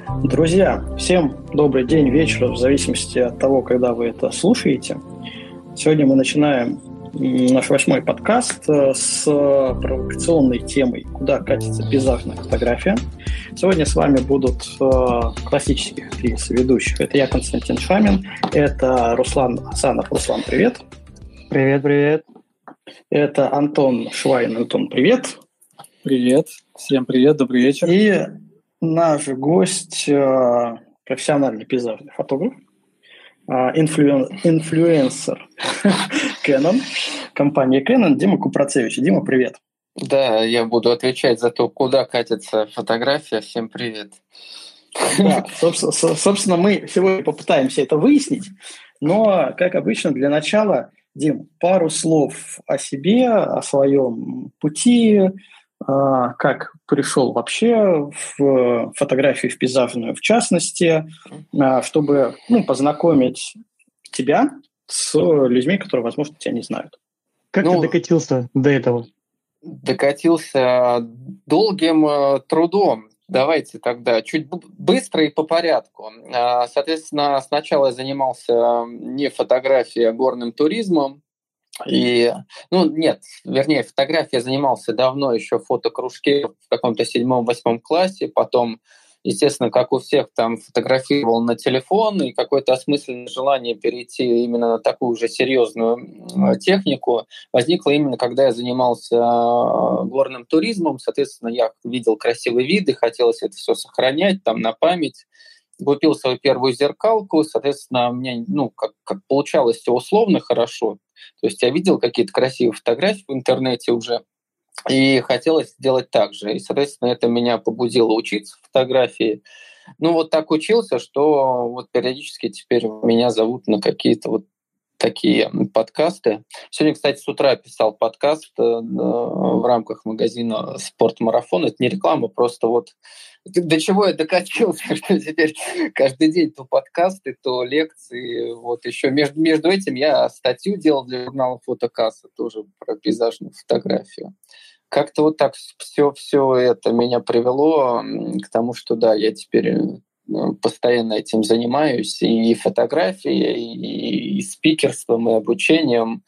Друзья, всем добрый день, вечер, в зависимости от того, когда вы это слушаете. Сегодня мы начинаем наш 8-й подкаст с провокационной темой «Куда катится пейзажная фотография?». Сегодня с вами будут классических три соведущих. Это я, Константин Шамин, это Руслан Асанов. Руслан, привет. Привет. Это Антон Швайн. Антон, привет. Привет. Всем привет, добрый вечер. И наш гость, профессиональный пейзажный фотограф, инфлюенсер Canon, компания Canon, Дима Купрацевич. Дима, привет. Да, я буду отвечать за то, куда катится фотография. Всем привет. Да, собственно, мы сегодня попытаемся это выяснить, но, как обычно, для начала, Дим, пару слов о себе, о своем пути, как пришел вообще в фотографию, в пейзажную в частности, чтобы познакомить тебя с людьми, которые, возможно, тебя не знают. Как ты докатился до этого? Докатился долгим трудом. Давайте тогда чуть быстро и по порядку. Соответственно, сначала я занимался не фотографией, а горным туризмом. Фотографией я занимался давно, еще в фотокружке в каком-то 7-8 классе. Потом, естественно, как у всех, там фотографировал на телефон, и какое-то осмысленное желание перейти именно на такую же серьезную технику возникло именно, когда я занимался горным туризмом. Соответственно, я видел красивые виды, хотелось это все сохранять там на память. Купил свою первую зеркалку, соответственно, у меня, как получалось все условно хорошо. То есть я видел какие-то красивые фотографии в интернете уже, и хотелось сделать так же. И, соответственно, это меня побудило учиться фотографии. Так учился, что периодически теперь меня зовут на какие-то такие подкасты. Сегодня, кстати, с утра писал подкаст в рамках магазина «Спортмарафон». Это не реклама, просто до чего я докатился, что теперь каждый день то подкасты, то лекции. Еще между этим я статью делал для журнала «Фотокасса», тоже про пейзажную фотографию. Как-то так все это меня привело к тому, что да, я теперь постоянно этим занимаюсь, и фотографией, и спикерством, и обучением.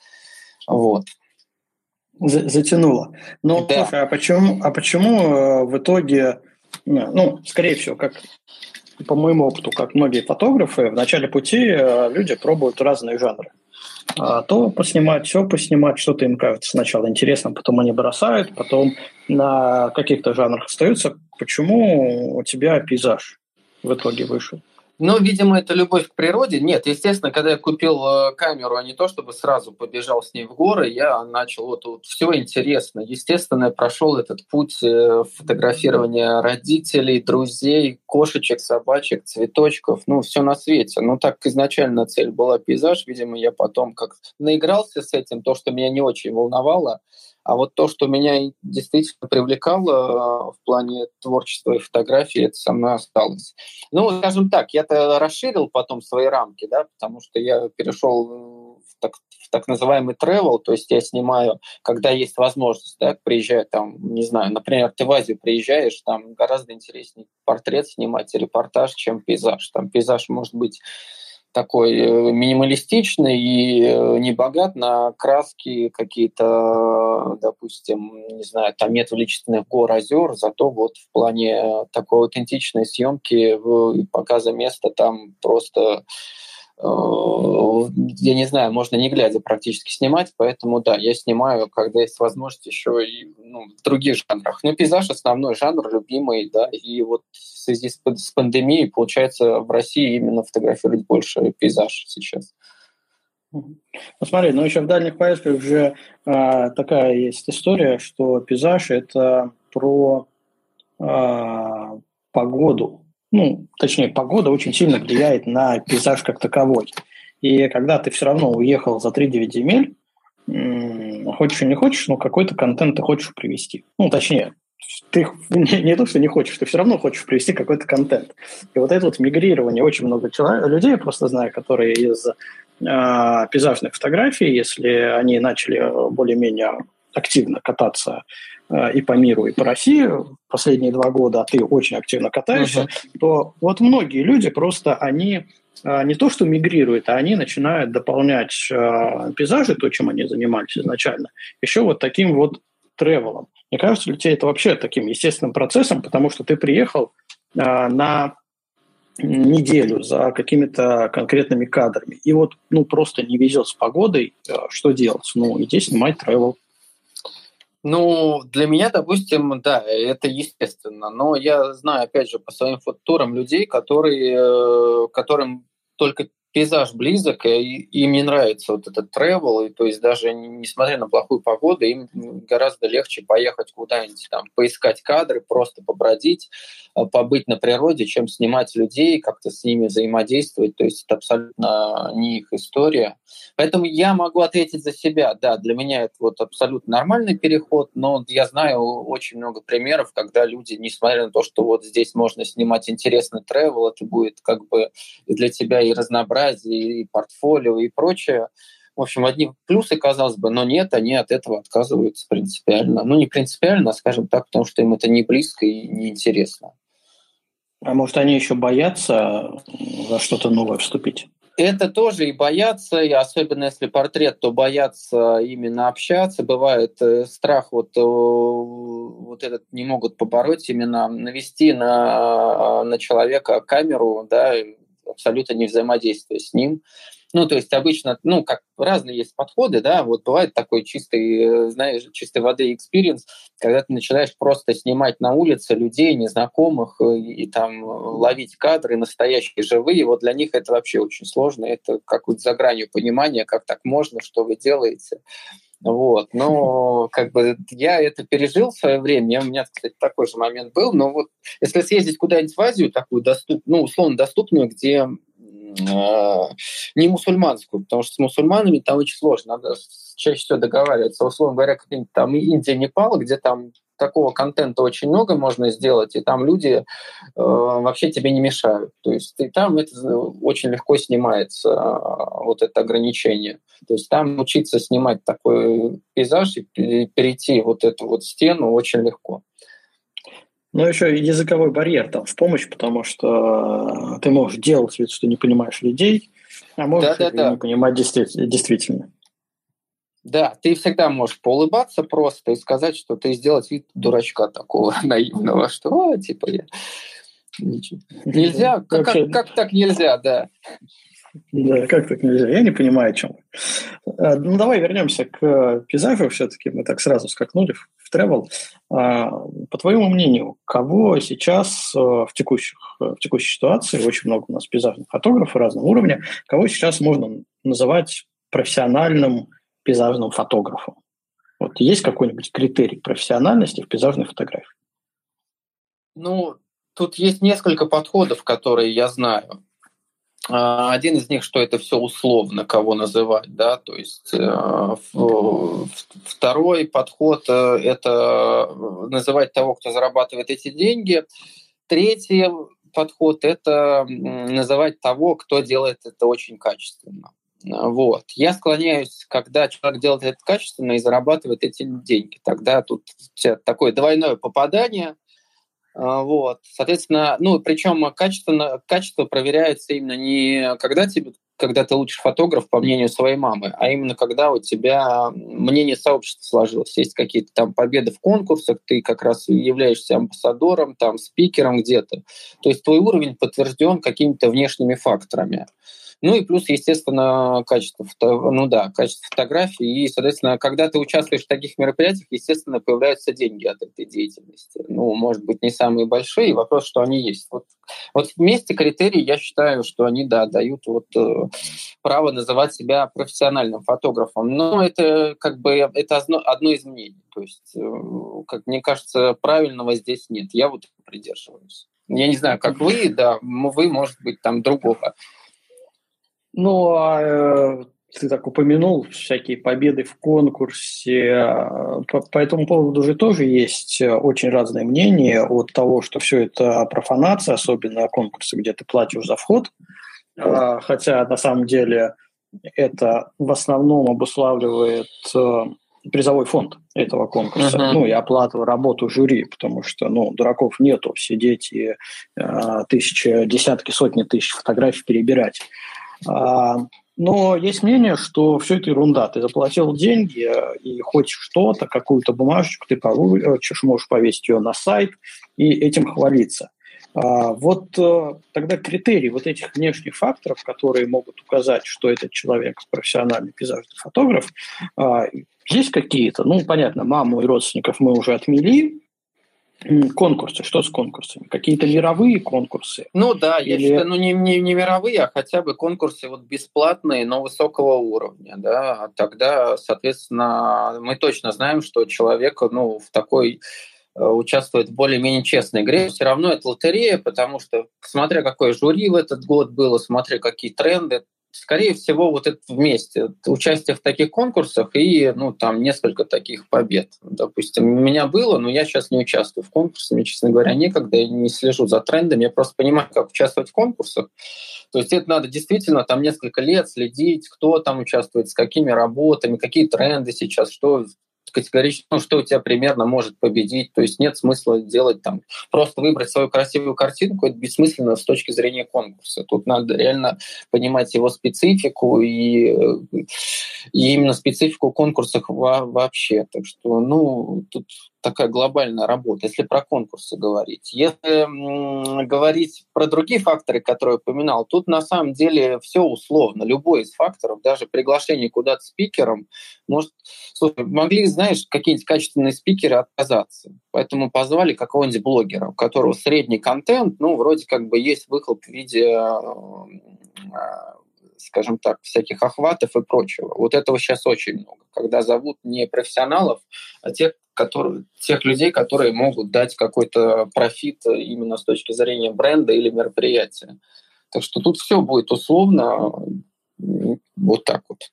Затянуло. Да. Слушай, а почему в итоге, скорее всего, как по моему опыту, как многие фотографы, в начале пути люди пробуют разные жанры. То поснимать, все поснимать, что-то им кажется сначала интересно, потом они бросают, потом на каких-то жанрах остаются. Почему у тебя пейзаж в итоге вышел? Видимо, это любовь к природе. Нет, естественно, когда я купил камеру, а не то, чтобы сразу побежал с ней в горы, я начал все интересно. Естественно, я прошел этот путь фотографирования родителей, друзей, кошечек, собачек, цветочков, все на свете. Так изначально цель была пейзаж. Видимо, я потом как наигрался с этим, то, что меня не очень волновало. А то, что меня действительно привлекало в плане творчества и фотографии, это со мной осталось. Скажем так, я-то расширил потом свои рамки, да, потому что я перешел в так называемый travel, то есть я снимаю, когда есть возможность, да, приезжаю там, не знаю, например, ты в Азию приезжаешь, там гораздо интереснее портрет снимать, репортаж, чем пейзаж. Там пейзаж может быть такой минималистичный и не богат на краски какие-то, допустим, не знаю, там нет величественных гор, озер, зато в плане такой аутентичной съемки и показа места там просто, я не знаю, можно не глядя практически снимать, поэтому да, я снимаю, когда есть возможность еще и в других жанрах. Пейзаж основной жанр, любимый, да, и в связи с пандемией, получается, в России именно фотографировать больше пейзаж сейчас. Смотри, еще в дальних поездках уже такая есть история, что пейзаж – это про погоду. Точнее, погода очень сильно влияет на пейзаж как таковой. И когда ты все равно уехал за 3-9 земель, хочешь и не хочешь, какой-то контент ты хочешь привести. Точнее, ты не то, что не хочешь, ты все равно хочешь привести какой-то контент. И это мигрирование, очень много людей, я просто знаю, которые из пейзажных фотографий, если они начали более-менее активно кататься и по миру, и по России последние 2 года, а ты очень активно катаешься, то вот многие люди просто, они не то что мигрируют, а они начинают дополнять пейзажи, то, чем они занимались изначально, еще вот таким вот тревелом. Мне кажется, для тебя это вообще таким естественным процессом, потому что ты приехал на неделю за какими-то конкретными кадрами. И вот, просто не везет с погодой, что делать? Иди снимать тревел. Для меня, допустим, да, это естественно. Но я знаю, опять же, по своим фототурам людей, которым только пейзаж близок, и им не нравится вот этот travel, и то есть даже несмотря на плохую погоду, им гораздо легче поехать куда-нибудь там, поискать кадры, просто побродить, побыть на природе, чем снимать людей, как-то с ними взаимодействовать, то есть это абсолютно не их история. Поэтому я могу ответить за себя, да, для меня это вот абсолютно нормальный переход, но я знаю очень много примеров, когда люди, несмотря на то, что вот здесь можно снимать интересный travel, это будет как бы для тебя и разнообразие, и портфолио, и прочее. В общем, одни плюсы, казалось бы, но нет, они от этого отказываются принципиально. Не принципиально, а, скажем так, потому что им это не близко и не интересно. А может, они еще боятся во что-то новое вступить? Это тоже и боятся, и особенно если портрет, то боятся именно общаться. Бывает страх вот этот не могут побороть, именно навести на человека камеру, да, абсолютно не взаимодействуя с ним. То есть обычно, как разные есть подходы, да, вот бывает такой чистой, знаешь, чистой воды experience, когда ты начинаешь просто снимать на улице людей, незнакомых, и там ловить кадры настоящие, живые, вот для них это вообще очень сложно, это как-то за гранью понимания, как так можно, что вы делаете. Вот. Но как бы я это пережил в свое время. У меня, кстати, такой же момент был. Но вот если съездить куда-нибудь в Азию, такую условно доступную, где не мусульманскую, потому что с мусульманами там очень сложно. Надо чаще всего договариваться. Условно говоря, как-нибудь там Индия, Непал, где там такого контента очень много можно сделать, и там люди вообще тебе не мешают. То есть и там это очень легко снимается, вот это ограничение. То есть там учиться снимать такой пейзаж и перейти вот эту вот стену очень легко. Но еще языковой барьер там в помощь, потому что ты можешь делать вид, что не понимаешь людей, а можешь не понимать действительно. Да, ты всегда можешь поулыбаться просто и сказать, что ты сделать вид дурачка такого наивного, что я... Нельзя? Как так нельзя, да? Да, как так нельзя? Я не понимаю, о чем. Давай вернемся к пейзажу. Все-таки мы так сразу скакнули в travel. По твоему мнению, кого сейчас в текущей ситуации, очень много у нас пейзажных фотографов разного уровня, кого сейчас можно называть профессиональным пейзажным фотографом? Вот есть какой-нибудь критерий профессиональности в пейзажной фотографии? Тут есть несколько подходов, которые я знаю. Один из них, что это все условно, кого называть, да, то есть второй подход – это называть того, кто зарабатывает эти деньги. Третий подход – это называть того, кто делает это очень качественно. Вот. Я склоняюсь, когда человек делает это качественно и зарабатывает эти деньги, тогда тут такое двойное попадание. Вот. Соответственно, причем качество проверяется именно не когда ты лучший фотограф, по мнению своей мамы, а именно когда у тебя мнение сообщества сложилось. Есть какие-то там победы в конкурсах, ты как раз являешься амбассадором, там, спикером где-то. То есть твой уровень подтвержден какими-то внешними факторами. И плюс, естественно, качество фотографии. И, соответственно, когда ты участвуешь в таких мероприятиях, естественно, появляются деньги от этой деятельности. Может быть, не самые большие, вопрос, что они есть. Вот вместе критерии, я считаю, что они, дают право называть себя профессиональным фотографом. Но это это одно из мнений. То есть, как мне кажется, правильного здесь нет. Я придерживаюсь. Я не знаю, как вы, вы, может быть, там другого. Ты так упомянул всякие победы в конкурсе. По этому поводу уже тоже есть очень разные мнения от того, что все это профанация, особенно конкурсы, где ты платишь за вход. Хотя на самом деле это в основном обуславливает призовой фонд этого конкурса, и оплату работу жюри, потому что, дураков нету, сидеть и десятки, сотни тысяч фотографий перебирать. Но есть мнение, что все это ерунда. Ты заплатил деньги, и хоть что-то, какую-то бумажечку ты получишь, можешь повесить ее на сайт и этим хвалиться. Вот тогда критерии вот этих внешних факторов, которые могут указать, что этот человек профессиональный пейзажный фотограф, есть какие-то? Понятно, маму и родственников мы уже отмели. Конкурсы. Что с конкурсами? Какие-то мировые конкурсы? Да, я считаю, не мировые, а хотя бы конкурсы бесплатные, но высокого уровня. Да? Тогда, соответственно, мы точно знаем, что человек в такой участвует в более-менее честной игре. Все равно это лотерея, потому что, смотря какое жюри в этот год было, смотря какие тренды, скорее всего, это вместе. Участие в таких конкурсах и, там, несколько таких побед. Допустим, у меня было, но я сейчас не участвую в конкурсах. Мне, честно говоря, некогда, я не слежу за трендами. Я просто понимаю, как участвовать в конкурсах. То есть это надо действительно там несколько лет следить, кто там участвует, с какими работами, какие тренды сейчас, что категорично, что у тебя примерно может победить. То есть нет смысла делать там, просто выбрать свою красивую картинку, это бессмысленно с точки зрения конкурса. Тут надо реально понимать его специфику и именно специфику конкурсов вообще. Так что, тут такая глобальная работа, если про конкурсы говорить. Если говорить про другие факторы, которые я упоминал, тут на самом деле все условно. Любой из факторов, даже приглашение куда-то спикером, могли, знаешь, какие-нибудь качественные спикеры отказаться. Поэтому позвали какого-нибудь блогера, у которого средний контент, вроде как бы есть выхлоп в виде, скажем так, всяких охватов и прочего. Вот этого сейчас очень много. Когда зовут не профессионалов, а тех людей, которые могут дать какой-то профит именно с точки зрения бренда или мероприятия. Так что тут все будет условно вот так вот.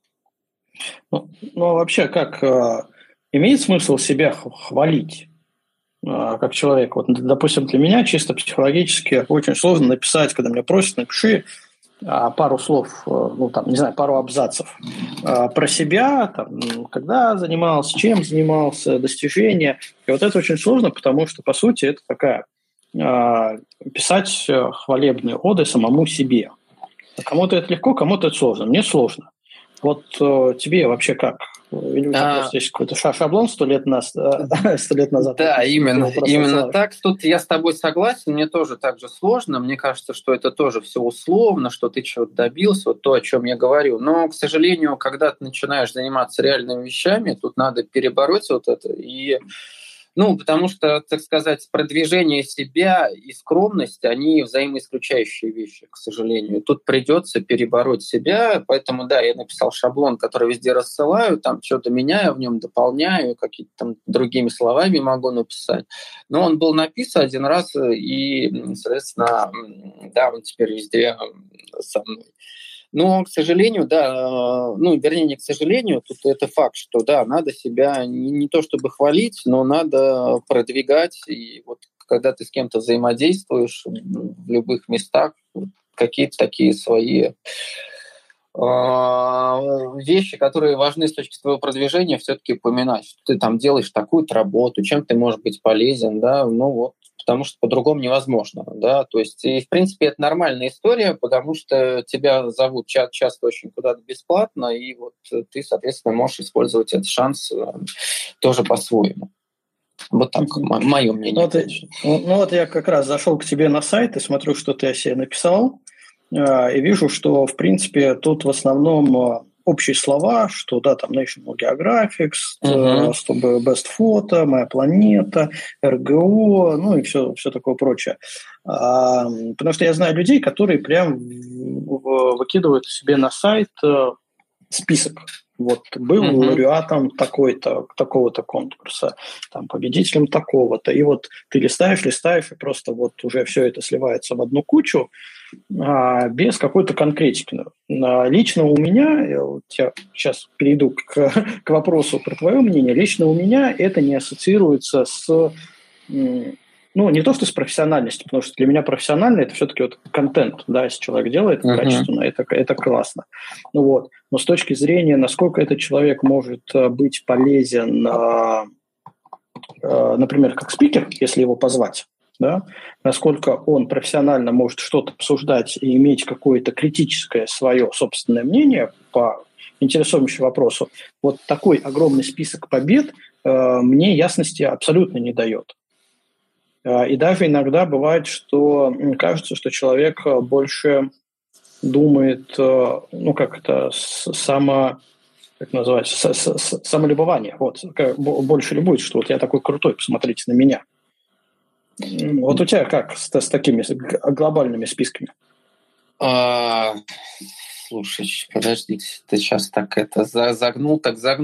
Вообще, как имеет смысл себя хвалить как человек? Вот, допустим, для меня чисто психологически очень сложно написать, когда меня просят, напиши пару слов, пару абзацев про себя, когда занимался, чем занимался, достижения. И вот это очень сложно, потому что, по сути, это такая писать хвалебные оды самому себе. Кому-то это легко, кому-то это сложно. Мне сложно. Вот тебе вообще как? Или у тебя просто есть какой-то шаблон 100 лет назад? Да, именно так. Тут я с тобой согласен. Мне тоже так же сложно. Мне кажется, что это тоже все условно, что ты чего-то добился, вот то, о чем я говорю. Но, к сожалению, когда ты начинаешь заниматься реальными вещами, тут надо перебороть вот это и... потому что, так сказать, продвижение себя и скромность, они взаимоисключающие вещи, к сожалению. Тут придется перебороть себя, поэтому, да, я написал шаблон, который везде рассылаю, там что-то меняю в нем, дополняю, какие-то там другими словами могу написать. Но он был написан один раз, и, соответственно, да, он теперь везде со мной. Но, к сожалению, да, не к сожалению, тут это факт, что, да, надо себя не то чтобы хвалить, но надо продвигать. И вот когда ты с кем-то взаимодействуешь в любых местах, какие-то такие свои вещи, которые важны с точки зрения продвижения, все-таки упоминать, что ты там делаешь такую-то работу, чем ты можешь быть полезен, да, потому что по-другому невозможно, да, то есть, и, в принципе, это нормальная история, потому что тебя зовут часто очень куда-то бесплатно, и вот ты, соответственно, можешь использовать этот шанс тоже по-своему. Вот так, мое мнение. Вот я как раз зашел к тебе на сайт и смотрю, что ты о себе написал, и вижу, что, в принципе, тут в основном общие слова, что, да, там National Geographic, чтобы Best Photo, Моя планета, РГО, и все такое прочее. Потому что я знаю людей, которые прям выкидывают себе на сайт список. Вот был лауреатом такого-то конкурса, там, победителем такого-то. И вот ты листаешь, и просто вот уже все это сливается в одну кучу, без какой-то конкретики. Лично у меня, я сейчас перейду к вопросу про твое мнение, лично у меня это не ассоциируется с Ну, не то, что с профессиональностью, потому что для меня профессионально это все-таки вот контент, да, если человек делает качественно, это классно. Ну вот, но с точки зрения, насколько этот человек может быть полезен, например, как спикер, если его позвать, да, насколько он профессионально может что-то обсуждать и иметь какое-то критическое свое собственное мнение по интересующему вопросу, вот такой огромный список побед мне ясности абсолютно не дает. И даже иногда бывает, что кажется, что человек больше думает, ну, как это, как называется, самолюбование. Вот, больше любует, что вот я такой крутой, посмотрите на меня. Вот у тебя как с такими глобальными списками? Слушай, подождите, ты сейчас так это загнул.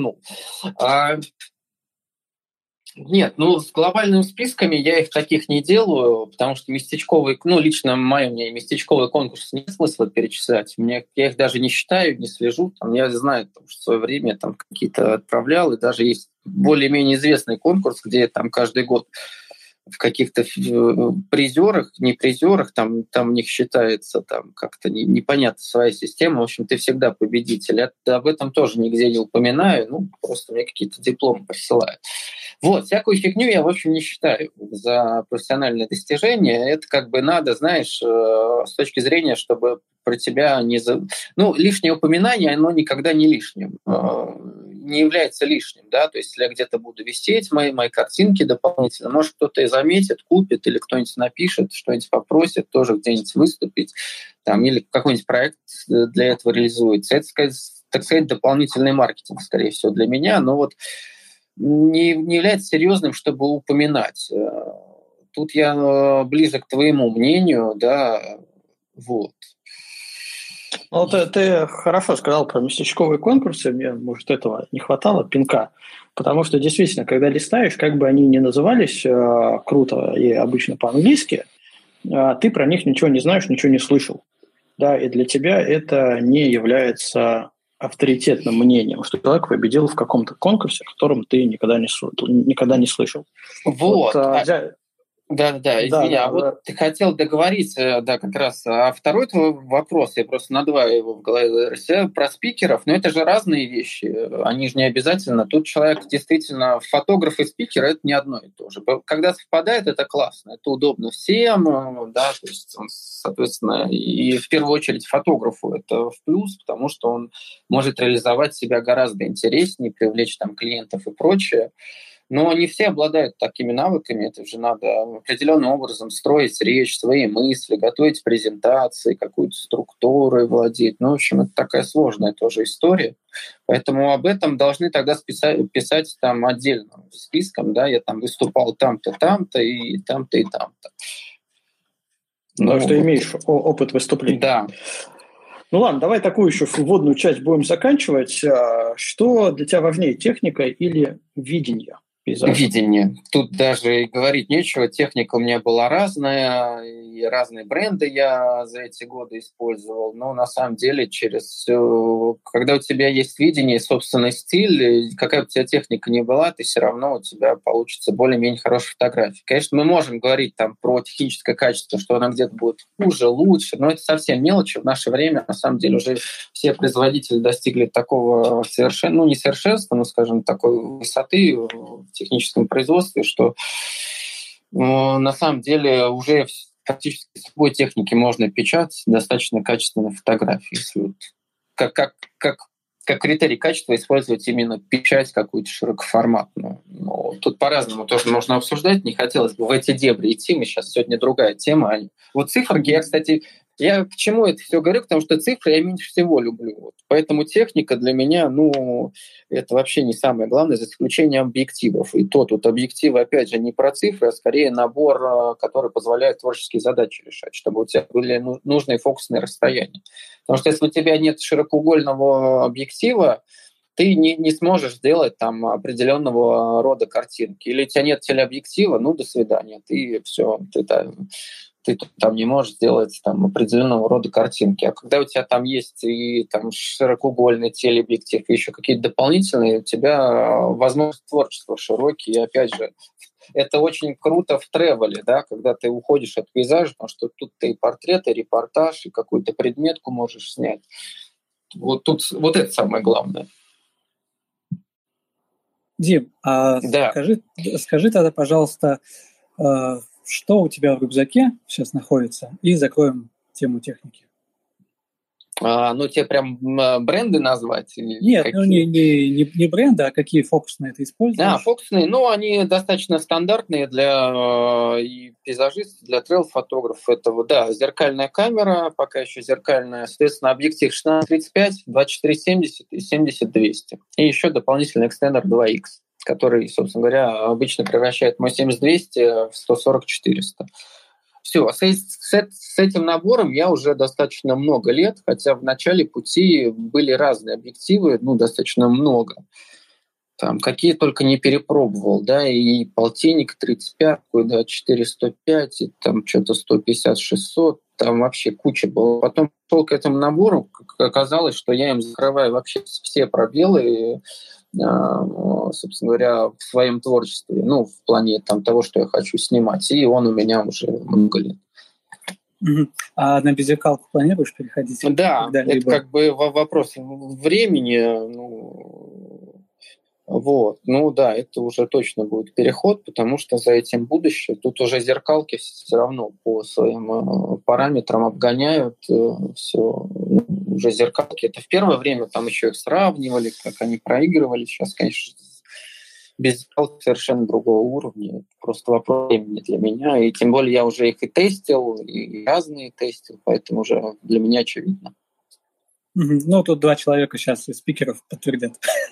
Нет, ну, с глобальными списками я их таких не делаю, потому что местечковый, ну, лично мое мнение, местечковый конкурс нет смысла перечислять. Я их даже не считаю, не слежу. Там, я знаю, что в свое время там какие-то отправлял, и даже есть более-менее известный конкурс, где там каждый год в каких-то призерах, не призерах, там у них считается там как-то непонятно своя система. В общем, ты всегда победитель. Я об этом тоже нигде не упоминаю, ну, просто мне какие-то дипломы присылают. Вот, всякую фигню я, в общем, не считаю за профессиональные достижения. Это как бы надо, знаешь, с точки зрения, чтобы про тебя не... Ну, лишнее упоминание, оно никогда не лишним. Не является лишним, да, то есть если я где-то буду висеть, мои картинки дополнительно, может, кто-то и заметит, купит, или кто-нибудь напишет, что-нибудь попросит, тоже где-нибудь выступить, там, или какой-нибудь проект для этого реализуется. Это, так сказать, дополнительный маркетинг, скорее всего, для меня, но вот не является серьезным, чтобы упоминать. Тут я ближе к твоему мнению, да, вот. Ну, ты хорошо сказал про местечковые конкурсы, мне, может, этого не хватало, пинка, потому что действительно, когда листаешь, как бы они ни назывались круто и обычно по-английски, ты про них ничего не знаешь, ничего не слышал. Да, и для тебя это не является авторитетным мнением, что человек победил в каком-то конкурсе, о котором ты никогда не слышал. Вот. Да, извини, да, вот ты хотел договориться, да, как раз. А второй твой вопрос, я просто на два его в голове рассеял, про спикеров, но это же разные вещи, они же не обязательно. Тут человек действительно, фотограф и спикер — это не одно и то же. Когда совпадает, это классно, это удобно всем, да, то есть он, соответственно, и в первую очередь фотографу это в плюс, потому что он может реализовать себя гораздо интереснее, привлечь там клиентов и прочее. Но не все обладают такими навыками, это же надо определенным образом строить речь, свои мысли, готовить презентации, какую-то структуру владеть. Ну, в общем, это такая сложная тоже история. Поэтому об этом должны тогда писать там отдельным списком, да, я там выступал там-то, там-то и там-то, и там-то. Ну, что имеешь опыт выступления. Да. Ну ладно, давай такую еще вводную часть будем заканчивать. Что для тебя важнее, техника или видение пейзажа? Видение. Тут даже и говорить нечего. Техника у меня была разная, и разные бренды я за эти годы использовал. Но на самом деле когда у тебя есть видение и собственный стиль, какая бы у тебя техника ни была, ты все равно у тебя получится более-менее хорошая фотография. Конечно, мы можем говорить там про техническое качество, что она где-то будет хуже, лучше, но это совсем мелочи. В наше время, на самом деле, уже все производители достигли такого несовершенства, но, скажем, такой высоты в техническом производстве, что на самом деле уже практически с любой техники можно печатать достаточно качественные фотографии. Если вот как критерий качества использовать именно печать какую-то широкоформатную. Но тут по-разному тоже можно обсуждать. Не хотелось бы в эти дебри идти. Мы сейчас сегодня другая тема. Вот циферки, я к чему это все говорю? Потому что цифры я меньше всего люблю. Вот. Поэтому техника для меня, это вообще не самое главное, за исключением объективов. И тут объективы, опять же, не про цифры, а скорее набор, который позволяет творческие задачи решать, чтобы у тебя были нужные фокусные расстояния. Потому что если у тебя нет широкоугольного объектива, ты не сможешь сделать там определенного рода картинки. Или у тебя нет телеобъектива, до свидания. ты там не можешь сделать там определенного рода картинки. А когда у тебя там есть и там широкоугольный телеобъектив, и еще какие-то дополнительные, у тебя возможности творчества широкие. И опять же, это очень круто в тревеле, да, когда ты уходишь от пейзажа, потому что тут ты и портрет, и репортаж, и какую-то предметку можешь снять. Вот тут вот это самое главное. Дим, да. скажи тогда, пожалуйста, что у тебя в рюкзаке сейчас находится, и закроем тему техники. Тебе прям бренды назвать? Нет, не бренды, а какие фокусные ты используешь? Фокусные, они достаточно стандартные для и пейзажистов, для трейл-фотографов. Это, зеркальная камера, пока еще зеркальная, соответственно, объектив 16-35, 24-70 и 70-200. И еще дополнительный экстендер 2X, который, собственно говоря, обычно превращает мой 70-200 в 140-400. Все, с этим набором я уже достаточно много лет, хотя в начале пути были разные объективы, достаточно много. Там какие только не перепробовал, да, и полтинник 35, да, 405, и там что-то 150-600, там вообще куча было. Потом шел к этому набору, оказалось, что я им закрываю вообще все пробелы, собственно говоря, в своем творчестве, в плане того, что я хочу снимать, и он у меня уже много лет. А на беззеркалку планируешь переходить? Да, это как бы вопрос времени, это уже точно будет переход, потому что за этим будущее. Тут уже зеркалки все равно по своим параметрам обгоняют все. Уже зеркалки. Это в первое время там еще их сравнивали, как они проигрывали. Сейчас, конечно, без зеркалок совершенно другого уровня. Это просто вопрос времени для меня. И тем более я уже их и тестил, и разные тестил, поэтому уже для меня очевидно. Тут 2 человека сейчас из спикеров подтвердят.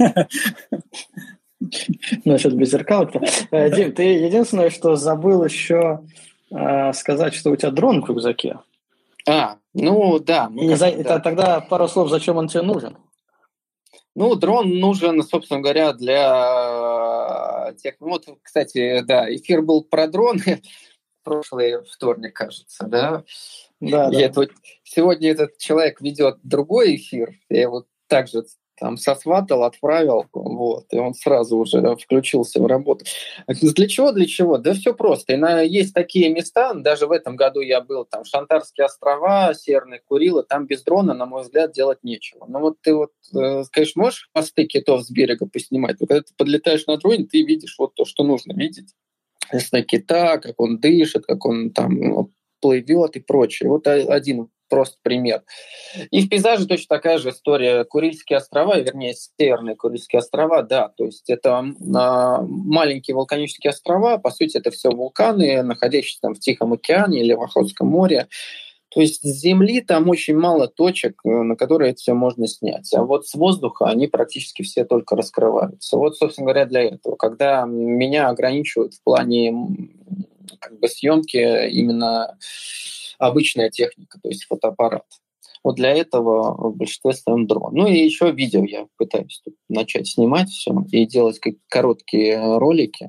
Насчет без зеркалок. Дим, ты единственное, что забыл еще сказать, что у тебя дрон в рюкзаке. Да. Тогда пару слов, зачем он тебе нужен? Дрон нужен, собственно говоря, для тех... Кстати, эфир был про дроны. Прошлый вторник, кажется, да? Да. Сегодня этот человек ведет другой эфир. Я его также там сосватал, отправил, и он сразу уже включился в работу. Для чего? Да все просто. Есть такие места, даже в этом году я был, там Шантарские острова, Северные Курилы, там без дрона, на мой взгляд, делать нечего. Ты конечно, можешь мосты китов с берега поснимать, но когда ты подлетаешь на дроне, ты видишь то, что нужно видеть. Если кита, как он дышит, как он там плывет и прочее. Один просто пример. И в пейзаже точно такая же история. Курильские острова, вернее, Северные Курильские острова, да, то есть это маленькие вулканические острова, по сути, это все вулканы, находящиеся там в Тихом океане или в Охотском море. То есть с земли там очень мало точек, на которые это все можно снять. А с воздуха они практически все только раскрываются. Собственно говоря, для этого. Когда меня ограничивают в плане съемки именно обычная техника, то есть фотоаппарат. Для этого в большинстве своем дрон. И еще видео я пытаюсь тут начать снимать все и делать короткие ролики.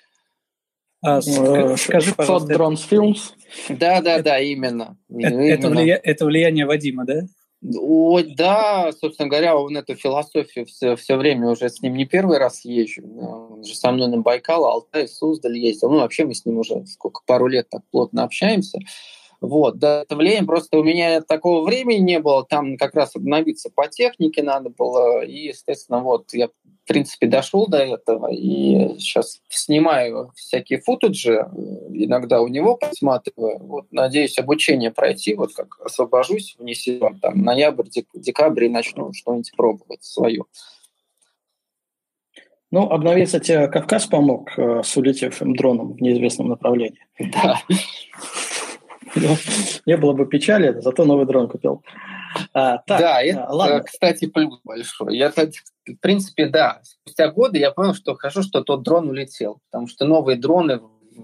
Скажи, пожалуйста. Drones Films? Да, именно. Это влияние Вадима, да? Да, собственно говоря, он эту философию все время уже с ним не первый раз езжу. Он же со мной на Байкал, Алтай, Суздаль ездил. Вообще мы с ним уже пару лет так плотно общаемся. Это влияние, просто у меня такого времени не было, там как раз обновиться по технике надо было, и, естественно, я, в принципе, дошел до этого, и сейчас снимаю всякие футажи, иногда у него посматриваю, надеюсь, обучение пройти, как освобожусь вне сезон, там, ноябрь, декабрь, и начну что-нибудь пробовать свое. Обновиться тебе Кавказ помог с улетевшим дроном в неизвестном направлении. Да. Не было бы печали, зато новый дрон купил. Это, кстати, плюс большой. В принципе, спустя годы я понял, что хорошо, что тот дрон улетел, потому что новые дроны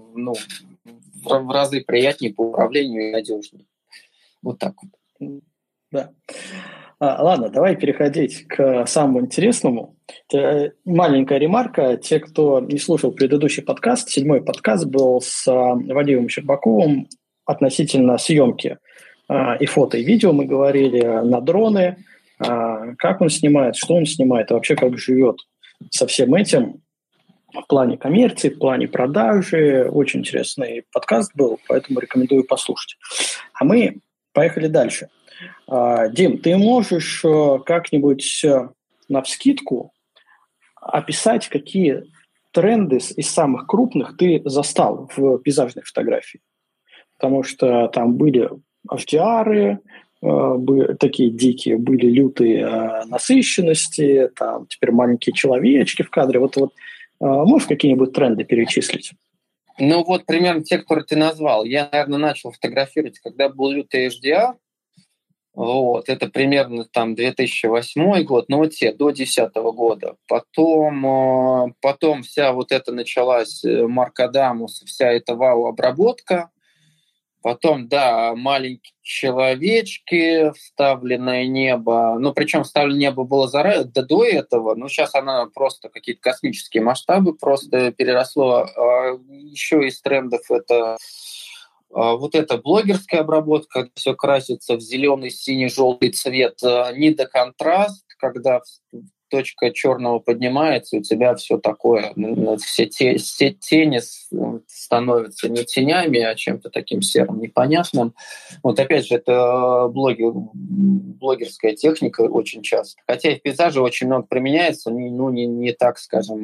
в разы приятнее по управлению и надежнее. Так вот. Да. Ладно, давай переходить к самому интересному. Маленькая ремарка. Те, кто не слушал предыдущий подкаст, 7-й подкаст был с Вадимом Щербаковым относительно съемки и фото, и видео мы говорили, на дроны, как он снимает, что он снимает, и вообще как живет со всем этим в плане коммерции, в плане продажи. Очень интересный подкаст был, поэтому рекомендую послушать. А мы поехали дальше. Дим, ты можешь как-нибудь навскидку описать, какие тренды из самых крупных ты застал в пейзажной фотографии? Потому что там были HDR, такие дикие, были лютые насыщенности, там теперь маленькие человечки в кадре. Вот можешь какие-нибудь тренды перечислить? Ну вот примерно те, которые ты назвал. Я, наверное, начал фотографировать, когда был лютый HDR. Вот, это примерно там 2008 год, ну вот те, до 2010 года. Потом вся вот эта началась Марк Адамус, вся эта вау-обработка. Потом, да, маленькие человечки, вставленное небо. Ну, причем вставленное небо было до этого, но сейчас она просто какие-то космические масштабы просто переросло. Еще из трендов это вот эта блогерская обработка, когда все красится в зеленый, синий, желтый цвет, недоконтраст, когда точка черного поднимается, у тебя все такое, все тени становятся не тенями, а чем-то таким серым, непонятным. Вот опять же, это блогерская техника очень часто. Хотя и в пейзаже очень много применяется, не так, скажем...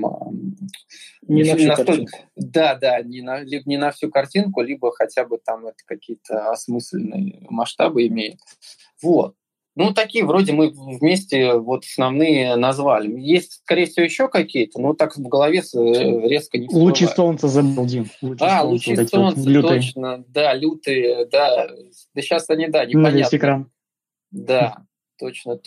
Не на всю картинку. Да, либо не на всю картинку, либо хотя бы там это какие-то осмысленные масштабы имеет. Вот. Ну, такие вроде мы вместе вот основные назвали. Есть, скорее всего, еще какие-то, но так в голове резко не всплывает. Лучи солнца забыл, Дим. Лучи солнца, точно. Да, лютые, да. Да сейчас они, да, непонятно. На весь экран. Да, точно.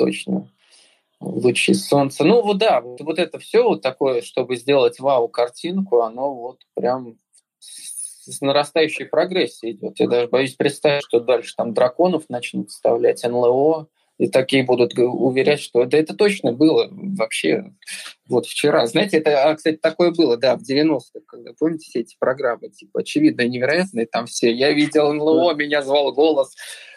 Лучи солнца. Ну, вот да, вот это все вот такое, чтобы сделать вау-картинку, оно вот прям с нарастающей прогрессией идет. Я даже боюсь представить, что дальше там драконов начнут вставлять, НЛО, и такие будут уверять, что да это точно было вообще вот вчера. Знаете, это, кстати, такое было, да, в 90-х, когда, помните, все эти программы, типа «Очевидно, невероятные», там все «Я видел НЛО, меня звал голос».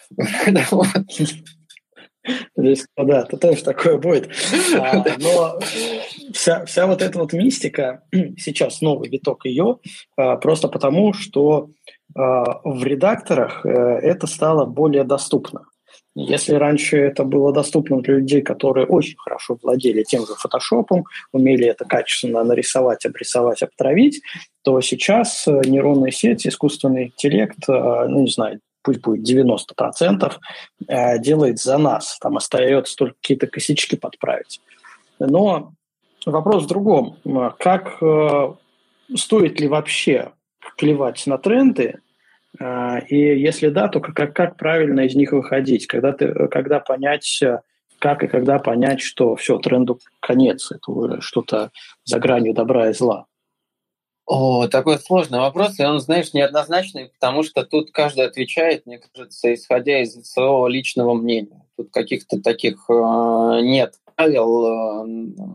Здесь, да, это тоже такое будет. Но вся вот эта вот мистика, сейчас новый виток ее, просто потому, что в редакторах это стало более доступно. Если раньше это было доступно для людей, которые очень хорошо владели тем же фотошопом, умели это качественно нарисовать, обрисовать, обтравить, то сейчас нейронные сети, искусственный интеллект, пусть будет 90%, делает за нас. Там остается только какие-то косячки подправить. Но вопрос в другом. Как стоит ли вообще клевать на тренды? И если да, то как правильно из них выходить? Когда понять, как и когда понять, что все, тренду конец, это уже что-то за гранью добра и зла? Такой сложный вопрос, и он, знаешь, неоднозначный, потому что тут каждый отвечает, мне кажется, исходя из своего личного мнения. Тут каких-то таких нет правил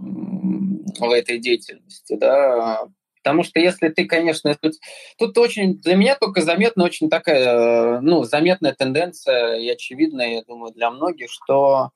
в этой деятельности, да. Потому что если ты, конечно, тут очень, для меня только заметна очень такая, заметная тенденция и очевидная, я думаю, для многих, что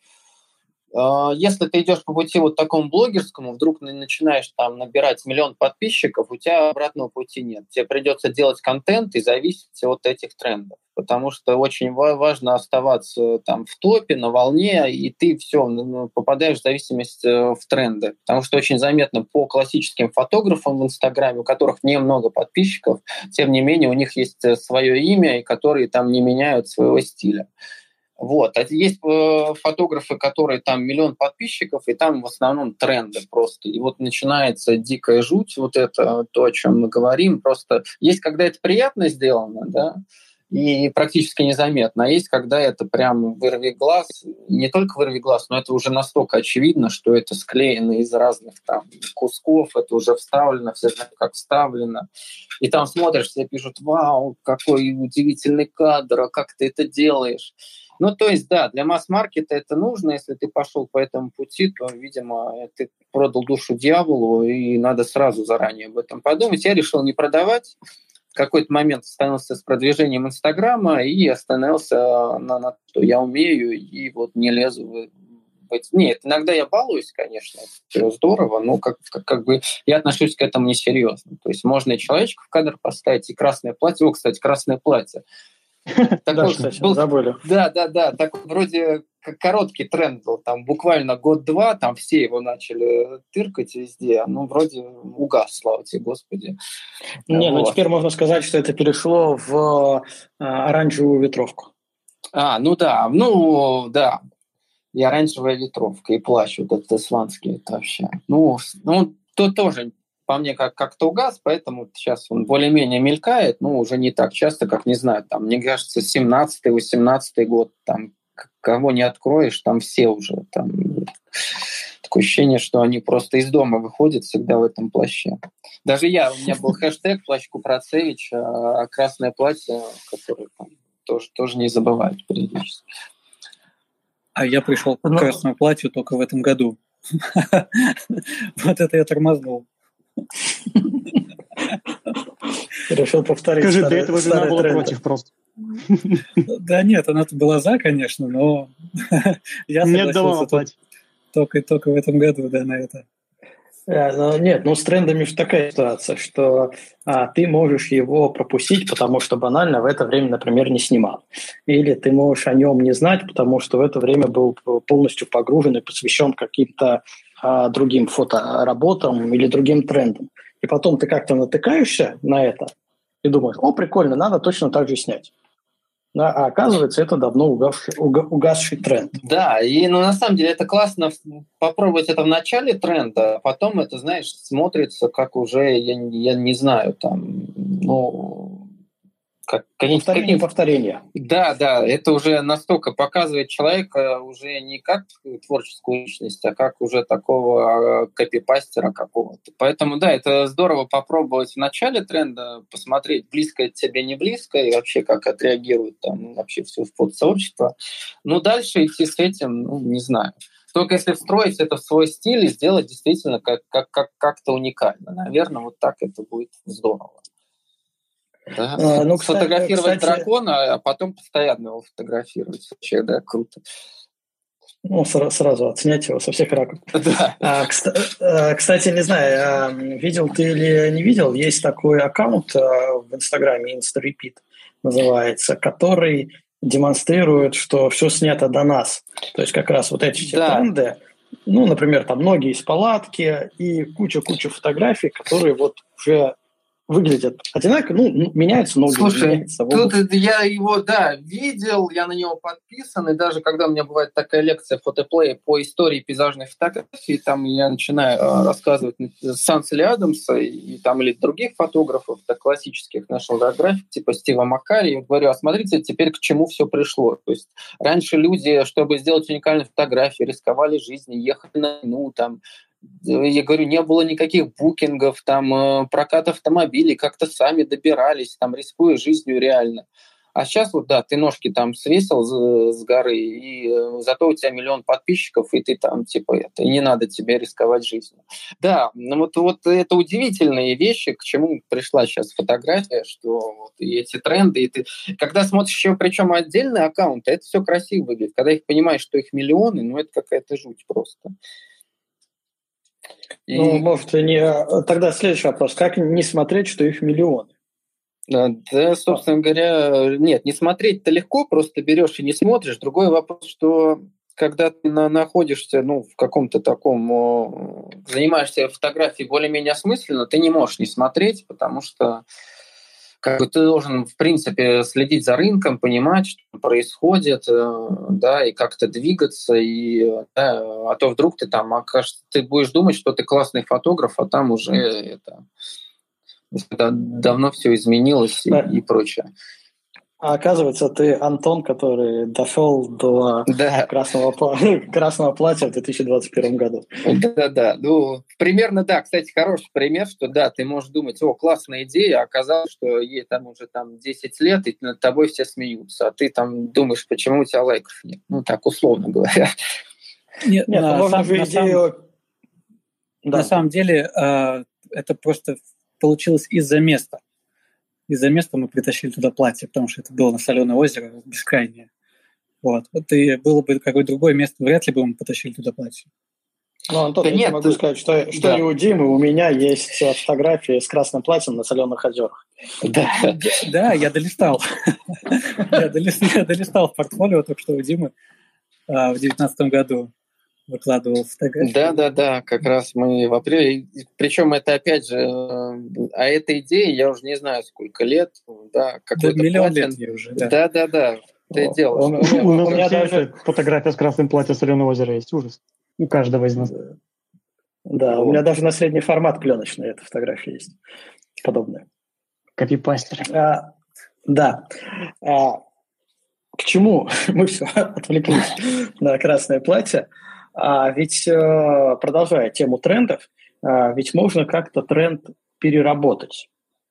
если ты идешь по пути вот такому блогерскому, вдруг начинаешь там набирать 1 миллион подписчиков, у тебя обратного пути нет. Тебе придется делать контент и зависеть от этих трендов. Потому что очень важно оставаться там в топе, на волне, и ты все попадаешь в зависимость в тренды. Потому что очень заметно по классическим фотографам в Инстаграме, у которых немного подписчиков, тем не менее у них есть свое имя, и которые там не меняют своего стиля. Вот. А есть фотографы, которые там 1 миллион подписчиков, и там в основном тренды просто. И вот начинается дикая жуть, вот это то, о чем мы говорим. Просто есть, когда это приятно сделано, да, и практически незаметно. А есть, когда это прям вырви глаз. Не только вырви глаз, но это уже настолько очевидно, что это склеено из разных там кусков, это уже вставлено, все знают, как вставлено. И там смотришь, все пишут: «Вау, какой удивительный кадр, а как ты это делаешь?» Ну, то есть, да, для масс-маркета это нужно. Если ты пошел по этому пути, то, видимо, ты продал душу дьяволу, и надо сразу заранее об этом подумать. Я решил не продавать в какой-то момент остановился с продвижением Инстаграма и остановился на что я умею, и вот не лезу в... Нет, иногда я балуюсь, конечно, это здорово, но как бы я отношусь к этому несерьезно. То есть можно и человечка в кадр поставить, и красное платье. О, кстати, красное платье. Да, кстати, забыли. Да, такой вроде короткий тренд был, там буквально год-два, там все его начали тыркать везде, ну, вроде угас, слава тебе, Господи. Ну теперь можно сказать, что это перешло в оранжевую ветровку. Ну да, и оранжевая ветровка, и плащ вот этот исландский, это вообще. Ну, то тоже по мне как-то угас, поэтому сейчас он более-менее мелькает, но уже не так часто, как, не знаю, там, мне кажется, 17-18 год, там, кого не откроешь, там все уже, там, такое ощущение, что они просто из дома выходят всегда в этом плаще. Даже у меня был хэштег «Плащ Купрацевич», а красное платье, которое там, тоже не забывают периодически. А я пришел к красному платью только в этом году. Вот это я тормознул. Решил повторить. Скажи, до этого жена была против просто. Да нет, она-то была за, конечно, но я согласился только в этом году, да, на это. Нет, с трендами же такая ситуация, что ты можешь его пропустить, потому что банально в это время, например, не снимал. Или ты можешь о нем не знать, потому что в это время был полностью погружен и посвящен каким-то другим фотоработам или другим трендам. И потом ты как-то натыкаешься на это и думаешь, прикольно, надо точно так же снять. А оказывается, это давно угасший тренд. Да, и на самом деле это классно попробовать это в начале тренда, а потом это, знаешь, смотрится как уже, я не знаю, там, повторение. Да, это уже настолько показывает человека уже не как творческую личность, а как уже такого копипастера какого-то. Поэтому, да, это здорово попробовать в начале тренда, посмотреть, близко это тебе, не близко, и вообще как отреагирует там вообще все фотосообщество. Дальше идти с этим, не знаю. Только если встроить это в свой стиль и сделать действительно как-то уникально. Наверное, вот так это будет здорово. Да. Сфотографировать дракона, а потом постоянно его фотографировать. Вообще, да, круто. Сразу отснять его со всех ракурсов. Да. Кстати, не знаю, видел ты или не видел, есть такой аккаунт в Инстаграме, InstaRepeat называется, который демонстрирует, что все снято до нас. То есть как раз вот эти тренды, например, там ноги из палатки и куча фотографий, которые вот уже выглядят одинаково, меняются ноги. Слушай, тут я его, видел, я на него подписан, и даже когда у меня бывает такая лекция фотоплея по истории пейзажной фотографии, там я начинаю рассказывать Сансели Адамса или других фотографов, классических National Geographic, типа Стива Маккари, я говорю, смотрите, теперь к чему все пришло. То есть раньше люди, чтобы сделать уникальную фотографию, рисковали жизнью, ехали на войну, я говорю, не было никаких букингов, прокат автомобилей, как-то сами добирались, рискуя жизнью реально. А сейчас ты ножки свесил с горы, и зато у тебя 1 миллион подписчиков, и ты и не надо тебе рисковать жизнью. Да, вот это удивительные вещи, к чему пришла сейчас фотография, что и эти тренды, и ты, когда смотришь еще, причем отдельные аккаунты, это все красиво выглядит. Когда их понимаешь, что их миллионы, это какая-то жуть просто. Тогда следующий вопрос. Как не смотреть, что их миллионы? Да, собственно говоря, нет, не смотреть-то легко, просто берешь и не смотришь. Другой вопрос, что когда ты находишься в каком-то таком, занимаешься фотографией более-менее осмысленно, ты не можешь не смотреть, потому что ты должен, в принципе, следить за рынком, понимать, что происходит, и как-то двигаться, а то вдруг ты окажется, ты будешь думать, что ты классный фотограф, а там уже давно все изменилось и прочее. А оказывается, ты Антон, который дошел до красного платья в 2021 году. Да. Примерно, кстати, хороший пример, что ты можешь думать, классная идея, а оказалось, что ей уже 10 лет, и над тобой все смеются, а ты думаешь, почему у тебя лайков нет. Так условно говоря. Нет, на самом деле это просто получилось из-за места. из-за места мы притащили туда платье, потому что это было на Соленое озеро, бескрайнее. Вот. И было бы какое-то другое место, вряд ли бы мы потащили туда платье. Ну, Антон, я тебе могу сказать, что и у Димы, у меня есть фотографии с красным платьем на Соленых озерах. Да, я долистал. Я долистал в портфолио, так что у Димы в 2019 году выкладывал фотографии. Да, как раз мы в апреле. Причем это опять же, а эта идея, я уже не знаю, сколько лет. Да, миллион лет ей уже. Да. Ты делаешь. У нас даже фотография с красным платьем Соленого озера есть. Ужас. У каждого из нас. Да, у меня даже на средний формат пленочная эта фотография есть. Подобная. Копипастеры. Да. К чему мы все отвлеклись на красное платье? Ведь, продолжая тему трендов, ведь можно как-то тренд переработать.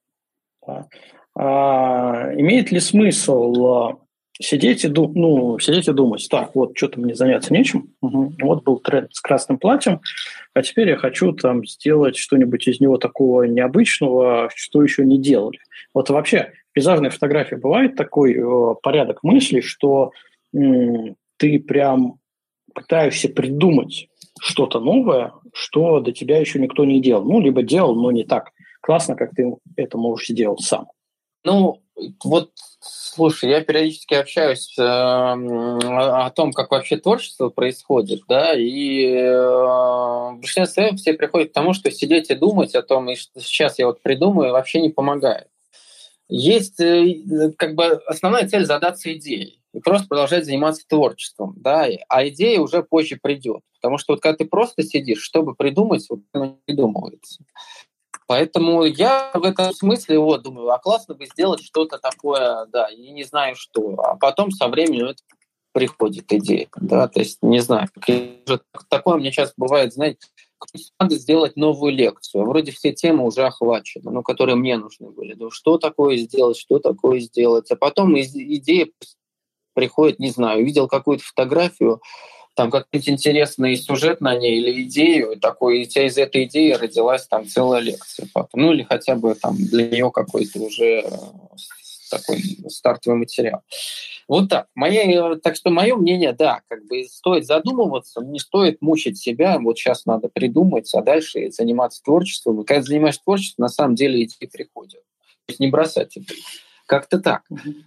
Имеет ли смысл сидеть и думать, так, вот что-то мне заняться нечем, вот был тренд с красным платьем, а теперь я хочу там сделать что-нибудь из него такого необычного, что еще не делали. Вот вообще в пейзажной фотографии бывает такой порядок мыслей, что ты прям пытаешься придумать что-то новое, что до тебя еще никто не делал. Ну, либо делал, но не так классно, как ты это можешь сделать сам. Ну, вот, слушай, я периодически общаюсь о том, как вообще творчество происходит, да, и в большинстве все приходят к тому, что сидеть и думать о том, и что сейчас я вот придумаю, вообще не помогает. Есть как бы основная цель задаться идеей и просто продолжать заниматься творчеством, да, а идея уже позже придет, потому что вот когда ты просто сидишь, чтобы придумать, вот оно не придумывается. Поэтому я в этом смысле думаю, а классно бы сделать что-то такое, да, и не знаю что, а потом со временем это приходит идея, да, то есть не знаю, такое мне сейчас бывает, знаете, надо сделать новую лекцию. Вроде все темы уже охвачены, но которые мне нужны были. Ну, что такое сделать, а потом идея приходит, не знаю, увидел какую-то фотографию, там какой-нибудь интересный сюжет на ней или идею, и из этой идеи родилась там целая лекция потом. Ну или хотя бы там для нее какой-то уже такой стартовый материал. Вот так. Так что мое мнение, да, как бы стоит задумываться, не стоит мучить себя, вот сейчас надо придумать, а дальше заниматься творчеством. И когда занимаешься творчеством, на самом деле идеи приходят. То есть не бросать это. Как-то так.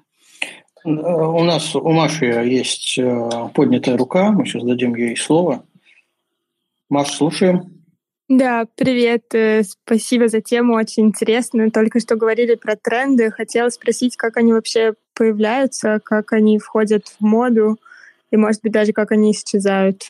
У Маши есть поднятая рука, мы сейчас дадим ей слово. Маш, слушаем. Да, привет, спасибо за тему, очень интересно. Только что говорили про тренды, хотела спросить, как они вообще появляются, как они входят в моду, и, может быть, даже как они исчезают.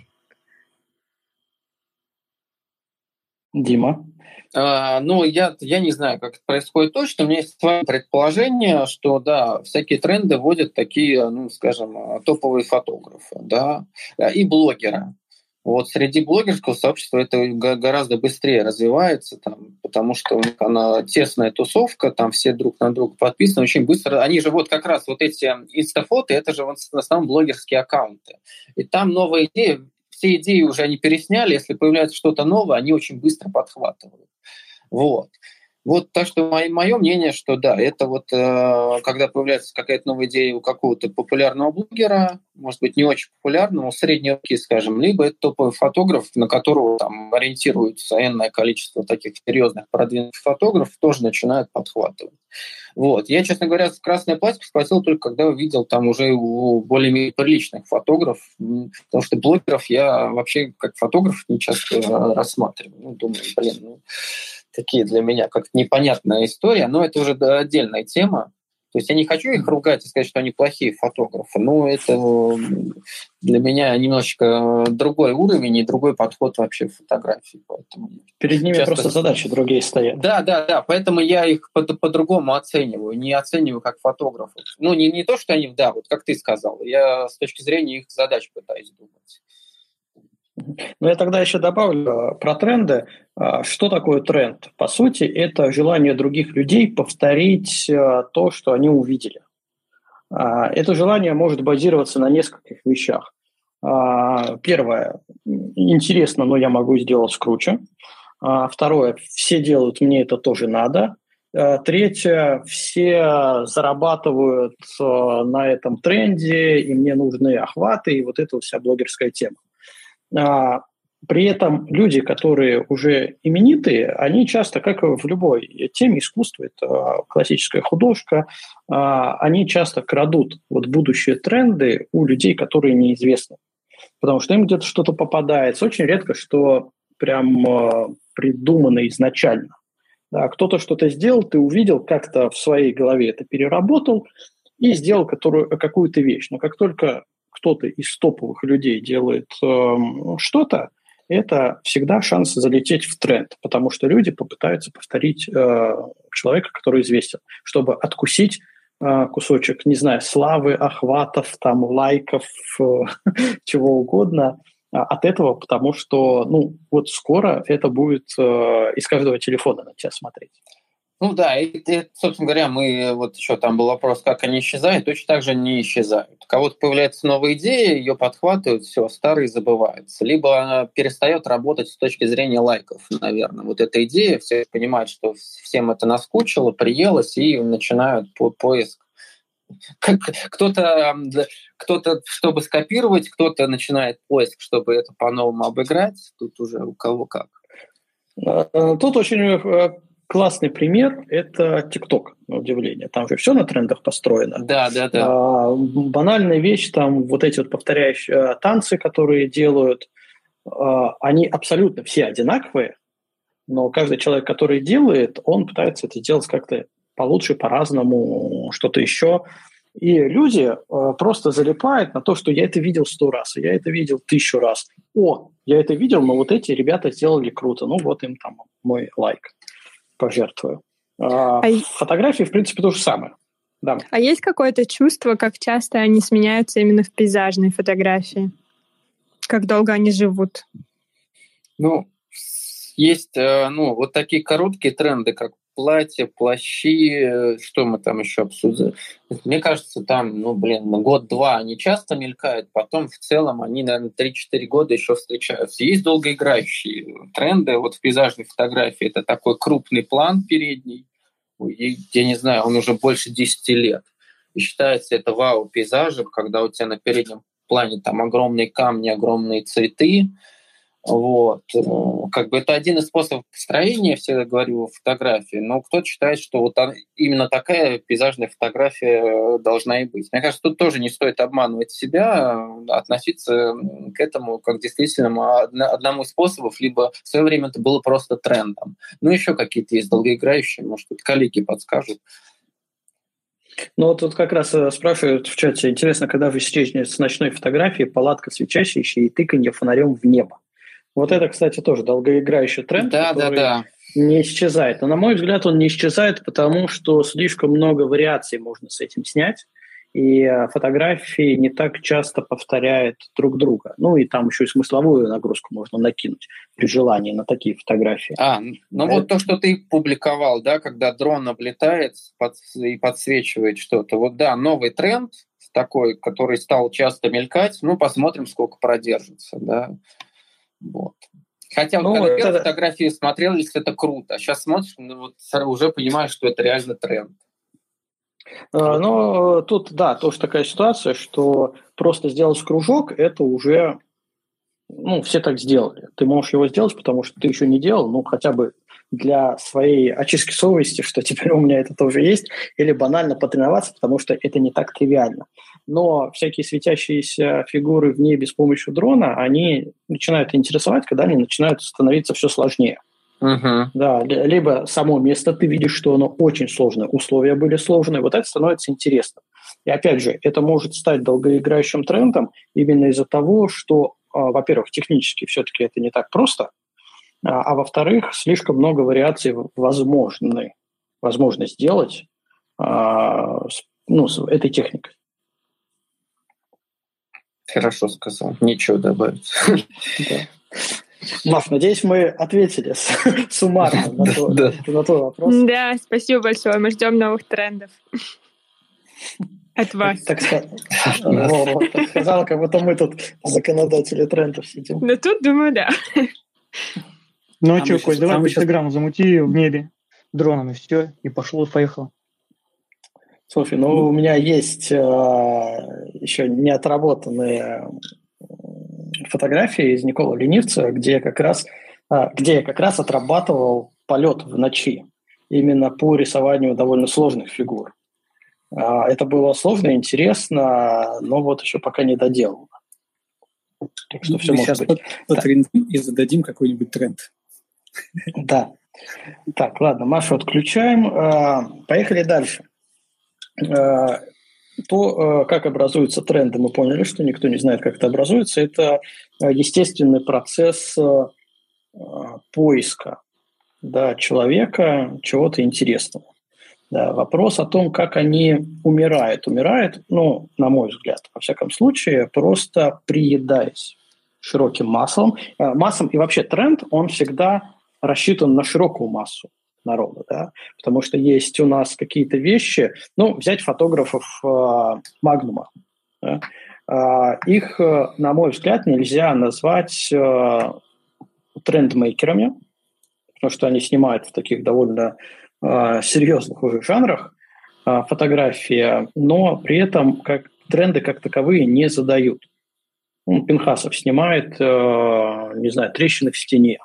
Дима? Ну, я не знаю, как это происходит точно. У меня есть свое предположение, что, да, всякие тренды вводят такие, ну, скажем, топовые фотографы, да, и блогеры. Вот среди блогерского сообщества это гораздо быстрее развивается, там, потому что у них она тесная тусовка, там все друг на друга подписаны очень быстро. Они же вот как раз вот эти инстафоты, это же в основном блогерские аккаунты. И там новые идеи, все идеи уже они пересняли, если появляется что-то новое, они очень быстро подхватывают. Вот, так что мое мнение, что да, это вот когда появляется какая-то новая идея у какого-то популярного блогера, может быть, не очень популярного, средней руки, скажем, либо это топовый фотограф, на которого там ориентируется энное количество таких серьезных продвинутых фотографов, тоже начинают подхватывать. Вот. Я, честно говоря, красное платье схватил только когда увидел там уже у более-менее приличных фотографов, потому что блогеров я вообще как фотограф не часто рассматриваю. Ну, думаю, такие для меня как-то непонятная история, но это уже отдельная тема. То есть я не хочу их ругать и сказать, что они плохие фотографы, но это для меня немножечко другой уровень и другой подход вообще в фотографии. Поэтому перед ними просто задачи другие стоят. Да, поэтому я их по-другому оцениваю, не оцениваю как фотографов. Ну, не то, что они, да, вот как ты сказал, я с точки зрения их задач пытаюсь думать. Ну, я тогда еще добавлю про тренды. Что такое тренд? По сути, это желание других людей повторить то, что они увидели. Это желание может базироваться на нескольких вещах. Первое. Интересно, но я могу сделать круче. Второе. Все делают, мне это тоже надо. Третье, все зарабатывают на этом тренде, и мне нужны охваты, и вот эта вся блогерская тема. При этом люди, которые уже именитые, они часто, как в любой теме искусства, это классическая художка, они часто крадут вот будущие тренды у людей, которые неизвестны. Потому что им где-то что-то попадается. Очень редко, что прям придумано изначально. Да, кто-то что-то сделал, ты увидел, как-то в своей голове это переработал и сделал какую-то вещь. Но как только кто-то из топовых людей делает что-то, это всегда шанс залететь в тренд, потому что люди попытаются повторить человека, который известен, чтобы откусить кусочек, не знаю, славы, охватов, там, лайков, чего угодно от этого, потому что, ну, вот скоро это будет из каждого телефона на тебя смотреть. Ну да, и, собственно говоря, мы вот еще там был вопрос, как они исчезают, точно так же не исчезают. У кого-то появляется новая идея, ее подхватывают, все, старые забываются. Либо она перестает работать с точки зрения лайков, наверное. Вот эта идея, все понимают, что всем это наскучило, приелось, и начинают поиск. Кто-то, чтобы скопировать, кто-то начинает поиск, чтобы это по-новому обыграть. Тут уже у кого как. Тут очень классный пример – это TikTok, на удивление. Там же все на трендах построено. Да. Банальная вещь, там вот эти вот повторяющие танцы, которые делают, они абсолютно все одинаковые, но каждый человек, который делает, он пытается это сделать как-то получше, по-разному, что-то еще. И люди просто залипают на то, что я это видел 100 раз, я это видел 1000 раз. Я это видел, но вот эти ребята сделали круто. Ну вот им там мой лайк. Пожертвую. Фотографии, в принципе, то же самое. Да. А есть какое-то чувство, как часто они сменяются именно в пейзажной фотографии? Как долго они живут? Ну, есть вот такие короткие тренды, как платья, плащи, что мы там еще обсудили. Мне кажется, там, год-два они часто мелькают, потом в целом они, наверное, 3-4 года еще встречаются. Есть долгоиграющие тренды. Вот в пейзажной фотографии это такой крупный план передний, и, я не знаю, он уже больше 10 лет. И считается это вау-пейзажем, когда у тебя на переднем плане там огромные камни, огромные цветы. Вот. Как бы это один из способов построения, я всегда говорю, фотографии, но кто-то считает, что вот именно такая пейзажная фотография должна и быть. Мне кажется, тут тоже не стоит обманывать себя, относиться к этому как действительно одному из способов, либо в свое время это было просто трендом. Ну, еще какие-то есть долгоиграющие, может, тут коллеги подскажут. Ну, вот тут как раз спрашивают в чате, интересно, когда вы исчезнете с ночной фотографии, палатка свечащаяся и тыканье фонарем в небо. Вот это, кстати, тоже долгоиграющий тренд, который не исчезает. Но, на мой взгляд, он не исчезает, потому что слишком много вариаций можно с этим снять, и фотографии не так часто повторяют друг друга. Ну, и там еще и смысловую нагрузку можно накинуть при желании на такие фотографии. Вот то, что ты публиковал, да, когда дрон облетает и подсвечивает что-то. Вот да, новый тренд такой, который стал часто мелькать. Ну, посмотрим, сколько продержится, да. Вот. Хотя когда первые фотографии смотрелись, это круто. А сейчас смотришь, уже понимаешь, что это реально тренд. Но тут, да, тоже такая ситуация, что просто сделать кружок, это уже, все так сделали. Ты можешь его сделать, потому что ты еще не делал, хотя бы для своей очистки совести, что теперь у меня это тоже есть, или банально потренироваться, потому что это не так тривиально. Но всякие светящиеся фигуры в небе с помощью дрона, они начинают интересовать, когда они начинают становиться все сложнее. Uh-huh. Да, либо само место ты видишь, что оно очень сложное, условия были сложные, вот это становится интересным. И опять же, это может стать долгоиграющим трендом именно из-за того, что, во-первых, технически все-таки это не так просто, а во-вторых, слишком много вариаций возможно сделать с этой техникой. Хорошо сказал, нечего добавить. Маш, надеюсь, мы ответили суммарно на твой вопрос. Да, спасибо большое. Мы ждем новых трендов от вас. Так сказала, как будто мы тут законодатели трендов сидим. Ну, тут, думаю, да. Ну, что, Коль, давай по Инстаграму замути в небе. дроном, и все, и пошло-поехало. Слушай, у меня есть еще не отработанные фотографии из Николы Ленивца, где я как раз отрабатывал полет в ночи именно по рисованию довольно сложных фигур. Это было сложно, интересно, но вот еще пока не доделал. Так что все может быть. Потрендим и зададим какой-нибудь тренд. Да. Так, ладно, Машу отключаем. Поехали дальше. То, как образуются тренды, мы поняли, что никто не знает, как это образуется. Это естественный процесс поиска человека чего-то интересного. Да, вопрос о том, как они умирают. Умирают, на мой взгляд, во всяком случае, просто приедаясь широким массам. И вообще тренд, он всегда рассчитан на широкую массу народа, да? Потому что есть у нас какие-то вещи, взять фотографов Магнума. Да? Их, на мой взгляд, нельзя назвать трендмейкерами, потому что они снимают в таких довольно серьезных уже жанрах фотографии, но при этом тренды как таковые не задают. Пинхасов снимает, трещины в стене.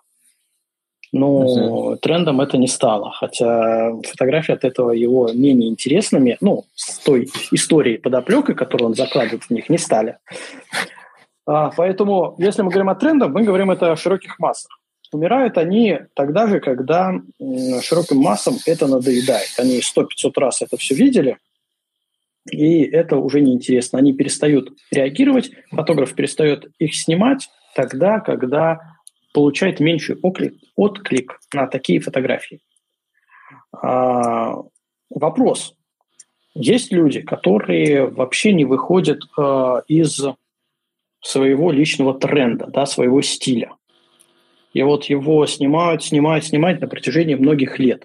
Трендом это не стало, хотя фотографии от этого его менее интересными, с той историей подоплекой, которую он закладывает в них, не стали. Поэтому, если мы говорим о трендах, мы говорим это о широких массах. Умирают они тогда же, когда широким массам это надоедает. Они 100-500 раз это все видели, и это уже неинтересно. Они перестают реагировать, фотограф перестает их снимать тогда, когда получает меньший отклик на такие фотографии. Вопрос. Есть люди, которые вообще не выходят из своего личного тренда, своего стиля. И вот его снимают на протяжении многих лет.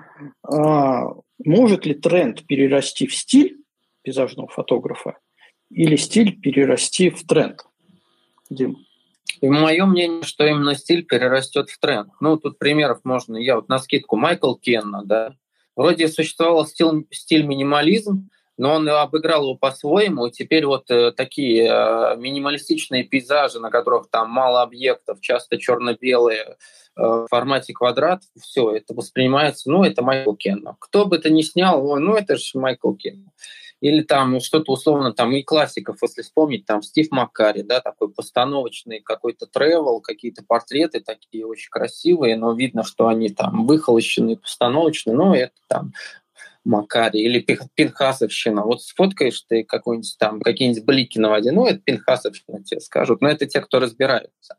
Может ли тренд перерасти в стиль пейзажного фотографа или стиль перерасти в тренд? Дим? И мое мнение, что именно стиль перерастет в тренд. Тут примеров можно. Я вот навскидку Майкл Кенна, да. Вроде существовал стиль минимализм, но он обыграл его по-своему, и теперь вот такие минималистичные пейзажи, на которых там мало объектов, часто черно-белые, в формате квадрат, все это воспринимается, это Майкл Кенна. Кто бы это ни снял, это же Майкл Кенна. Или там что-то условно, там и классиков, если вспомнить, там Стив Маккари, да, такой постановочный какой-то тревел, какие-то портреты такие очень красивые, но видно, что они там выхолощенные, постановочные, это там Макари или Пинхасовщина. Вот сфоткаешь ты какие-нибудь блики на воде, это Пинхасовщина, тебе скажут, но это те, кто разбираются.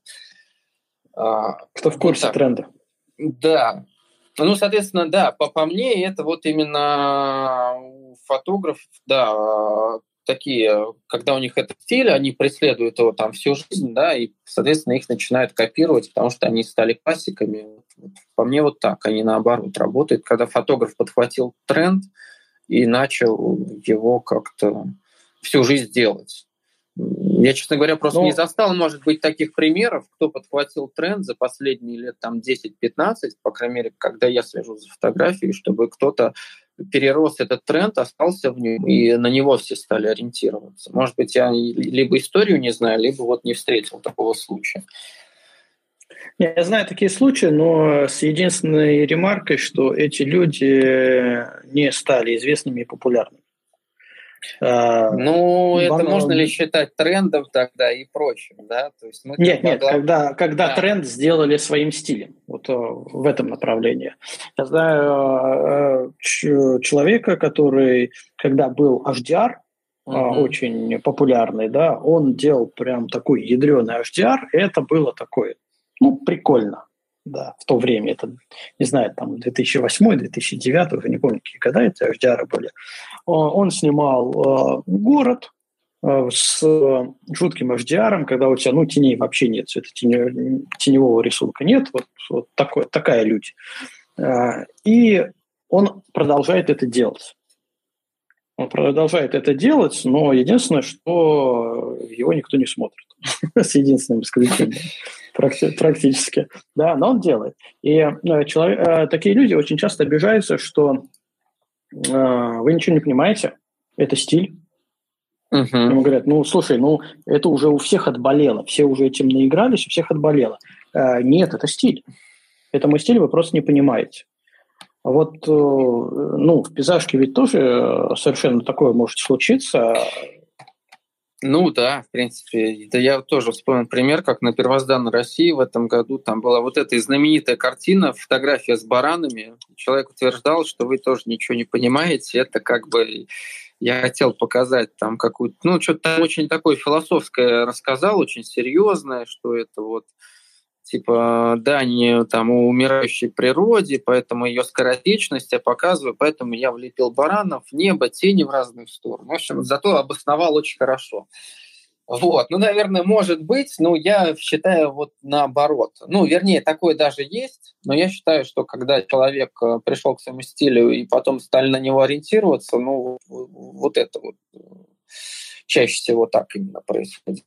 Кто в курсе тренда. Да. Соответственно, да, по мне, это вот именно фотограф, да, такие, когда у них этот стиль, они преследуют его там всю жизнь, да, и, соответственно, их начинают копировать, потому что они стали классиками. По мне вот так, они наоборот работают, когда фотограф подхватил тренд и начал его как-то всю жизнь делать. Я, честно говоря, просто не застал, может быть, таких примеров, кто подхватил тренд за последние лет 10-15, по крайней мере, когда я слежу за фотографией, чтобы кто-то перерос этот тренд, остался в нем, и на него все стали ориентироваться. Может быть, я либо историю не знаю, либо вот не встретил такого случая. Я знаю такие случаи, но с единственной ремаркой, что эти люди не стали известными и популярными. Это можно ли считать трендом тогда и прочим, да? То есть когда тренд сделали своим стилем, вот в этом направлении. Я знаю человека, который, когда был HDR, очень популярный, да, он делал прям такой ядреный HDR, и это было такое, прикольно. Да, в то время, это, не знаю, 2008-2009, уже не помню, какие года это HDR были. Он снимал город с жутким HDR, когда у тебя, теней вообще нет, теневого рисунка нет, вот такая людь. И он продолжает это делать. Он продолжает это делать, но единственное, что его никто не смотрит. С единственным исключением. Практически. Да, но он делает. И такие люди очень часто обижаются, что вы ничего не понимаете, это стиль. Ему говорят, слушай, это уже у всех отболело, все уже этим наигрались, у всех отболело. Нет, это стиль. Это мой стиль, вы просто не понимаете. Вот, в пейзажке ведь тоже совершенно такое может случиться. Да, в принципе. Да я тоже вспомнил пример, как на Первозданной России в этом году там была вот эта знаменитая картина, фотография с баранами. Человек утверждал, что вы тоже ничего не понимаете. Это как бы я хотел показать там какую-то, что-то там очень такое философское рассказал, очень серьезное, что это вот типа дань там умирающей природе, поэтому ее скоротечность я показываю, поэтому я влепил баранов, небо, тени в разные стороны. В общем, зато обосновал очень хорошо. Вот, наверное, может быть, но я считаю вот наоборот. Вернее, такое даже есть, но я считаю, что когда человек пришел к своему стилю и потом стали на него ориентироваться, вот это вот чаще всего так именно происходит.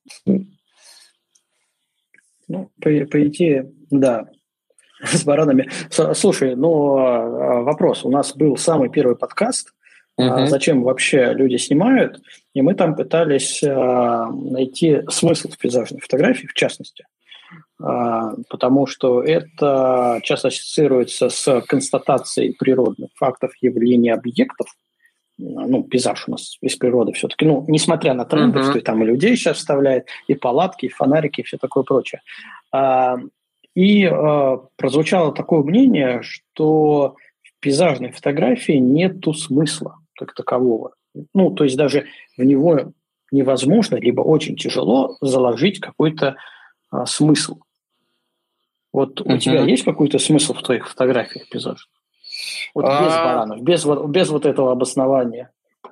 По идее, да, с баранами. Слушай, вопрос. У нас был самый первый подкаст, зачем вообще люди снимают, и мы там пытались найти смысл в пейзажной фотографии, в частности, потому что это часто ассоциируется с констатацией природных фактов, явлений, объектов. Пейзаж у нас из природы все-таки, несмотря на тренды, что и там и людей сейчас вставляют, и палатки, и фонарики, и все такое прочее. И прозвучало такое мнение, что в пейзажной фотографии нету смысла как такового. То есть даже в него невозможно, либо очень тяжело заложить какой-то смысл. Вот у тебя есть какой-то смысл в твоих фотографиях пейзажных? Вот без баранов, без вот этого обоснования.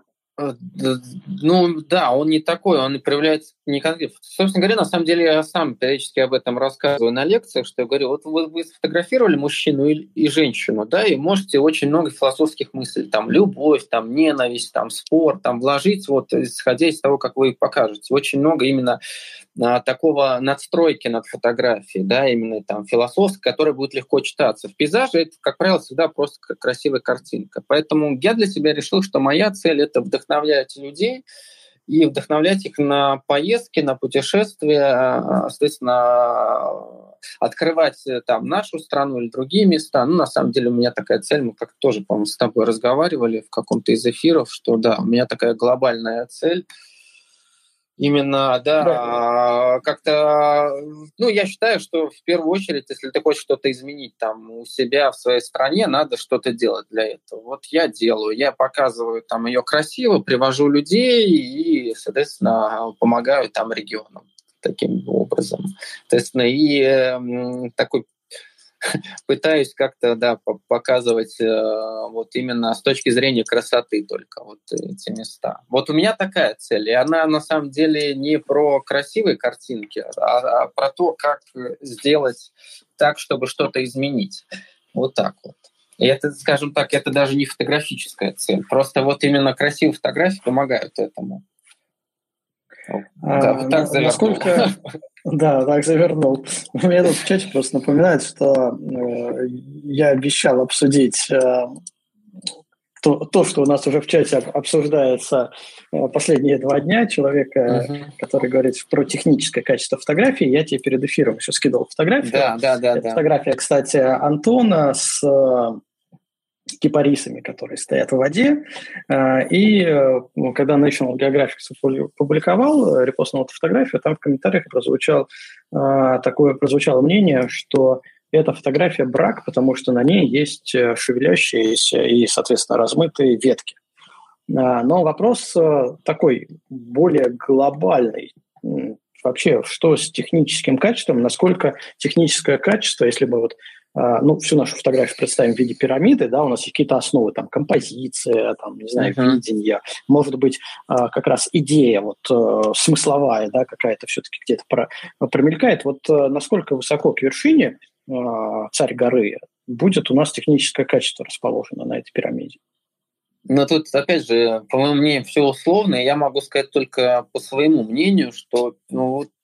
Да, он не такой, он проявляется не конкретно. Собственно говоря, на самом деле я сам периодически об этом рассказываю на лекциях, что я говорю, вот вы сфотографировали мужчину и женщину, да, и можете очень много философских мыслей, там, любовь, там, ненависть, там, спор, там, вложить, вот, исходя из того, как вы их покажете. Очень много именно такого надстройки над фотографией, да, именно там философской, которая будет легко читаться. В пейзаже это, как правило, всегда просто красивая картинка. Поэтому я для себя решил, что моя цель — это вдохновлять людей и вдохновлять их на поездки, на путешествия, соответственно, открывать там нашу страну или другие места. На самом деле у меня такая цель, мы как тоже, по-моему, с тобой разговаривали в каком-то из эфиров, что да, у меня такая глобальная цель. Именно, да, как-то, я считаю, что в первую очередь, если ты хочешь что-то изменить там у себя в своей стране, надо что-то делать для этого. Вот я делаю, я показываю там ее красиво, привожу людей и, соответственно, помогаю там регионам таким образом. Соответственно, и такой пытаюсь как-то, да, показывать вот именно с точки зрения красоты только вот эти места. Вот у меня такая цель, и она на самом деле не про красивые картинки, а про то, как сделать так, чтобы что-то изменить. Вот так вот. И это, скажем так, это даже не фотографическая цель. Просто вот именно красивые фотографии помогают этому. Да, вот так завернул. Да, так завернул. Мне тут в чате просто напоминает, что я обещал обсудить то, что у нас уже в чате обсуждается последние 2 дня. Человека, который говорит про техническое качество фотографии. Я тебе перед эфиром еще скидывал фотографию. Да. Фотография, кстати, Антона с кипарисами, которые стоят в воде. И когда National Geographic публиковал, репостнул эту фотографию, там в комментариях прозвучало мнение, что эта фотография брак, потому что на ней есть шевелящиеся и, соответственно, размытые ветки. Но вопрос такой, более глобальный. Вообще, что с техническим качеством, насколько техническое качество, если мы всю нашу фотографию представим в виде пирамиды, да, у нас есть какие-то основы, там, композиция, там, не знаю, видение, может быть, как раз идея смысловая, да, какая-то все-таки где-то промелькает. Вот насколько высоко к вершине царь горы будет у нас техническое качество расположено на этой пирамиде? Но тут, опять же, по моему мнению, все условно, и я могу сказать только по своему мнению, что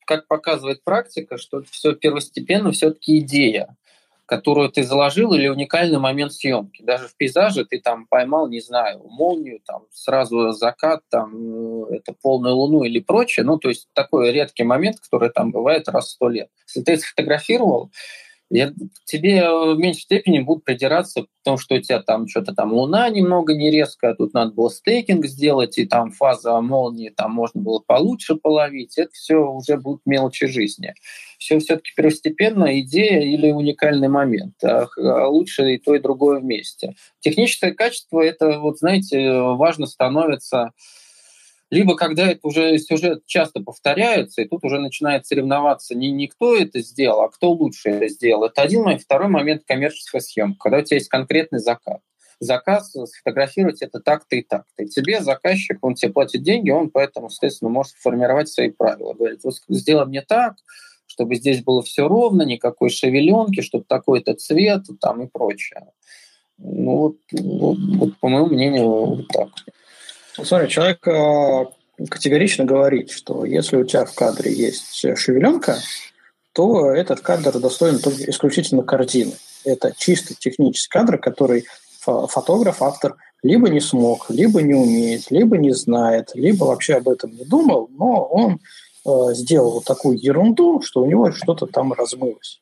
как показывает практика, что все первостепенно все-таки идея, которую ты заложил, или уникальный момент съемки. Даже в пейзаже ты там поймал, не знаю, молнию, там сразу закат, там это полную луну или прочее. Ну, то есть такой редкий момент, который там бывает раз в 100 лет. Если ты это сфотографировал, тебе в меньшей степени будут придираться, потому что у тебя там что-то там луна немного не резкая, тут надо было стейкинг сделать, и там фаза молнии там можно было получше половить. Это все уже будут мелочи жизни. Все все-таки первостепенно идея или уникальный момент, а лучше и то, и другое вместе. Техническое качество, это, вот знаете, важно становится либо когда это уже сюжет часто повторяется, и тут уже начинает соревноваться не кто это сделал, а кто лучше это сделал. Это один момент. Второй момент — коммерческая съемка, когда у тебя есть конкретный заказ. Заказ сфотографировать это так-то и так-то. И тебе заказчик, он тебе платит деньги, он поэтому, соответственно, может формировать свои правила. Говорит, вот сделай мне так, чтобы здесь было все ровно, никакой шевеленки, чтобы такой-то цвет там и прочее. Ну вот по моему мнению, вот так. Смотри, человек категорично говорит, что если у тебя в кадре есть шевеленка, то этот кадр достоин только исключительно картины. Это чисто технический кадр, который фотограф, автор либо не смог, либо не умеет, либо не знает, либо вообще об этом не думал, но он сделал вот такую ерунду, что у него что-то там размылось.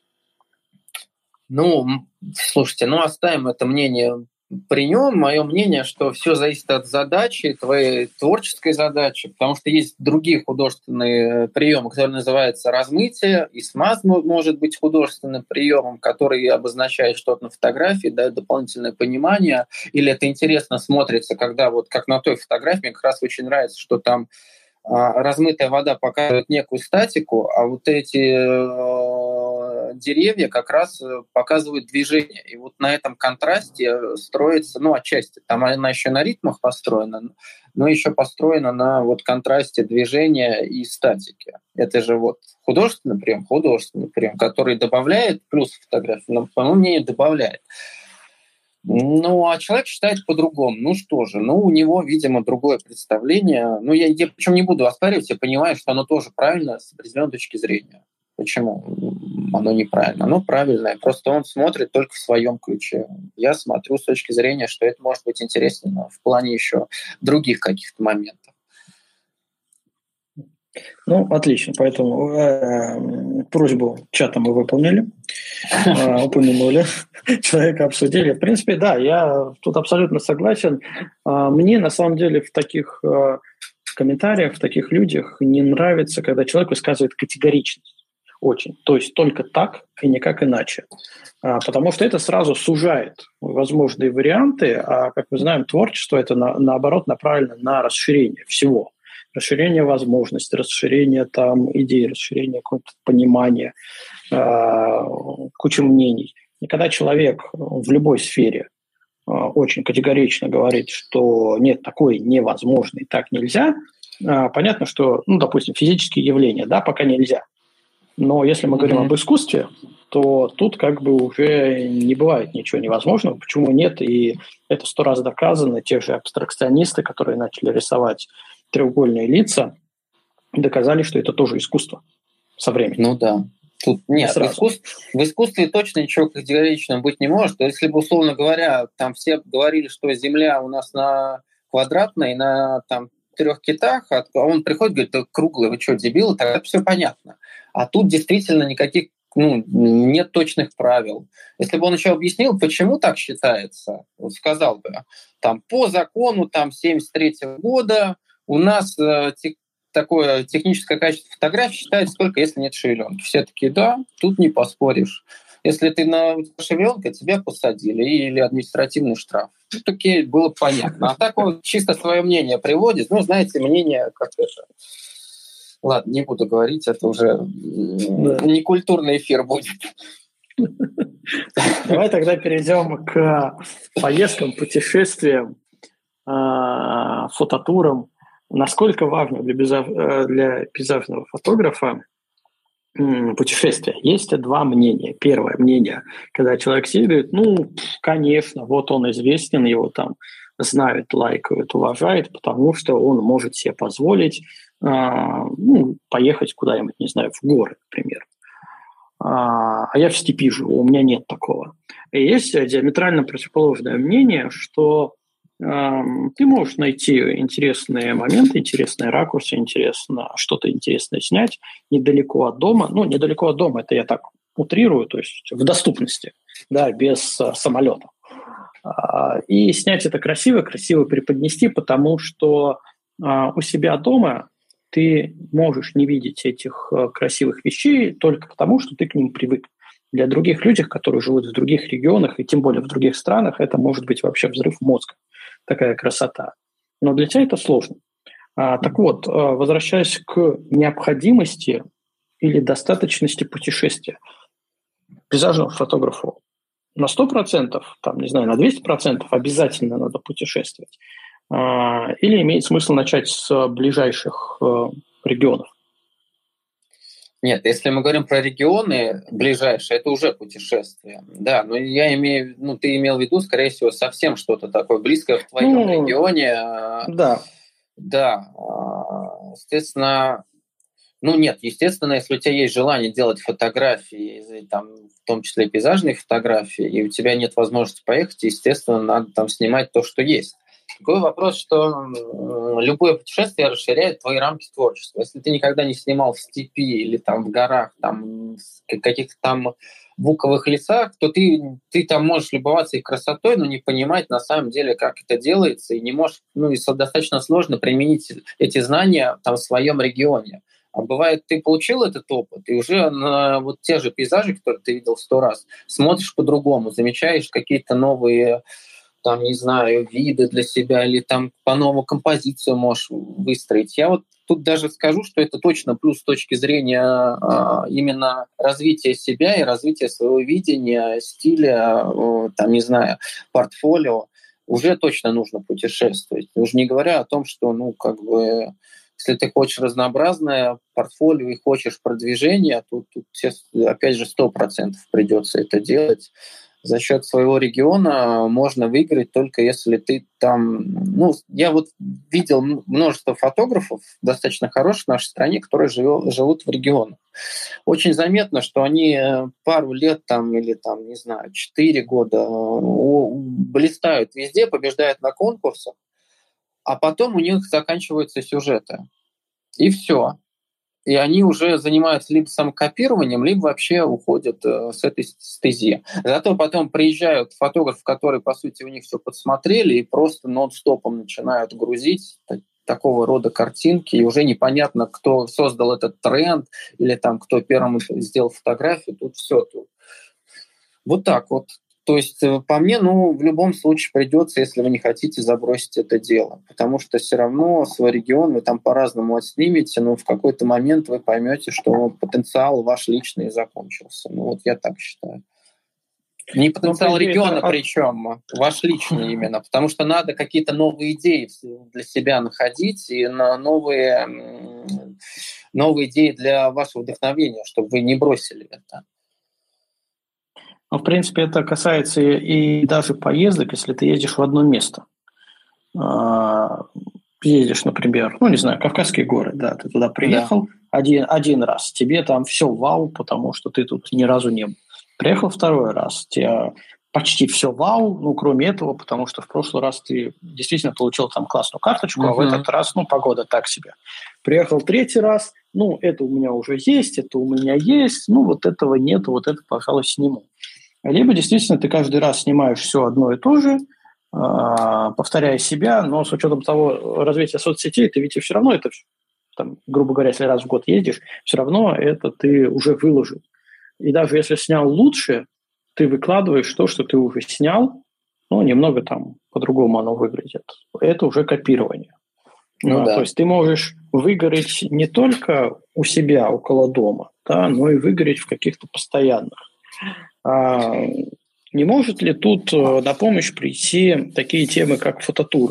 Ну, слушайте, оставим это мнение при нем. Мое мнение, что все зависит от задачи, твоей творческой задачи, потому что есть другие художественные приемы, которые называются размытие, и смаз может быть художественным приемом, который обозначает что-то на фотографии, дает дополнительное понимание, или это интересно смотрится, когда вот как на той фотографии, мне как раз очень нравится, что там размытая вода показывает некую статику, а вот эти деревья как раз показывают движение. И вот на этом контрасте строится, отчасти, там она еще на ритмах построена, но еще построена на вот контрасте движения и статики. Это же вот художественный прием, который добавляет плюс фотографии, но, по моему мнению, добавляет. А человек считает по-другому. Что же, у него, видимо, другое представление. Я причем не буду оспаривать, я понимаю, что оно тоже правильно с определенной точки зрения. Почему оно неправильно? Оно правильное, просто он смотрит только в своем ключе. Я смотрю с точки зрения, что это может быть интересно в плане еще других каких-то моментов. Отлично. Поэтому просьбу чата мы выполнили, упомянули, человека обсудили. В принципе, да, я тут абсолютно согласен. Мне, на самом деле, в таких комментариях, в таких людях не нравится, когда человек высказывает категоричность. Очень. То есть только так и никак иначе. Потому что это сразу сужает возможные варианты, а, как мы знаем, творчество – это, наоборот, направлено на расширение всего. Расширение возможностей, расширение идей, расширение какого-то понимания, куча мнений. И когда человек в любой сфере очень категорично говорит, что нет, такое невозможно и так нельзя, понятно, что, допустим, физические явления, да, пока нельзя. Но если мы говорим об искусстве, то тут уже не бывает ничего невозможного. Почему нет? И это 100 раз доказано. Те же абстракционисты, которые начали рисовать треугольные лица, доказали, что это тоже искусство со временем. Да. Тут нет, в искусстве точно ничего категоричного быть не может. Если бы, условно говоря, там все говорили, что Земля у нас на квадратной, на 3 китах, а он приходит, говорит, ты круглый, вы что, дебилы? Тогда все понятно. А тут действительно никаких нет точных правил. Если бы он еще объяснил, почему так считается, сказал бы, по закону 73-го года у нас такое техническое качество фотографии считается только если нет шевеленки. Все такие, да, тут не поспоришь. Если ты на шевеленке, тебя посадили или административный штраф. Окей, было понятно. А так он чисто свое мнение приводит. Знаете, мнение как это... Ладно, не буду говорить, это уже некультурный эфир будет. Давай тогда перейдем к поездкам, путешествиям, фототурам. Насколько важно для пейзажного фотографа путешествия? Есть 2 мнения. Первое мнение, когда человек сидит, конечно, вот он известен, его знают, лайкают, уважают, потому что он может себе позволить поехать куда-нибудь, не знаю, в горы, например. А я в степи живу, у меня нет такого. И есть диаметрально противоположное мнение, что ты можешь найти интересные моменты, интересные ракурсы, что-то интересное снять недалеко от дома. Ну, недалеко от дома, это я так утрирую, то есть в доступности, да, без самолета. И снять это красиво преподнести, потому что у себя дома ты можешь не видеть этих красивых вещей только потому, что ты к ним привык. Для других людей, которые живут в других регионах и тем более в других странах, это может быть вообще взрыв мозга. Такая красота. Но для тебя это сложно. Так вот, возвращаясь к необходимости или достаточности путешествия, пейзажному фотографу на 100%, там, не знаю, на 200% обязательно надо путешествовать. Или имеет смысл начать с ближайших регионов? Нет, если мы говорим про регионы ближайшие, это уже путешествие. Да, но ты имел в виду, скорее всего, совсем что-то такое близкое в твоем регионе. Да. Да, естественно, естественно, если у тебя есть желание делать фотографии, там, в том числе пейзажные фотографии, и у тебя нет возможности поехать, естественно, надо там снимать то, что есть. Такой вопрос, что любое путешествие расширяет твои рамки творчества. Если ты никогда не снимал в степи или там в горах, там в каких-то там буковых лесах, то ты там можешь любоваться их красотой, но не понимать на самом деле, как это делается, и не можешь, и достаточно сложно применить эти знания там в своем регионе. А бывает, ты получил этот опыт, и уже на вот те же пейзажи, которые ты видел 100 раз, смотришь по-другому, замечаешь какие-то новые, там, не знаю, виды для себя, или там по-новому композицию можешь выстроить. Я вот тут даже скажу, что это точно плюс с точки зрения именно развития себя и развития своего видения, стиля, там, не знаю, портфолио. Уже точно нужно путешествовать. Уже не говоря о том, что, если ты хочешь разнообразное портфолио и хочешь продвижения, то тут опять же 100% придется это делать. За счет своего региона можно выиграть только если ты там... я вот видел множество фотографов достаточно хороших в нашей стране, которые живут в регионах. Очень заметно, что они пару лет или 4 года блистают везде, побеждают на конкурсах, а потом у них заканчиваются сюжеты. И все. И они уже занимаются либо самокопированием, либо вообще уходят с этой стези. Зато потом приезжают фотографы, которые, по сути, у них все подсмотрели и просто нон-стопом начинают грузить такого рода картинки, и уже непонятно, кто создал этот тренд или там кто первым сделал фотографию. Тут все. Вот так вот. То есть, по мне, в любом случае придется, если вы не хотите, забросить это дело. Потому что все равно свой регион вы там по-разному отснимете, но в какой-то момент вы поймете, что потенциал ваш личный закончился. Вот я так считаю. Не потенциал региона, причем ваш личный именно. Потому что надо какие-то новые идеи для себя находить и новые идеи для вашего вдохновения, чтобы вы не бросили это. В принципе, это касается и даже поездок, если ты едешь в одно место. Едешь, например, Кавказские горы, да, ты туда приехал один раз, тебе там все вау, потому что ты тут ни разу не был. Приехал второй раз, тебе почти все вау, кроме этого, потому что в прошлый раз ты действительно получил там классную карточку, а в этот раз, погода так себе. Приехал третий раз, это у меня уже есть, это у меня есть, вот этого нету, вот это, пожалуй, сниму. Либо действительно ты каждый раз снимаешь все одно и то же, повторяя себя, но с учетом того развития соцсетей, ты ведь все равно это, там, грубо говоря, если раз в год ездишь, все равно это ты уже выложил. И даже если снял лучше, ты выкладываешь то, что ты уже снял, немного там по-другому оно выглядит. Это уже копирование. То есть ты можешь выгореть не только у себя, около дома, да, но и выгореть в каких-то постоянных. Не может ли тут на помощь прийти такие темы, как фототуры?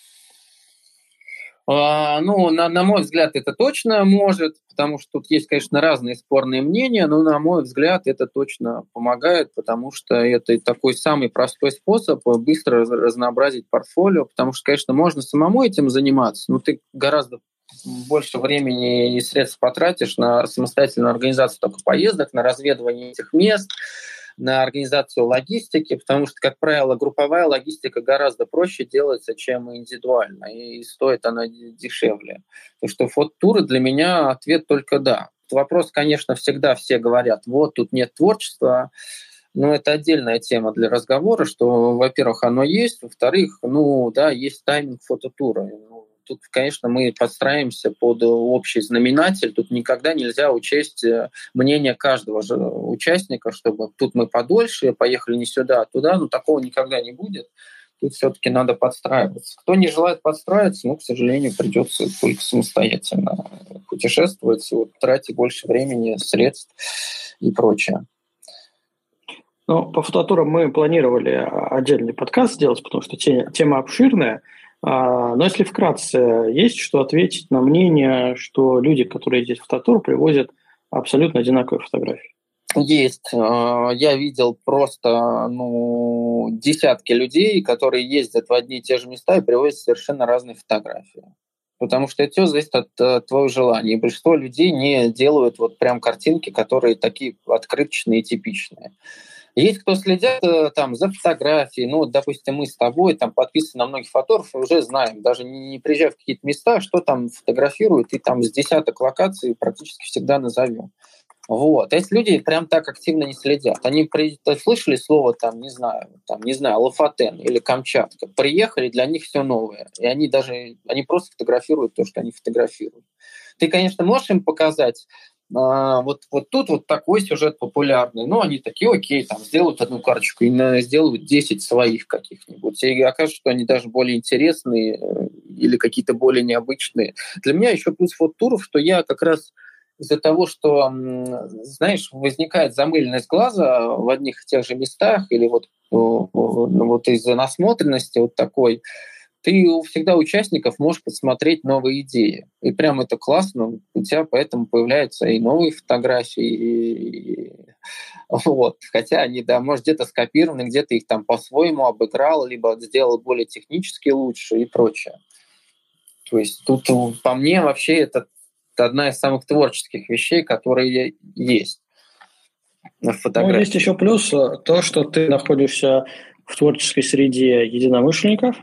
На мой взгляд, это точно может, потому что тут есть, конечно, разные спорные мнения, но, на мой взгляд, это точно помогает, потому что это такой самый простой способ быстро разнообразить портфолио, потому что, конечно, можно самому этим заниматься, но ты гораздо больше времени и средств потратишь на самостоятельную организацию только поездок, на разведывание этих мест, на организацию логистики, потому что, как правило, групповая логистика гораздо проще делается, чем индивидуально, и стоит она дешевле. Так что фототуры для меня ответ только да. Вопрос, конечно, всегда все говорят, вот тут нет творчества, но это отдельная тема для разговора, что, во-первых, оно есть, во-вторых, есть тайминг фототура. Тут, конечно, мы подстраиваемся под общий знаменатель. Тут никогда нельзя учесть мнение каждого же участника, чтобы тут мы подольше, поехали не сюда, а туда. Такого никогда не будет. Тут все-таки надо подстраиваться. Кто не желает подстраиваться, к сожалению, придется только самостоятельно путешествовать, тратить больше времени, средств и прочее. По фототурам мы планировали отдельный подкаст сделать, потому что тема обширная. Но если вкратце, есть что ответить на мнение, что люди, которые ездят в фототур, привозят абсолютно одинаковые фотографии? Есть. Я видел просто десятки людей, которые ездят в одни и те же места и привозят совершенно разные фотографии. Потому что это все зависит от твоего желания. И большинство людей не делают прям картинки, которые такие открыточные и типичные. Есть кто следят за фотографией. Допустим, мы с тобой подписаны на многих фотографов и уже знаем, даже не приезжая в какие-то места, что там фотографируют, и с десяток локаций практически всегда назовем. А если люди прям так активно не следят, они слышали слово, не знаю, Лафатен или Камчатка, приехали, для них все новое, и они просто фотографируют то, что они фотографируют. Ты, конечно, можешь им показать, тут такой сюжет популярный. Они такие, окей, сделают одну карточку и сделают 10 своих каких-нибудь. И окажется, что они даже более интересные или какие-то более необычные. Для меня еще плюс фототуров, что я как раз из-за того, что, возникает замыленность глаза в одних и тех же местах или из-за насмотренности такой, ты всегда участников можешь посмотреть новые идеи. И прям это классно. У тебя поэтому появляются и новые фотографии. Хотя они, может, где-то скопированы, где-то их по-своему обыграл, либо сделал более технически лучше и прочее. То есть тут, по мне, вообще это одна из самых творческих вещей, которые есть в фотографии. Есть еще плюс то, что ты находишься в творческой среде единомышленников,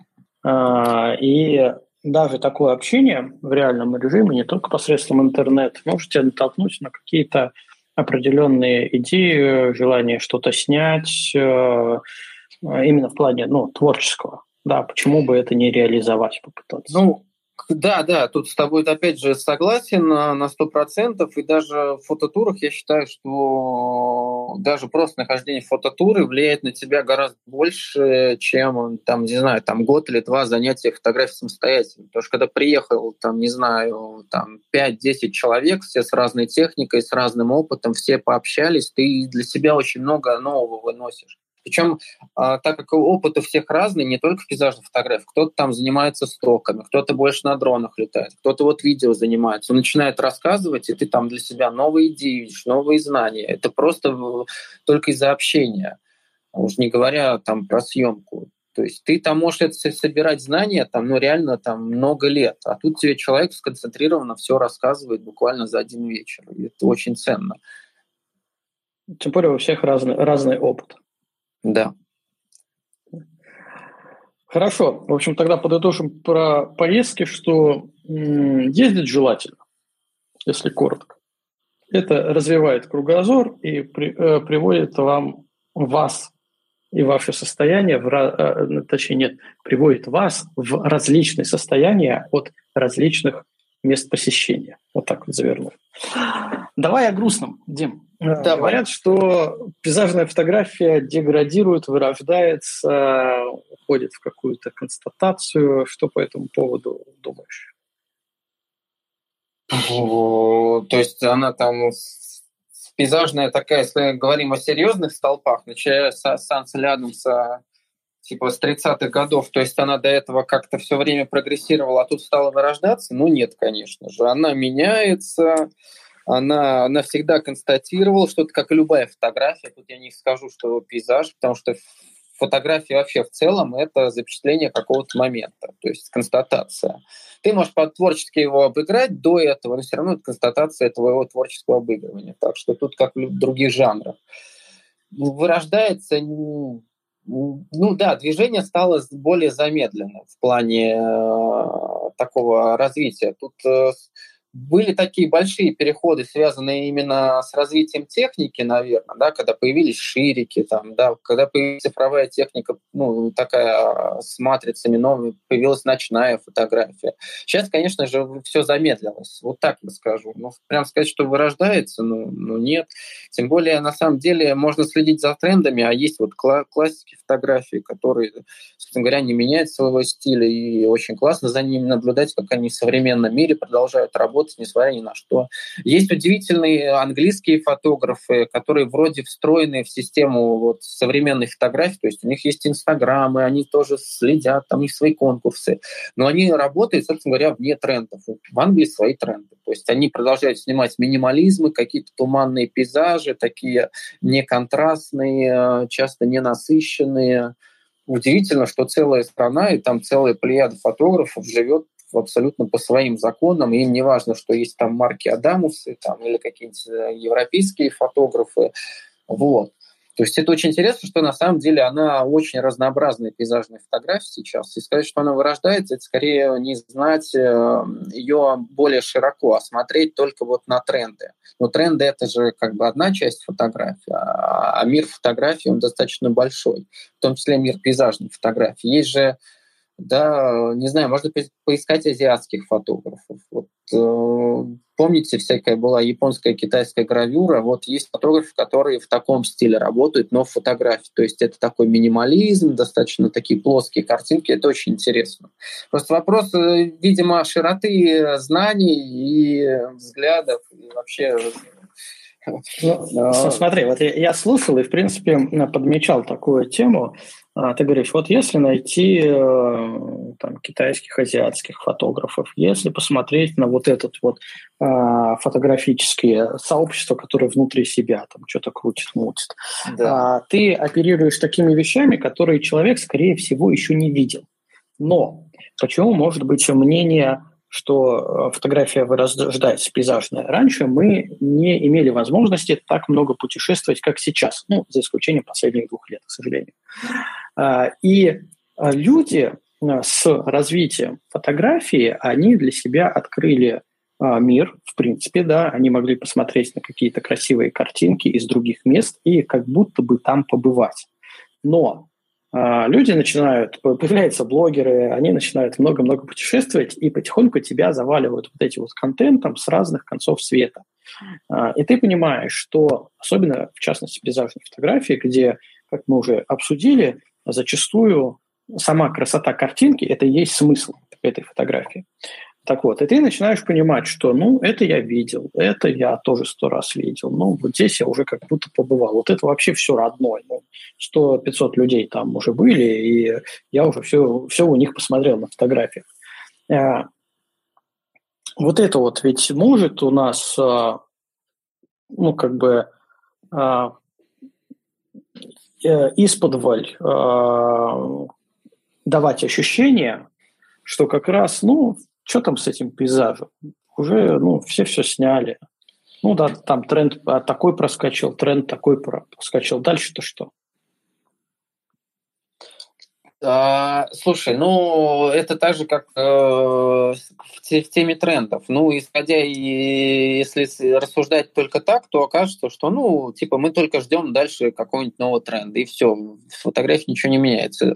и даже такое общение в реальном режиме, не только посредством интернета, может тебя натолкнуть на какие-то определенные идеи, желание что-то снять, именно в плане творческого. Да, почему бы это не реализовать, попытаться? Да, тут с тобой опять же согласен на 100%, и даже в фототурах я считаю, что даже просто нахождение в фототуре влияет на тебя гораздо больше, чем, год или два занятия фотографией самостоятельно. Потому что когда приехал, 5-10 человек, все с разной техникой, с разным опытом, все пообщались, ты для себя очень много нового выносишь. Причем, так как опыт у всех разный, не только в пейзажной фотографии, кто-то занимается строками, кто-то больше на дронах летает, кто-то видео занимается. Он начинает рассказывать, и ты для себя новые идеи видишь, новые знания. Это просто только из-за общения, уж не говоря про съемку. То есть ты можешь собирать знания реально много лет, а тут тебе человек сконцентрированно все рассказывает буквально за один вечер. И это очень ценно. Тем более у всех разный опыт. Да. Хорошо. В общем, тогда подытожим про поездки, что ездить желательно, если коротко. Это развивает кругозор и приводит вас и ваше состояние, приводит вас в различные состояния от различных мест посещения. Вот так заверну. Давай о грустном, Дим. Давай. Говорят, что пейзажная фотография деградирует, вырождается, уходит в какую-то констатацию. Что по этому поводу думаешь? То есть она пейзажная такая, если говорим о серьезных столпах, начиная с Санса Адамса, с 30-х годов, то есть она до этого как-то все время прогрессировала, а тут стала вырождаться? Нет, конечно же. Она меняется, она всегда констатировала что-то, как и любая фотография. Тут я не скажу, что пейзаж, потому что фотография вообще в целом — это запечатление какого-то момента, то есть констатация. Ты можешь творчески его обыграть до этого, но все равно это констатация твоего творческого обыгрывания. Так что тут, как в других жанрах, вырождается... движение стало более замедленным в плане такого развития. Тут были такие большие переходы, связанные именно с развитием техники, наверное, да, когда появились ширики, там, да, когда появилась цифровая техника, такая с матрицами новыми, появилась ночная фотография. Сейчас, конечно же, все замедлилось. Вот так я скажу. Прям сказать, что вырождается, нет. Тем более, на самом деле, можно следить за трендами, а есть вот классики фотографии, которые, собственно говоря, не меняют своего стиля, и очень классно за ними наблюдать, как они в современном мире продолжают работать, несмотря ни на что. Есть удивительные английские фотографы, которые вроде встроены в систему современной фотографии, то есть у них есть инстаграмы, они тоже следят, там у них свои конкурсы, но они работают, собственно говоря, вне трендов. В Англии свои тренды. То есть они продолжают снимать минимализмы, какие-то туманные пейзажи, такие неконтрастные, часто ненасыщенные. Удивительно, что целая страна и там целая плеяда фотографов живет абсолютно по своим законам, и им не важно, что есть там Марки Адамусы там, или какие-нибудь европейские фотографы. Вот. То есть это очень интересно, что на самом деле она очень разнообразная пейзажная фотография сейчас. И сказать, что она вырождается, это скорее не знать ее более широко, а смотреть только на тренды. Но тренды — это же как бы одна часть фотографии, а мир фотографии, он достаточно большой, в том числе мир пейзажной фотографии. Есть же, не знаю, можно поискать азиатских фотографов. Помните, всякая была японская, китайская гравюра. Есть фотографы, которые в таком стиле работают, но в фотографии. То есть это такой минимализм, достаточно такие плоские картинки. Это очень интересно. Просто вопрос, видимо, широты знаний и взглядов. И вообще... Смотри, я слушал и, в принципе, подмечал такую тему. Ты говоришь, если найти китайских, азиатских фотографов, если посмотреть на этот фотографические сообщества, которые внутри себя там что-то крутит, мутит, да. Ты оперируешь такими вещами, которые человек, скорее всего, еще не видел. Но почему может быть мнение, что фотография вырождается пейзажная? Раньше мы не имели возможности так много путешествовать, как сейчас, за исключением последних 2 лет, к сожалению. И люди с развитием фотографии, они для себя открыли мир, в принципе, да, они могли посмотреть на какие-то красивые картинки из других мест и как будто бы там побывать. Но люди появляются блогеры, они начинают много-много путешествовать, и потихоньку тебя заваливают этим контентом с разных концов света. И ты понимаешь, что, особенно в частности пейзажной фотографии, где, как мы уже обсудили, зачастую сама красота картинки – это и есть смысл этой фотографии. И ты начинаешь понимать, что, это я видел, это я тоже 100 раз видел, здесь я уже как будто побывал. Это вообще все родное. 100-500 людей там уже были, и я уже все у них посмотрел на фотографиях. Это ведь может у нас, исподволь давать ощущение, что как раз, что там с этим пейзажем? Уже, все сняли. Там тренд такой проскочил, тренд такой проскочил. Дальше-то что? Слушай, это так же, как в теме трендов. Если рассуждать только так, то окажется, что, мы только ждем дальше какого-нибудь нового тренда, и все, в фотографии ничего не меняется.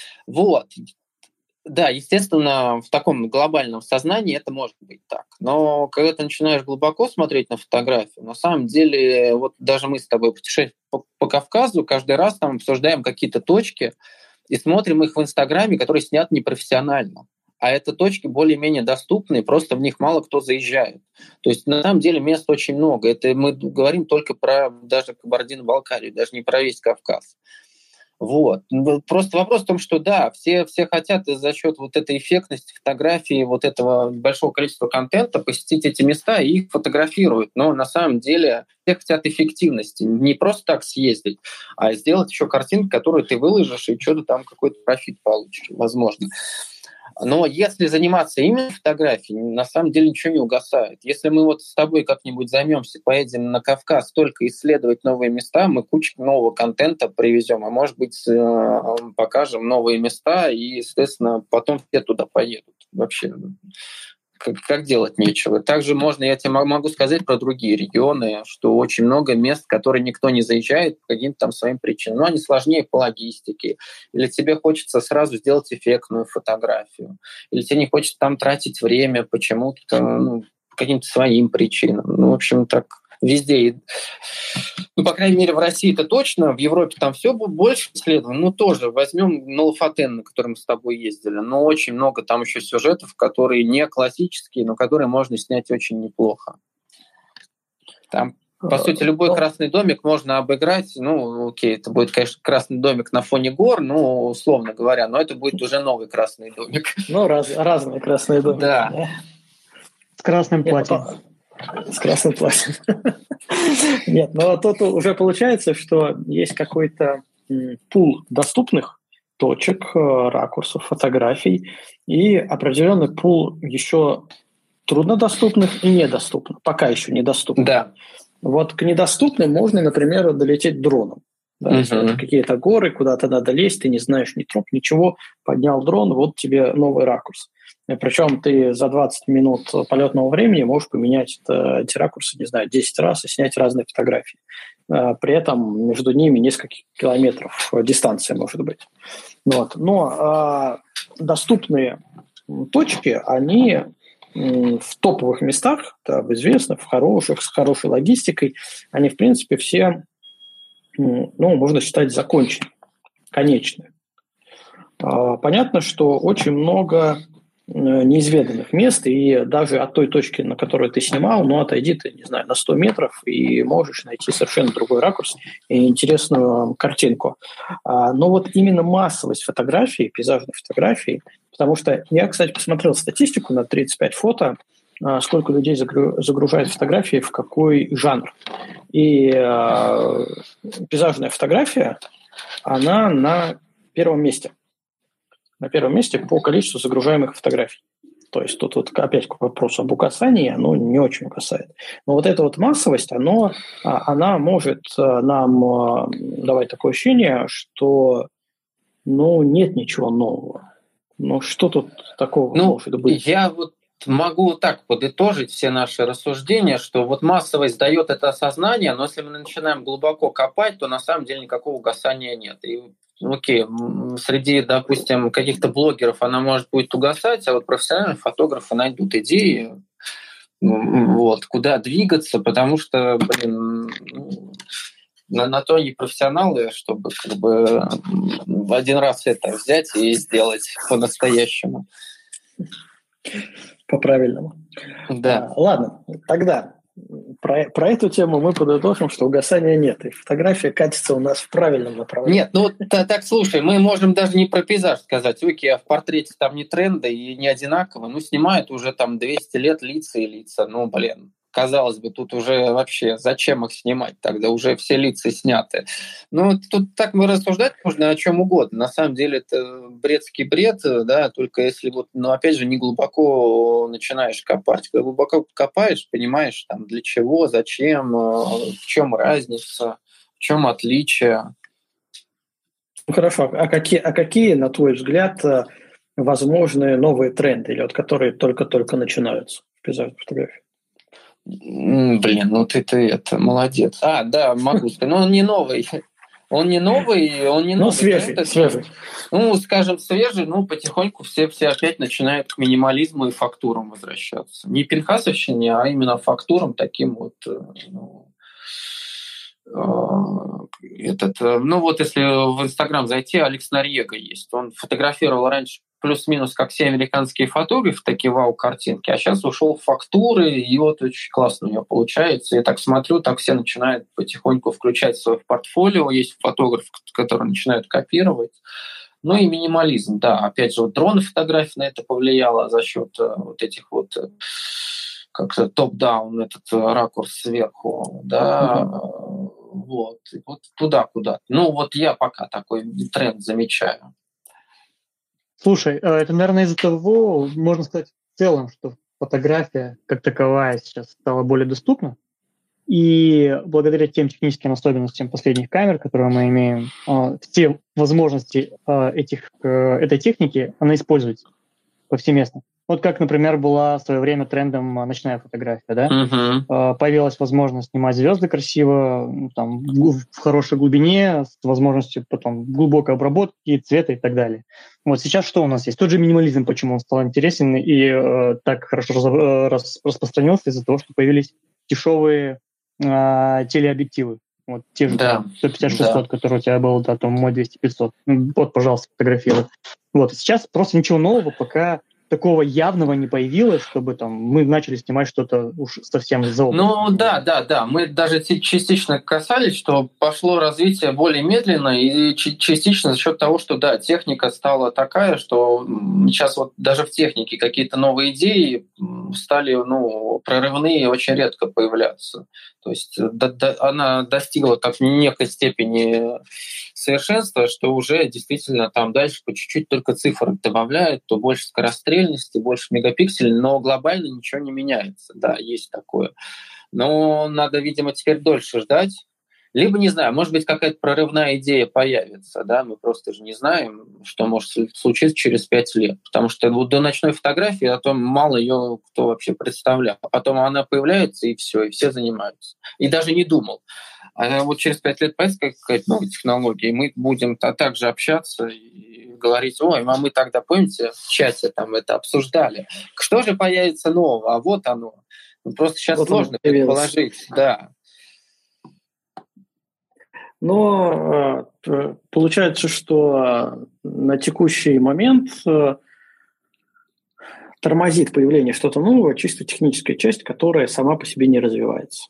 Да, естественно, в таком глобальном сознании это может быть так. Но когда ты начинаешь глубоко смотреть на фотографию, на самом деле, даже мы с тобой путешествуем по Кавказу, каждый раз там обсуждаем какие-то точки и смотрим их в Инстаграме, которые снят непрофессионально. А это точки более-менее доступные, просто в них мало кто заезжает. То есть на самом деле мест очень много. Это мы говорим только про даже Кабардино-Балкарию, даже не про весь Кавказ. Вот. Просто вопрос в том, что да, все хотят за счет вот этой эффектности фотографии, вот этого большого количества контента посетить эти места и их фотографируют. Но на самом деле все хотят эффективности. Не просто так съездить, а сделать еще картинку, которую ты выложишь, и что-то там какой-то профит получишь, возможно. Но если заниматься именно фотографией, на самом деле ничего не угасает. Если мы вот с тобой как-нибудь займемся, поедем на Кавказ, только исследовать новые места, мы кучу нового контента привезем, а может быть покажем новые места, и, естественно, потом все туда поедут. Вообще как делать нечего. Также можно, я тебе могу сказать про другие регионы, что очень много мест, которые никто не заезжает по каким-то там своим причинам. Но они сложнее по логистике. Или тебе хочется сразу сделать эффектную фотографию. Или тебе не хочется там тратить время почему-то, по каким-то своим причинам. В общем, так везде. По крайней мере, в России это точно, в Европе там все больше исследований. Тоже возьмем на Лафатен, на котором мы с тобой ездили. Но очень много там еще сюжетов, которые не классические, но которые можно снять очень неплохо. Там, по сути, любой красный домик можно обыграть. Окей, это будет, конечно, красный домик на фоне гор, условно говоря, но это будет уже новый красный домик. Разные красные домики. Да. С красным платьем. С красным платьем. Нет, но тут уже получается, что есть какой-то пул доступных точек, ракурсов, фотографий и определенный пул еще труднодоступных и недоступных, пока еще недоступных. Да. Вот к недоступным можно, например, долететь дроном. Да, если это какие-то горы, куда-то надо лезть, ты не знаешь ни троп, ничего, поднял дрон, вот тебе новый ракурс. Причем ты за 20 минут полетного времени можешь поменять эти ракурсы, 10 раз и снять разные фотографии. При этом между ними несколько километров дистанция может быть. Вот. Но доступные точки, они в топовых местах, в известных, в хороших, с хорошей логистикой, они, в принципе, все, можно считать, закончены, конечны. Понятно, что очень много неизведанных мест, и даже от той точки, на которой ты снимал, отойди ты, на 100 метров, и можешь найти совершенно другой ракурс и интересную картинку. Но вот именно массовость фотографий, пейзажных фотографий, потому что я, кстати, посмотрел статистику на 35 фото, сколько людей загружает фотографии в какой жанр. И пейзажная фотография, она на первом месте. На первом месте по количеству загружаемых фотографий. То есть тут опять к вопросу об угасании, оно не очень угасает. Но вот эта вот массовость, она может нам давать такое ощущение, что нет ничего нового. Что тут такого может быть? Я могу так подытожить все наши рассуждения, что массовость дает это осознание, но если мы начинаем глубоко копать, то на самом деле никакого угасания нет. И окей, среди, допустим, каких-то блогеров она может будет угасать, а профессиональные фотографы найдут идеи, куда двигаться, потому что, на то и профессионалы, чтобы один раз это взять и сделать по-настоящему. По-правильному. Да. Ладно, тогда про эту тему мы подытожим, что угасания нет, и фотография катится у нас в правильном направлении. Нет, так слушай, мы можем даже не про пейзаж сказать. Окей, а в портрете там не тренды и не одинаково, снимают уже там 200 лет лица и лица, казалось бы, тут уже вообще зачем их снимать тогда, уже все лица сняты. Тут так мы рассуждать можно о чем угодно. На самом деле это бредский бред, да, только если опять же не глубоко начинаешь копать. Когда глубоко копаешь, понимаешь, для чего, зачем, в чем разница, в чем отличие. Хорошо, а какие, на твой взгляд, возможные новые тренды, или которые только-только начинаются в пейзажной фотографии? Ты молодец. Да, могу сказать. Но он не новый. Он не новый. Свежий. Скажем, свежий, потихоньку все опять начинают к минимализму и фактурам возвращаться. Не пинхасовщине, а именно фактурам таким Ну вот если в Инстаграм зайти, Алекс Нарьего есть. Он фотографировал раньше плюс-минус как все американские фотографы, такие вау-картинки, а сейчас ушел в фактуры, и вот очень классно у него получается. Я так смотрю, так все начинают потихоньку включать в свое портфолио. Есть фотографы, которые начинают копировать. Ну и минимализм, да. Опять же, вот дроны фотографии на это повлияло за счет вот этих вот как-то топ-даун, этот ракурс сверху, да. Вот туда куда. Ну вот я пока такой тренд замечаю. Слушай, это, наверное, из-за того, можно сказать, в целом, что фотография как таковая сейчас стала более доступна. И благодаря тем техническим особенностям последних камер, которые мы имеем, все возможности этой техники, она используется повсеместно. Вот как, например, была в свое время трендом ночная фотография, да? Появилась возможность снимать звезды красиво, там, в хорошей глубине, с возможностью потом глубокой обработки, цвета и так далее. Вот сейчас что у нас есть? Тот же минимализм, почему он стал интересен и так хорошо распространился из-за того, что появились дешевые телеобъективы. Вот те же 150-600, которые у тебя был, да, там мой 200-500. Вот, пожалуйста, фотографируй. Вот, сейчас просто ничего нового пока такого явного не появилось, чтобы там мы начали снимать что-то уж совсем заоблачное. Ну да. Мы даже частично касались, что пошло развитие более медленно, и частично за счет того, что да, техника стала такая, что сейчас вот даже в технике какие-то новые идеи стали прорывные и очень редко появляться. То есть она достигла так некой степени совершенства, что уже действительно там дальше по чуть-чуть только цифры добавляют, то больше скорострельности, больше мегапикселей, но глобально ничего не меняется. Да, есть такое. Но надо, видимо, теперь дольше ждать. Либо, не знаю, может быть, какая-то прорывная идея появится, да, мы просто же не знаем, что может случиться через 5 лет, потому что вот до ночной фотографии о том мало ее кто вообще представлял. А потом она появляется, и все занимаются. И даже не думал. А вот через 5 лет появится какая-то новая технология, и мы будем также общаться и говорить: ой, а мы тогда, помните, в чате там это обсуждали. Что же появится нового? А вот оно. Просто сейчас вот сложно предположить, да. Но получается, что на текущий момент тормозит появление что-то нового, чисто техническая часть, которая сама по себе не развивается.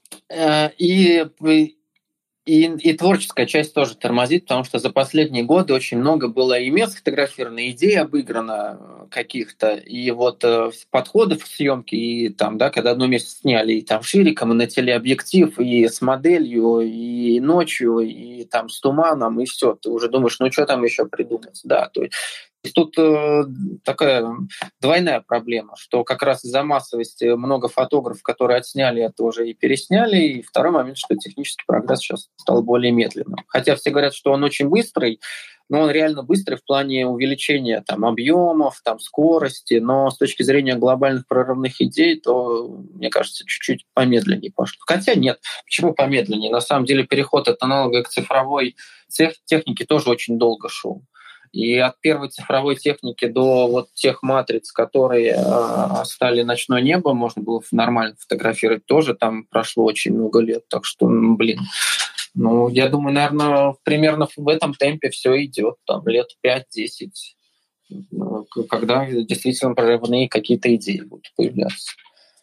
И творческая часть тоже тормозит, потому что за последние годы очень много было и мест сфотографировано, идей обыграно каких-то, и вот подходов к съемке, и там, да, когда одно место сняли, и там шириком, и на телеобъектив, и с моделью, и ночью, и там с туманом, и все. Ты уже думаешь, ну что там еще придумать? Да, то есть тут такая двойная проблема, что как раз из-за массовости много фотографов, которые отсняли это, уже и пересняли. И второй момент, что технический прогресс сейчас стал более медленным. Хотя все говорят, что он очень быстрый, но он реально быстрый в плане увеличения там объемов, там скорости, но с точки зрения глобальных прорывных идей, то, мне кажется, чуть-чуть помедленнее пошло. Хотя нет, почему помедленнее? На самом деле переход от аналоговой к цифровой технике тоже очень долго шел. И от первой цифровой техники до вот тех матриц, которые стали ночное небо, можно было нормально фотографировать, тоже там прошло очень много лет. Так что, я думаю, наверное, примерно в этом темпе все идет, там лет 5-10, когда действительно прорывные какие-то идеи будут появляться.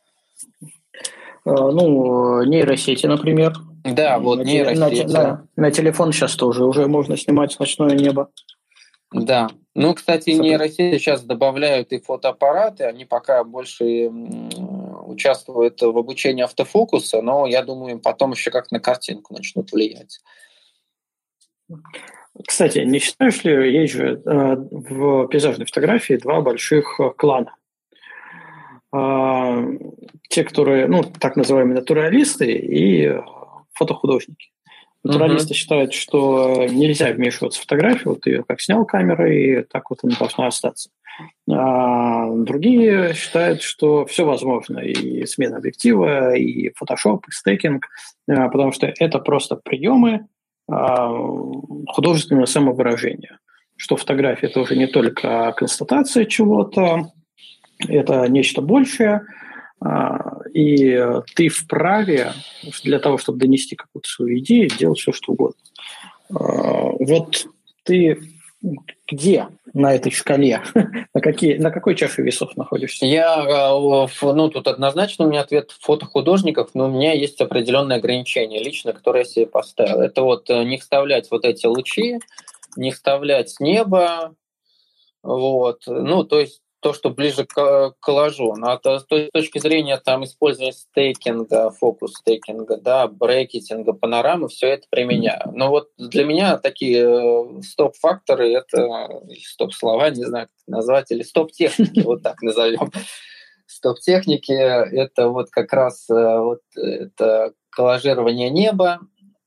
Нейросети, например. Да, вот нейросети. На телефон сейчас тоже уже можно снимать ночное небо. Да. Кстати, нейросети сейчас добавляют и фотоаппараты, они пока больше участвуют в обучении автофокуса, но я думаю, им потом еще как на картинку начнут влиять. Кстати, не считаешь ли, есть же в пейзажной фотографии два больших клана. Те, которые, так называемые натуралисты и фотохудожники. Натуралисты считают, что нельзя вмешиваться в фотографию, вот ее как снял камерой, и так вот она должна остаться. А другие считают, что все возможно, и смена объектива, и фотошоп, и стекинг, потому что это просто приемы художественного самовыражения. Что фотография – это уже не только констатация чего-то, это нечто большее, И ты вправе для того, чтобы донести какую-то свою идею, делать все, что угодно. Вот ты где на этой шкале? на какой чаше весов находишься? Тут однозначно у меня ответ фотохудожников, но у меня есть определенные ограничения лично, которые я себе поставил. Это не вставлять эти лучи, не вставлять небо, то есть то, что ближе к коллажу. Но с точки зрения использования стейкинга, фокус-стейкинга, брекетинга, панорамы, все это применяю. Но для меня такие стоп-факторы, это стоп-слова, не знаю, как назвать, или стоп-техники, вот так назовем. Стоп-техники — это как раз это коллажирование неба,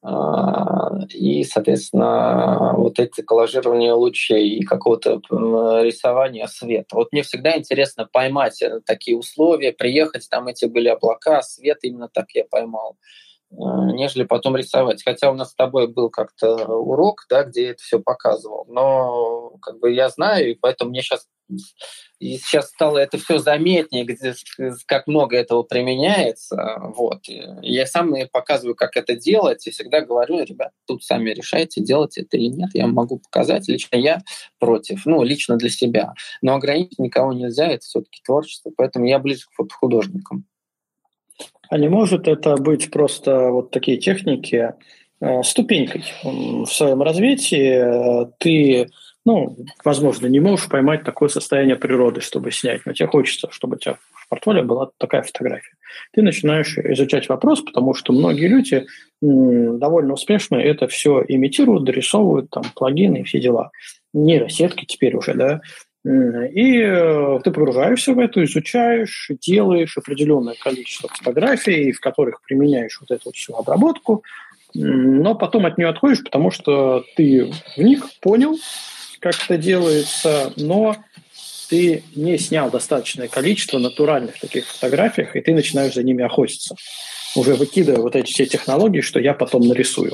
и, соответственно, эти коллажирования лучей и какого-то рисования света. Мне всегда интересно поймать такие условия, приехать, там эти были облака, свет, именно так я поймал, нежели потом рисовать. Хотя у нас с тобой был как-то урок, где я это все показывал. Но я знаю, и поэтому мне сейчас стало это все заметнее, как много этого применяется. Я сам показываю, как это делать, и всегда говорю: ребят, тут сами решайте, делать это или нет. Я могу показать, лично я против, лично для себя. Но ограничить никого нельзя, это все-таки творчество, поэтому я ближе к фотохудожникам. А не может это быть просто такие техники ступенькой в своем развитии? Ты, возможно, не можешь поймать такое состояние природы, чтобы снять, но тебе хочется, чтобы у тебя в портфолио была такая фотография. Ты начинаешь изучать вопрос, потому что многие люди довольно успешно это все имитируют, дорисовывают, плагины и все дела. Нейросетки теперь уже, да. И ты погружаешься в это, изучаешь, делаешь определенное количество фотографий, в которых применяешь эту всю обработку, но потом от нее отходишь, потому что ты вник, понял, как это делается, но ты не снял достаточное количество натуральных таких фотографий, и ты начинаешь за ними охотиться, уже выкидывая эти все технологии, что я потом нарисую.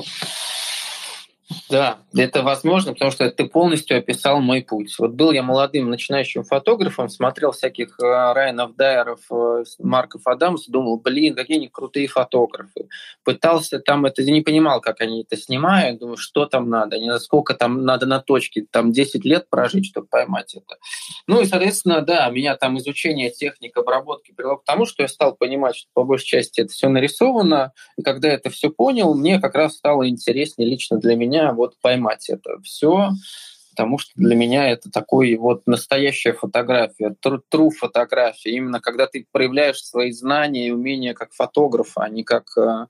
Да, это возможно, потому что ты полностью описал мой путь. Был я молодым начинающим фотографом, смотрел всяких Райанов Дайеров, Марков Адамс, думал, какие они крутые фотографы. Пытался не понимал, как они это снимают, думаю, что там надо, сколько там надо на точке, 10 лет прожить, чтобы поймать это. И, соответственно, меня изучение техник обработки привело к тому, что я стал понимать, что по большей части это все нарисовано, и когда это все понял, мне как раз стало интереснее лично для меня поймать это все, потому что для меня это такой настоящая фотография, true фотография, именно когда ты проявляешь свои знания и умения как фотографа, а не как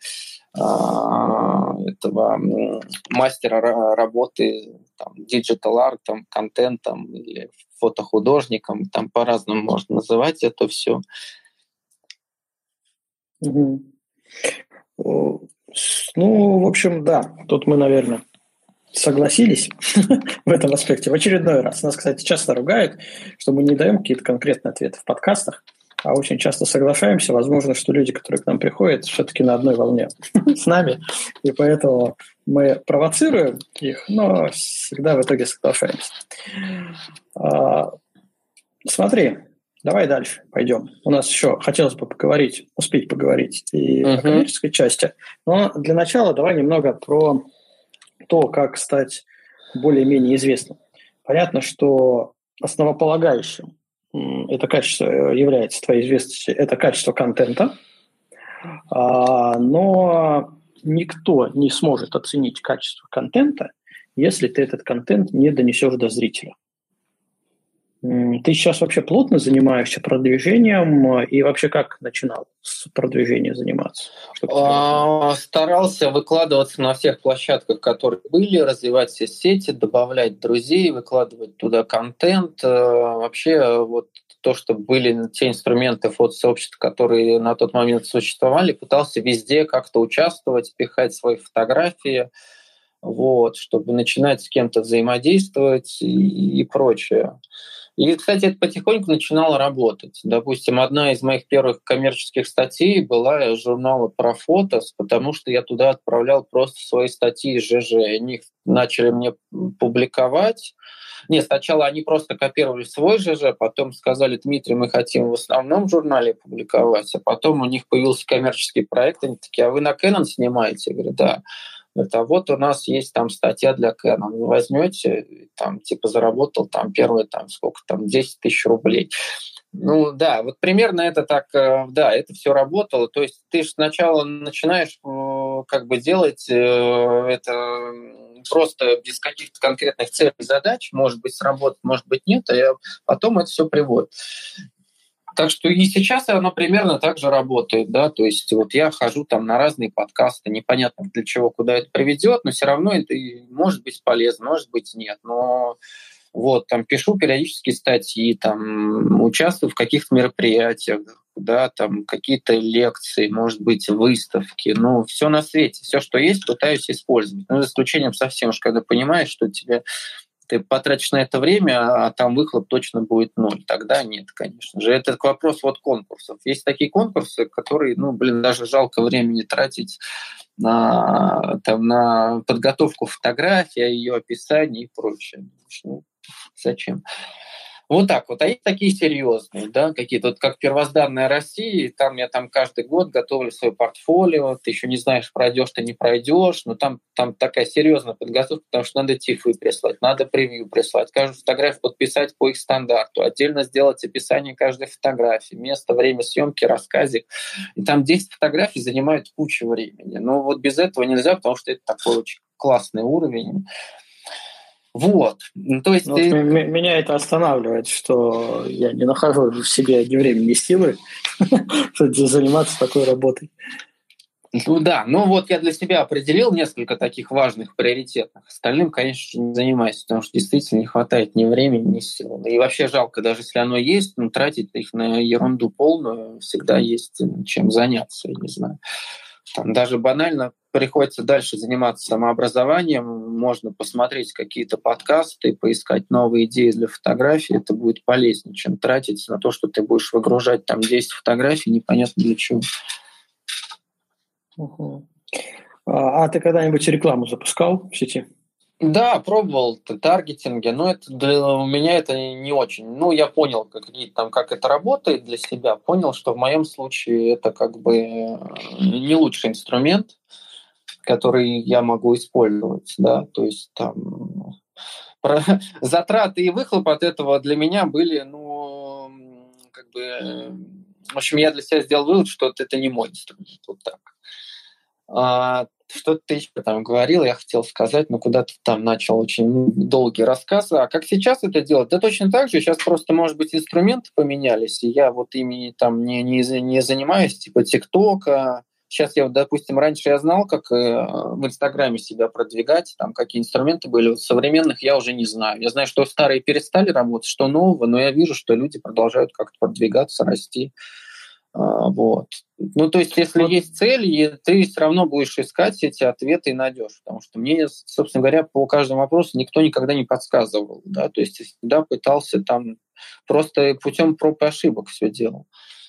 этого мастера работы digital art, контентом или фотохудожником, по-разному можно называть это все. Угу. В общем, да, тут мы, наверное, согласились в этом аспекте в очередной раз. Нас, кстати, часто ругают, что мы не даем какие-то конкретные ответы в подкастах, а очень часто соглашаемся. Возможно, что люди, которые к нам приходят, все-таки на одной волне с нами, и поэтому мы провоцируем их, но всегда в итоге соглашаемся. Смотри, давай дальше пойдем. У нас еще хотелось бы успеть поговорить и о коммерческой части, но для начала давай немного про то, как стать более-менее известным. Понятно, что основополагающим это качество является твоей известности, это качество контента, но никто не сможет оценить качество контента, если ты этот контент не донесешь до зрителя. Ты сейчас вообще плотно занимаешься продвижением и вообще как начинал с продвижением заниматься? Старался выкладываться на всех площадках, которые были, развивать все сети, добавлять друзей, выкладывать туда контент. Вообще то, что были те инструменты фотосообщества, которые на тот момент существовали, пытался везде как-то участвовать, пихать свои фотографии, чтобы начинать с кем-то взаимодействовать и прочее. И, кстати, это потихоньку начинало работать. Допустим, одна из моих первых коммерческих статей была из журнала про фотос, потому что я туда отправлял просто свои статьи из ЖЖ. Они начали мне публиковать. Нет, сначала они просто копировали свой ЖЖ, потом сказали: Дмитрий, мы хотим в основном журнале публиковать, а потом у них появился коммерческий проект, они такие: а вы на Canon снимаете? Я говорю: да. Говорит: а вот у нас есть там статья для Canon, вы возьмете, там типа заработал там первые там сколько там 10 тысяч рублей. Ну да, вот примерно это так, да, это все работало. То есть ты сначала начинаешь как бы делать это просто без каких-то конкретных целей, задач, может быть, сработает, может быть, нет, а потом это все приводит. Так что и сейчас оно примерно так же работает, да, то есть вот я хожу там на разные подкасты, непонятно для чего, куда это приведет, но все равно это может быть полезно, может быть, нет, но вот там пишу периодически статьи, там участвую в каких-то мероприятиях, да, там какие-то лекции, может быть, выставки, ну, все на свете, все, что есть, пытаюсь использовать. Ну, за исключением совсем уж, когда понимаешь, что ты потратишь на это время, а там выхлоп точно будет 0. Тогда нет, конечно же. Это вопрос вот конкурсов. Есть такие конкурсы, которые, даже жалко времени тратить на подготовку фотографии, ее описание и прочее. Зачем? Вот так вот. А есть такие серьезные, да, какие-то, вот как «Первозданная Россия», я каждый год готовлю свое портфолио, ты еще не знаешь, пройдешь ты, не пройдешь, но там такая серьезная подготовка, потому что надо тифы прислать, надо превью прислать, каждую фотографию подписать по их стандарту, отдельно сделать описание каждой фотографии, место, время съемки, рассказик. И там 10 фотографий занимают кучу времени. Но вот без этого нельзя, потому что это такой очень классный уровень. Вот. То есть меня это останавливает, что я не нахожу в себе ни времени, ни силы заниматься такой работой. Ну да, вот я для себя определил несколько таких важных, приоритетных. Остальным, конечно, не занимаюсь, потому что действительно не хватает ни времени, ни сил. И вообще жалко, даже если оно есть, тратить их на ерунду полную всегда есть чем заняться, я не знаю. Там даже банально приходится дальше заниматься самообразованием, можно посмотреть какие-то подкасты, поискать новые идеи для фотографий, это будет полезнее, чем тратить на то, что ты будешь выгружать там 10 фотографий, непонятно для чего. А ты когда-нибудь рекламу запускал в сети? Да, пробовал таргетинги, но у меня это не очень. Я понял, как это работает для себя, понял, что в моем случае это как бы не лучший инструмент, который я могу использовать, да, то есть там затраты и выхлоп от этого для меня были, в общем, я для себя сделал вывод, что это не мой инструмент, вот так. Что-то ты еще там говорил, я хотел сказать, но куда-то там начал очень долгий рассказ. А как сейчас это делать? Да точно так же. Сейчас просто, может быть, инструменты поменялись, и я вот ими там не занимаюсь, типа ТикТока. Сейчас допустим, раньше я знал, как в Инстаграме себя продвигать, там какие инструменты были. Вот современных я уже не знаю. Я знаю, что старые перестали работать, что нового, но я вижу, что люди продолжают как-то продвигаться, расти. Вот. То есть, если есть цель, и ты все равно будешь искать эти ответы и найдешь. Потому что мне, собственно говоря, по каждому вопросу никто никогда не подсказывал. Да? То есть, я всегда пытался там просто путем проб и ошибок все делал.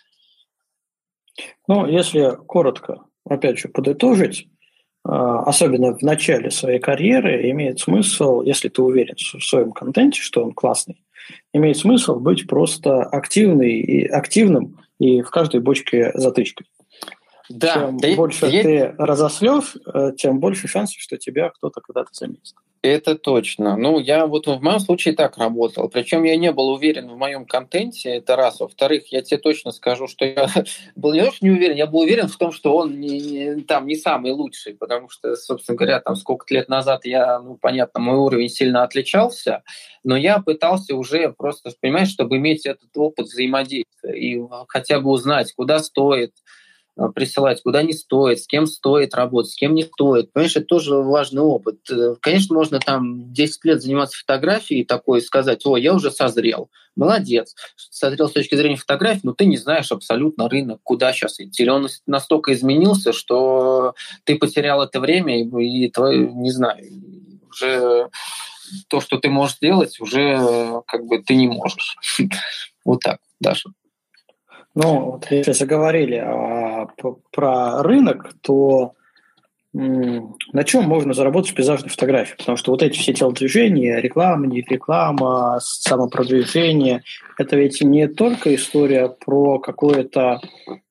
Если коротко, опять же, подытожить, особенно в начале своей карьеры, имеет смысл, если ты уверен в своем контенте, что он классный, имеет смысл быть просто активным и в каждой бочке затычкой. Да, чем больше ты разослёшь, тем больше шансов, что тебя кто-то когда-то заметит. Это точно. Я вот в моем случае так работал. Причем я не был уверен в моем контенте, это раз. Во-вторых, я тебе точно скажу, что я был не уверен, я был уверен в том, что он не самый лучший, потому что, собственно говоря, там сколько-то лет назад понятно, мой уровень сильно отличался, но я пытался уже просто, понимаешь, чтобы иметь этот опыт взаимодействия и хотя бы узнать, куда стоит присылать, куда не стоит, с кем стоит работать, с кем не стоит. Понимаешь, это тоже важный опыт. Конечно, можно там 10 лет заниматься фотографией и такой сказать: ой, я уже созрел. Молодец. Созрел с точки зрения фотографии, но ты не знаешь абсолютно рынок, куда сейчас идти. Или он настолько изменился, что ты потерял это время и твой, не знаю, уже то, что ты можешь сделать, уже как бы ты не можешь. Вот так, Даша. Ну, вот если заговорили про рынок, то на чем можно заработать в пейзажной фотографии? Потому что вот эти все телодвижения, реклама, не реклама, самопродвижение, это ведь не только история про какое-то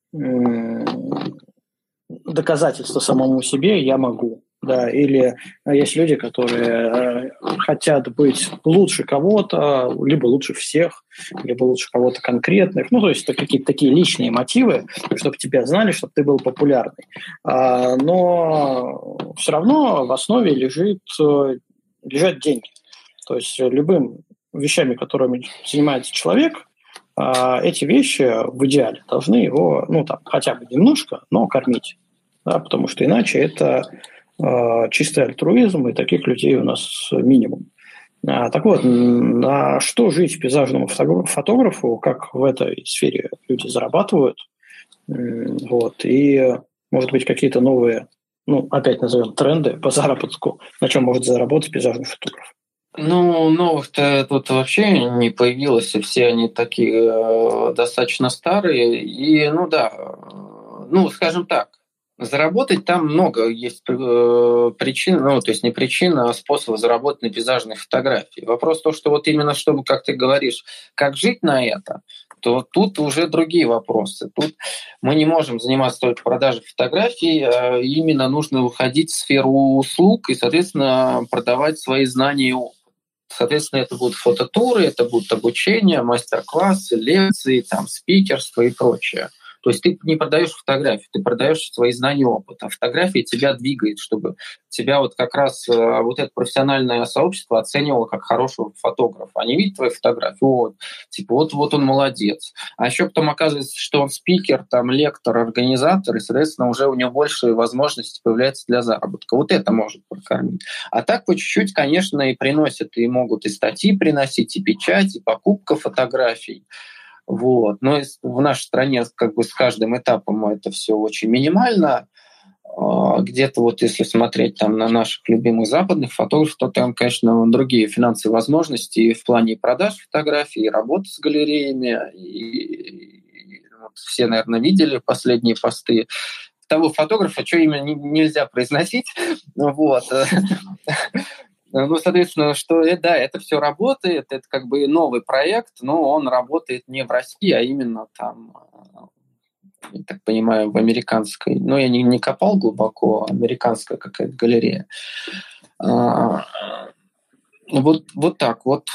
доказательство самому себе «я могу». Да, или есть люди, которые хотят быть лучше кого-то, либо лучше всех, либо лучше кого-то конкретных. Ну, то есть это какие-то такие личные мотивы, чтобы тебя знали, чтобы ты был популярный. Но все равно в основе лежат деньги. То есть любым вещами, которыми занимается человек, эти вещи в идеале должны его, хотя бы немножко, но кормить. Да, потому что иначе это чистый альтруизм, и таких людей у нас минимум. Так вот, на что жить пейзажному фотографу, как в этой сфере люди зарабатывают, вот, и, может быть, какие-то новые, опять назовем, тренды по заработку, на чем может заработать пейзажный фотограф? Новых-то тут вообще не появилось, и все они такие достаточно старые, и, скажем так, заработать там много есть причин, то есть не причина, а способов заработать на пейзажной фотографии. Вопрос в том, что вот именно чтобы, как ты говоришь, как жить на это, то тут уже другие вопросы. Тут мы не можем заниматься только продажей фотографий, а именно нужно уходить в сферу услуг и, соответственно, продавать свои знания и опыт. Соответственно, это будут фототуры, это будут обучения, мастер-классы, лекции, спикерство и прочее. То есть ты не продаешь фотографии, ты продаешь свои знания и опыт. А фотография тебя двигает, чтобы тебя вот как раз вот это профессиональное сообщество оценивало как хорошего фотографа. Они видят твои фотографии, вот он молодец. А еще потом оказывается, что он спикер, лектор, организатор, и, соответственно, уже у него больше возможностей появляется для заработка. Вот это может прокормить. А так по чуть-чуть, конечно, и приносят, и могут и статьи приносить, и печать, и покупка фотографий. Вот. Но в нашей стране как бы с каждым этапом это все очень минимально. Где-то если смотреть на наших любимых западных фотографов, то там, конечно, другие финансовые возможности и в плане продаж фотографий, и работы с галереями. И все, наверное, видели последние посты того фотографа, что имя нельзя произносить. Вот. Соответственно, что это все работает, это как бы новый проект, но он работает не в России, а именно я так понимаю, в американской. Я не копал глубоко, американская какая-то галерея. Вот так вот.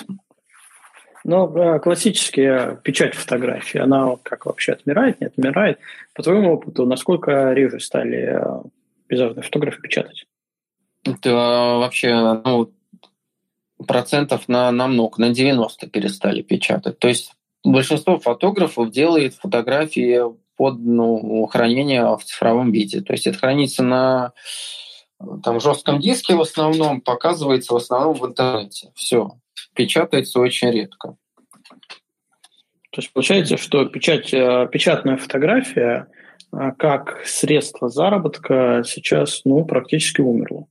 Классическая печать фотографии, она как вообще отмирает, не отмирает? По твоему опыту, насколько реже стали пейзажные фотографы печатать? Это вообще, процентов на много, на 90 перестали печатать. То есть большинство фотографов делает фотографии под хранение в цифровом виде. То есть это хранится на жестком диске в основном, показывается в основном в интернете. Все. Печатается очень редко. То есть получается, что печатная фотография как средство заработка сейчас практически умерла.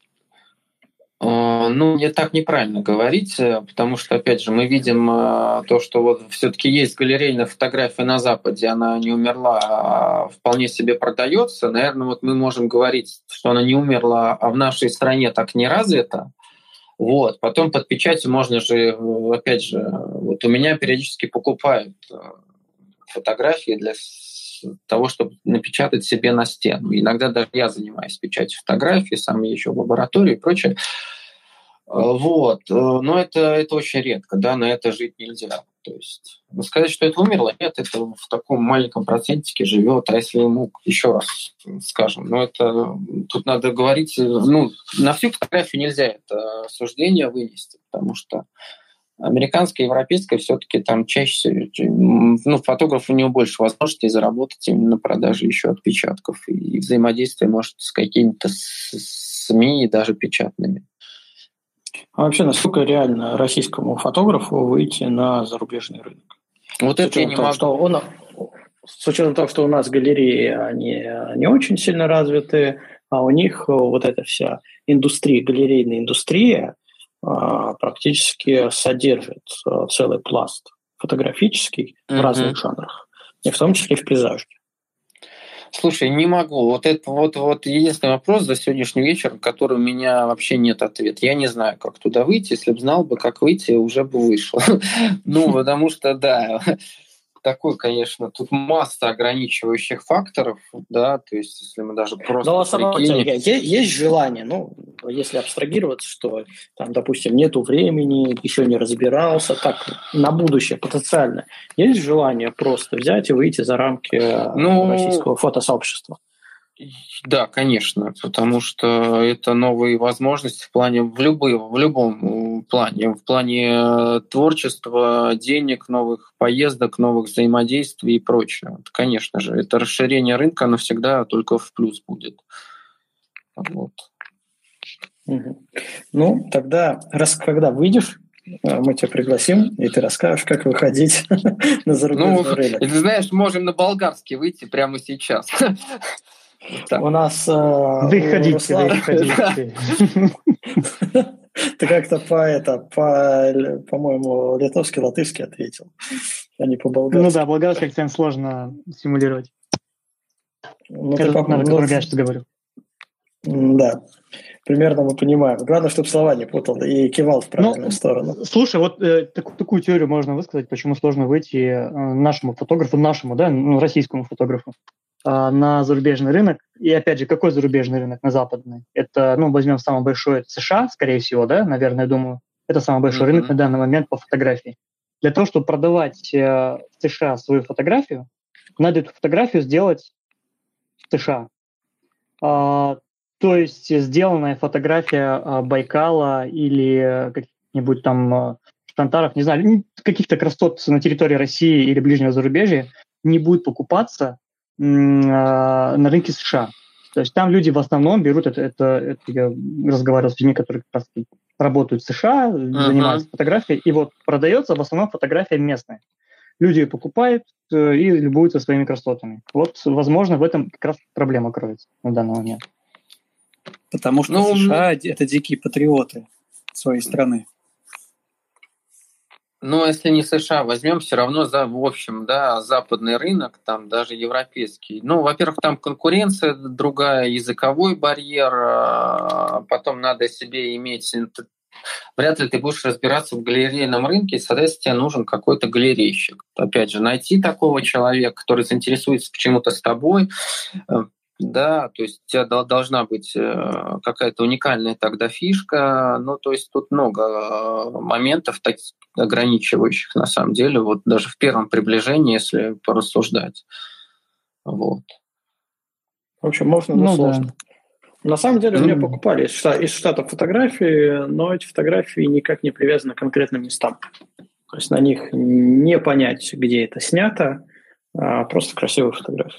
Так неправильно говорить, потому что, опять же, мы видим то, что все-таки есть галерейная фотография на Западе, она не умерла, а вполне себе продается. Наверное, мы можем говорить, что она не умерла, а в нашей стране так не развито. Вот. Потом под печатью можно же, опять же, у меня периодически покупают фотографии для того, чтобы напечатать себе на стену. Иногда даже я занимаюсь печатью фотографий, сам езжу в лабораторию и прочее. Вот. Но это очень редко, на это жить нельзя. То есть сказать, что это умерло, нет, это в таком маленьком процентике живет. А если еще раз скажем, тут надо говорить, на всю фотографию нельзя это суждение вынести, потому что американская, европейская все-таки там чаще, фотограф, у него больше возможностей заработать именно на продаже еще отпечатков и взаимодействие, может, с какими-то СМИ и даже печатными. А вообще, насколько реально российскому фотографу выйти на зарубежный рынок? Вот это я не могу. С учетом того, что у нас галереи, они не очень сильно развиты, а у них вот эта вся индустрия, галерейная индустрия практически содержит целый пласт фотографический в разных жанрах, и в том числе в пейзаже. Слушай, не могу. Вот это вот единственный вопрос за сегодняшний вечер, который у меня вообще нет ответа. Я не знаю, как туда выйти. Если бы знал бы, как выйти, уже бы вышел. Ну, потому что, да, такой, конечно, тут масса ограничивающих факторов, да, то есть если мы даже просто... Но самого есть желание, ну, если абстрагироваться, что там, допустим, нету времени, еще не разбирался, так, на будущее потенциально, есть желание просто взять и выйти за рамки российского фотосообщества? Да, конечно, потому что это новые возможности в любом плане, в плане творчества, денег, новых поездок, новых взаимодействий и прочее. Конечно же, это расширение рынка навсегда только в плюс будет. Вот. Ну, тогда, когда выйдешь, мы тебя пригласим, и ты расскажешь, как выходить на зарубежный рынок. Ты знаешь, можем на болгарский выйти прямо сейчас. Так. У нас... Выходите. Ты как-то по-моему, литовски, латышски ответил, а не по-болгарски. Ну да, болгарский акцент сложно симулировать. Это я что говорю. Да, примерно мы понимаем. Главное, чтобы слова не путал и кивал в правильную сторону. Слушай, вот такую теорию можно высказать, почему сложно выйти нашему фотографу, российскому фотографу, на зарубежный рынок. И опять же, какой зарубежный рынок? На западный. Это, возьмем самый большой, это США, скорее всего, да, наверное, я думаю. Это самый большой рынок на данный момент по фотографии. Для того, чтобы продавать в США свою фотографию, надо эту фотографию сделать в США. То есть сделанная фотография Байкала или каких-нибудь там Штантаров, не знаю, каких-то красот на территории России или ближнего зарубежья не будет покупаться на рынке США. То есть там люди в основном берут это я разговаривал с людьми, которые как раз работают в США, занимаются фотографией, и вот продается в основном фотография местная. Люди ее покупают и любуются своими красотами. Вот, возможно, в этом как раз проблема кроется на данный момент. Потому что США – это дикие патриоты своей страны. Если не США, возьмем все равно в общем, да, западный рынок, там даже европейский. Во-первых, там конкуренция другая, языковой барьер, потом надо себе иметь... Вряд ли ты будешь разбираться в галерейном рынке, соответственно, тебе нужен какой-то галерейщик. Опять же, найти такого человека, который заинтересуется почему-то с тобой, да, то есть у тебя должна быть какая-то уникальная тогда фишка. То есть тут много моментов таких ограничивающих на самом деле, вот даже в первом приближении, если порассуждать. Вот. В общем, можно, но сложно. Да. На самом деле, мне покупали из Штатов фотографии, но эти фотографии никак не привязаны к конкретным местам. То есть на них не понять, где это снято, а просто красивые фотографии.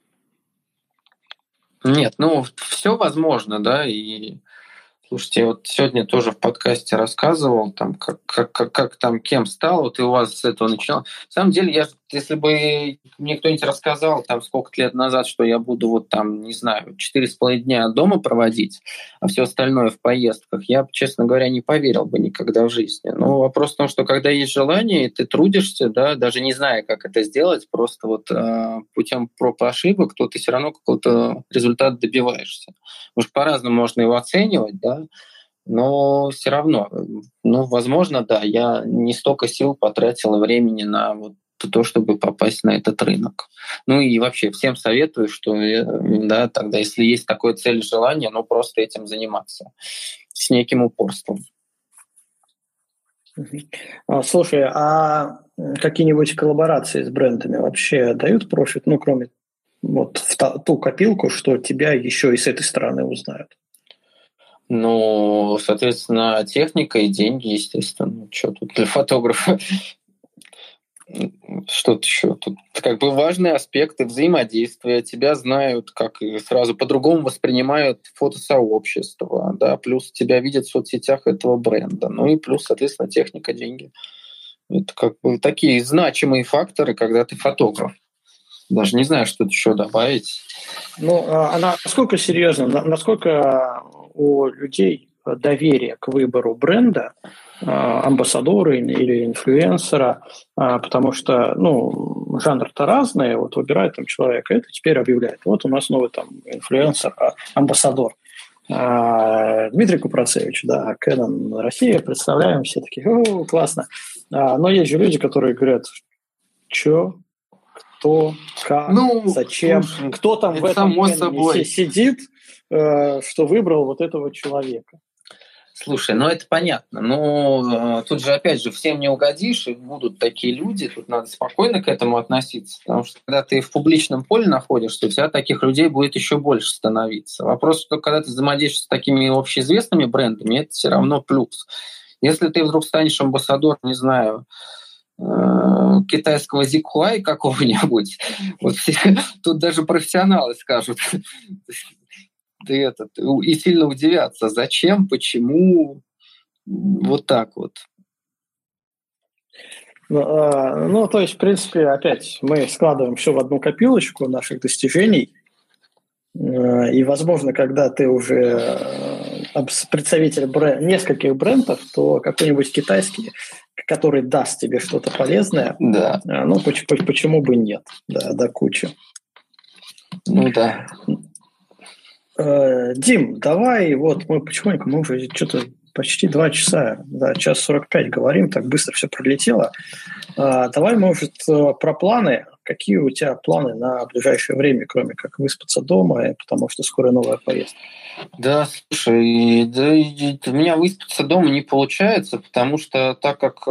Нет, все возможно, да, и слушайте, я вот сегодня тоже в подкасте рассказывал, там, как там кем стал, вот и у вас с этого начинал. На самом деле, если бы мне кто-нибудь рассказал там сколько-то лет назад, что я буду вот там, не знаю, 4,5 дня дома проводить, а все остальное в поездках, я, честно говоря, не поверил бы никогда в жизни. Но вопрос в том, что когда есть желание, и ты трудишься, да, даже не зная, как это сделать, просто вот путем проб и ошибок, то ты все равно какого-то результата добиваешься. Может, по-разному можно его оценивать, да, но все равно, возможно, да, я не столько сил потратил времени на вот то, чтобы попасть на этот рынок. И вообще всем советую, что, да, тогда, если есть такая цель и желание, просто этим заниматься с неким упорством. Слушай, а какие-нибудь коллаборации с брендами вообще дают профит, кроме вот в ту копилку, что тебя еще и с этой стороны узнают? Соответственно, техника и деньги, естественно. Что тут для фотографа? Что-то еще. Тут важные аспекты взаимодействия. Тебя знают, как и сразу по-другому воспринимают фотосообщество, да, плюс тебя видят в соцсетях этого бренда. И плюс, соответственно, техника, деньги. Это такие значимые факторы, когда ты фотограф. Даже не знаю, что тут еще добавить. Ну, а насколько серьезно, насколько у людей доверие к выбору бренда, амбассадора или инфлюенсера, потому что, ну, жанр-то разный, вот выбирает там человек, это теперь объявляет, вот у нас новый там инфлюенсер, амбассадор. Дмитрий Купрацевич, да, Canon Россия, представляем, все такие, о, классно. Но есть же люди, которые говорят, что, кто, как, зачем, слушай, кто там в этом сидит, что выбрал вот этого человека. Слушай, ну это понятно. Но тут же, опять же, всем не угодишь, и будут такие люди, тут надо спокойно к этому относиться, потому что когда ты в публичном поле находишься, у тебя таких людей будет еще больше становиться. Вопрос, что когда ты взаимодействуешь с такими общеизвестными брендами, это все равно плюс. Если ты вдруг станешь амбассадором, не знаю, китайского Ziphuay какого-нибудь, вот тут даже профессионалы скажут, и сильно удивятся, зачем, почему, вот так вот. Ну, то есть, в принципе, опять мы складываем все в одну копилочку наших достижений, и, возможно, когда ты уже представитель нескольких брендов, то какой-нибудь китайский, который даст тебе что-то полезное, да. Ну, почему бы нет, да, до кучи. Ну, да. Дим, давай, вот мы потихоньку, мы уже что-то почти 2 часа, да, 1:45 говорим, так быстро все пролетело. Давай, может, про планы. Какие у тебя планы на ближайшее время, кроме как выспаться дома, потому что скоро новая поездка? Да, слушай, у меня выспаться дома не получается, потому что так как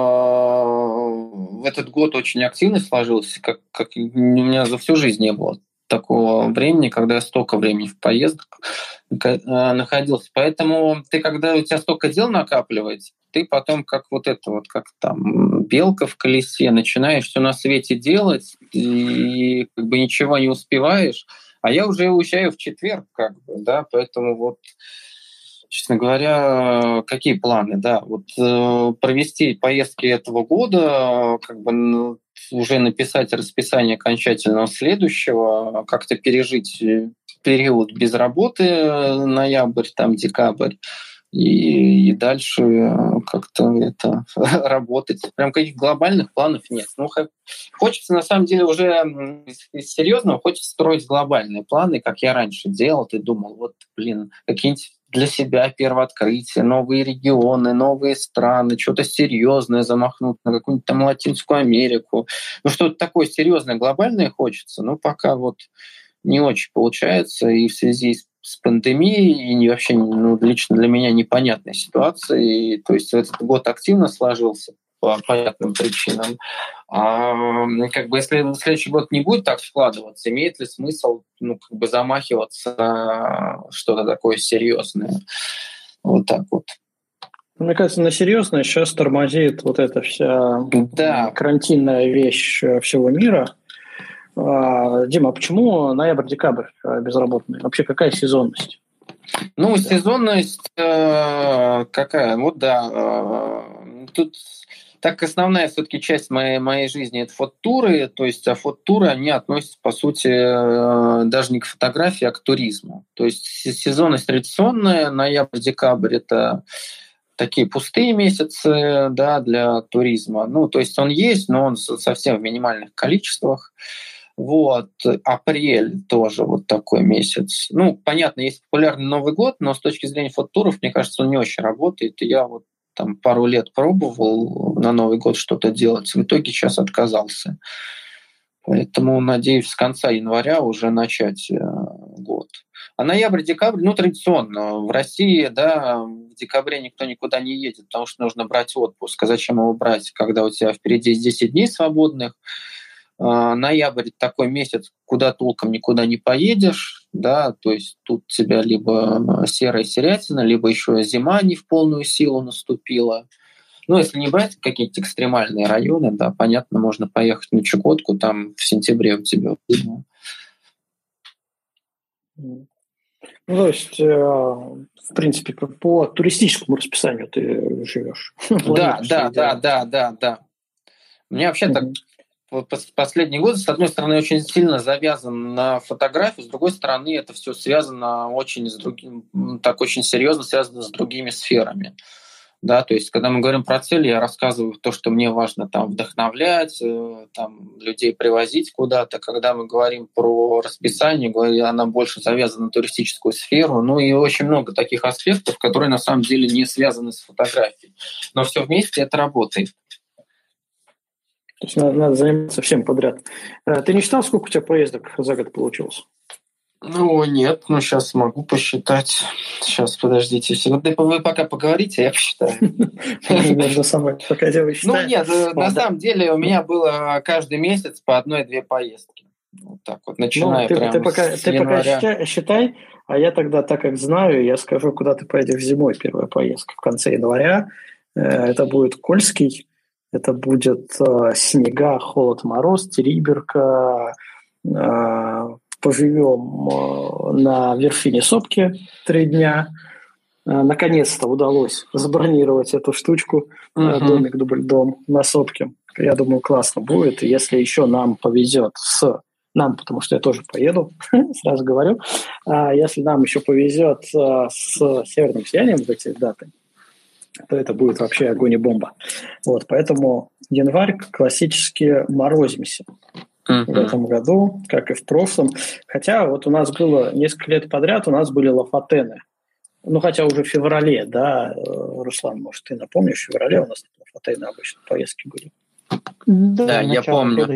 этот год очень активно сложился, как у меня за всю жизнь не было такого времени, когда я столько времени в поездках находился. Поэтому когда у тебя столько дел накапливается, ты потом как как там белка в колесе, начинаешь все на свете делать и как бы ничего не успеваешь. А я уже уезжаю в четверг, да, поэтому вот, честно говоря, какие планы, да, провести поездки этого года, уже написать расписание окончательного следующего, как-то пережить период без работы, ноябрь, декабрь, и дальше как-то работать. Прям каких глобальных планов нет. Хочется, на самом деле, уже серьезно, хочется строить глобальные планы, как я раньше делал. Ты думал, какие-нибудь для себя первооткрытия, новые регионы, новые страны, что-то серьезное замахнуть на какую-нибудь там Латинскую Америку. Что-то такое серьезное, глобальное хочется, но пока не очень получается, и в связи с пандемией, и вообще лично для меня непонятной ситуацией. То есть этот год активно сложился по понятным причинам. Если следующий год не будет так складываться, имеет ли смысл замахиваться на что-то такое серьезное? Вот так вот. Мне кажется, на серьезное сейчас тормозит эта вся карантинная вещь всего мира. Дима, а почему ноябрь-декабрь безработные? Вообще какая сезонность? Сезонность какая? Тут так основная все-таки часть моей жизни — это фототуры, то есть фототуры, они относятся, по сути, даже не к фотографии, а к туризму. То есть сезонность традиционная, ноябрь-декабрь — это такие пустые месяцы, да, для туризма. То есть он есть, но он совсем в минимальных количествах. Апрель тоже такой месяц. Понятно, есть популярный Новый год, но с точки зрения фототуров, мне кажется, он не очень работает. И я пару лет пробовал на Новый год что-то делать, в итоге сейчас отказался. Поэтому надеюсь с конца января уже начать год. А ноябрь-декабрь, традиционно. В России, да, в декабре никто никуда не едет, потому что нужно брать отпуск. А зачем его брать, когда у тебя впереди 10 дней свободных? Ноябрь — такой месяц, куда толком никуда не поедешь, да, то есть тут у тебя либо серая серятина, либо еще зима не в полную силу наступила. Если не брать какие-то экстремальные районы, да, понятно, можно поехать на Чукотку, там в сентябре у тебя. То есть, в принципе, по туристическому расписанию ты живешь. Да. У меня вообще так вот последние годы, с одной стороны, очень сильно завязан на фотографию, с другой стороны, это все связано очень с другим, так очень серьезно связано с другими сферами. Да, то есть, когда мы говорим про цели, я рассказываю то, что мне важно там вдохновлять, там, людей привозить куда-то. Когда мы говорим про расписание, она больше завязана на туристическую сферу. Ну и очень много таких аспектов, которые на самом деле не связаны с фотографией. Но все вместе это работает. То есть надо заниматься всем подряд. Ты не считал, сколько у тебя поездок за год получилось? Ну, нет, сейчас могу посчитать. Сейчас, подождите. Вы пока поговорите, я посчитаю. Между собой, пока я высчитаю. Ну, нет, на самом деле у меня было каждый месяц по 1-2 поездки. Вот так вот, начиная прямо с января. Ты пока считай, а я тогда, так как знаю, я скажу, куда ты поедешь зимой, первая поездка в конце января. Это будет Кольский, это будет снега, холод, мороз, Териберка, поживем на вершине сопки 3 дня. Наконец-то удалось забронировать эту штучку, домик, дубль-дом на сопке. Я думаю, классно будет. И если еще нам повезет нам, потому что я тоже поеду, сразу говорю, если нам еще повезет с северным сиянием в эти даты, то это будет вообще огонь и бомба. Вот, поэтому январь классически морозимся. В этом году, как и в прошлом. Хотя вот у нас было несколько лет подряд, у нас были Лафатены. Ну, хотя уже в феврале, да, Руслан, может, ты напомнишь, в феврале у нас Лафатены обычно поездки были. Да, я помню.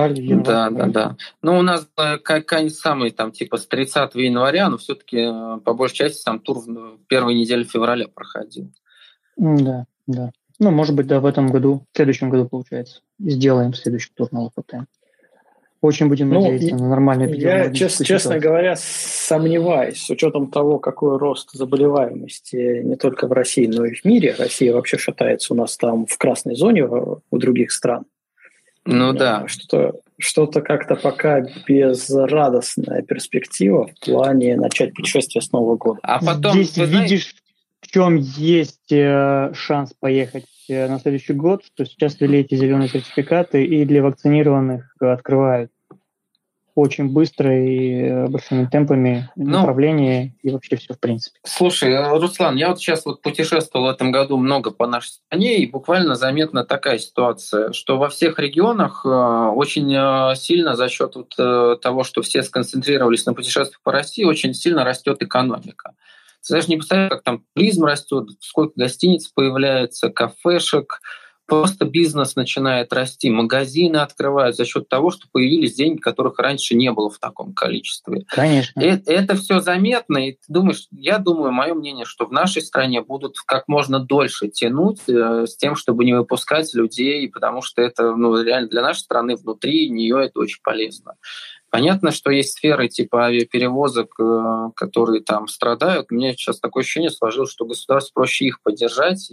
Да. Ну, у нас какая-нибудь самый, там, типа, с 30 января, но все-таки, по большей части, сам тур в первой неделе февраля проходил. Да. Ну, может быть, да, в следующем году, получается, сделаем следующий тур на Лафатен. Очень будем надеяться на нормальный эпидемию. Я, честно говоря, сомневаюсь, с учетом того, какой рост заболеваемости не только в России, но и в мире. Россия вообще шатается у нас там в красной зоне у других стран. Ну да. Что-то как-то пока безрадостная перспектива в плане начать путешествие с Нового года. А потом, здесь видишь, в чем есть шанс поехать на следующий год, что сейчас ввели эти зеленые сертификаты и для вакцинированных открывают очень быстро и большими темпами направления и вообще все в принципе. Слушай, Руслан, я вот сейчас путешествовал в этом году много по нашей стране, и буквально заметна такая ситуация, что во всех регионах очень сильно за счет того, что все сконцентрировались на путешествиях по России, очень сильно растет экономика. Ты даже не представляешь, как там туризм растет, сколько гостиниц появляется, кафешек, просто бизнес начинает расти, магазины открывают за счет того, что появились деньги, которых раньше не было в таком количестве. Конечно. Это все заметно, и ты думаешь, я думаю, мое мнение, что в нашей стране будут как можно дольше тянуть с тем, чтобы не выпускать людей, потому что это реально для нашей страны внутри нее это очень полезно. Понятно, что есть сферы типа авиаперевозок, которые там страдают. У меня сейчас такое ощущение сложилось, что государству проще их поддержать,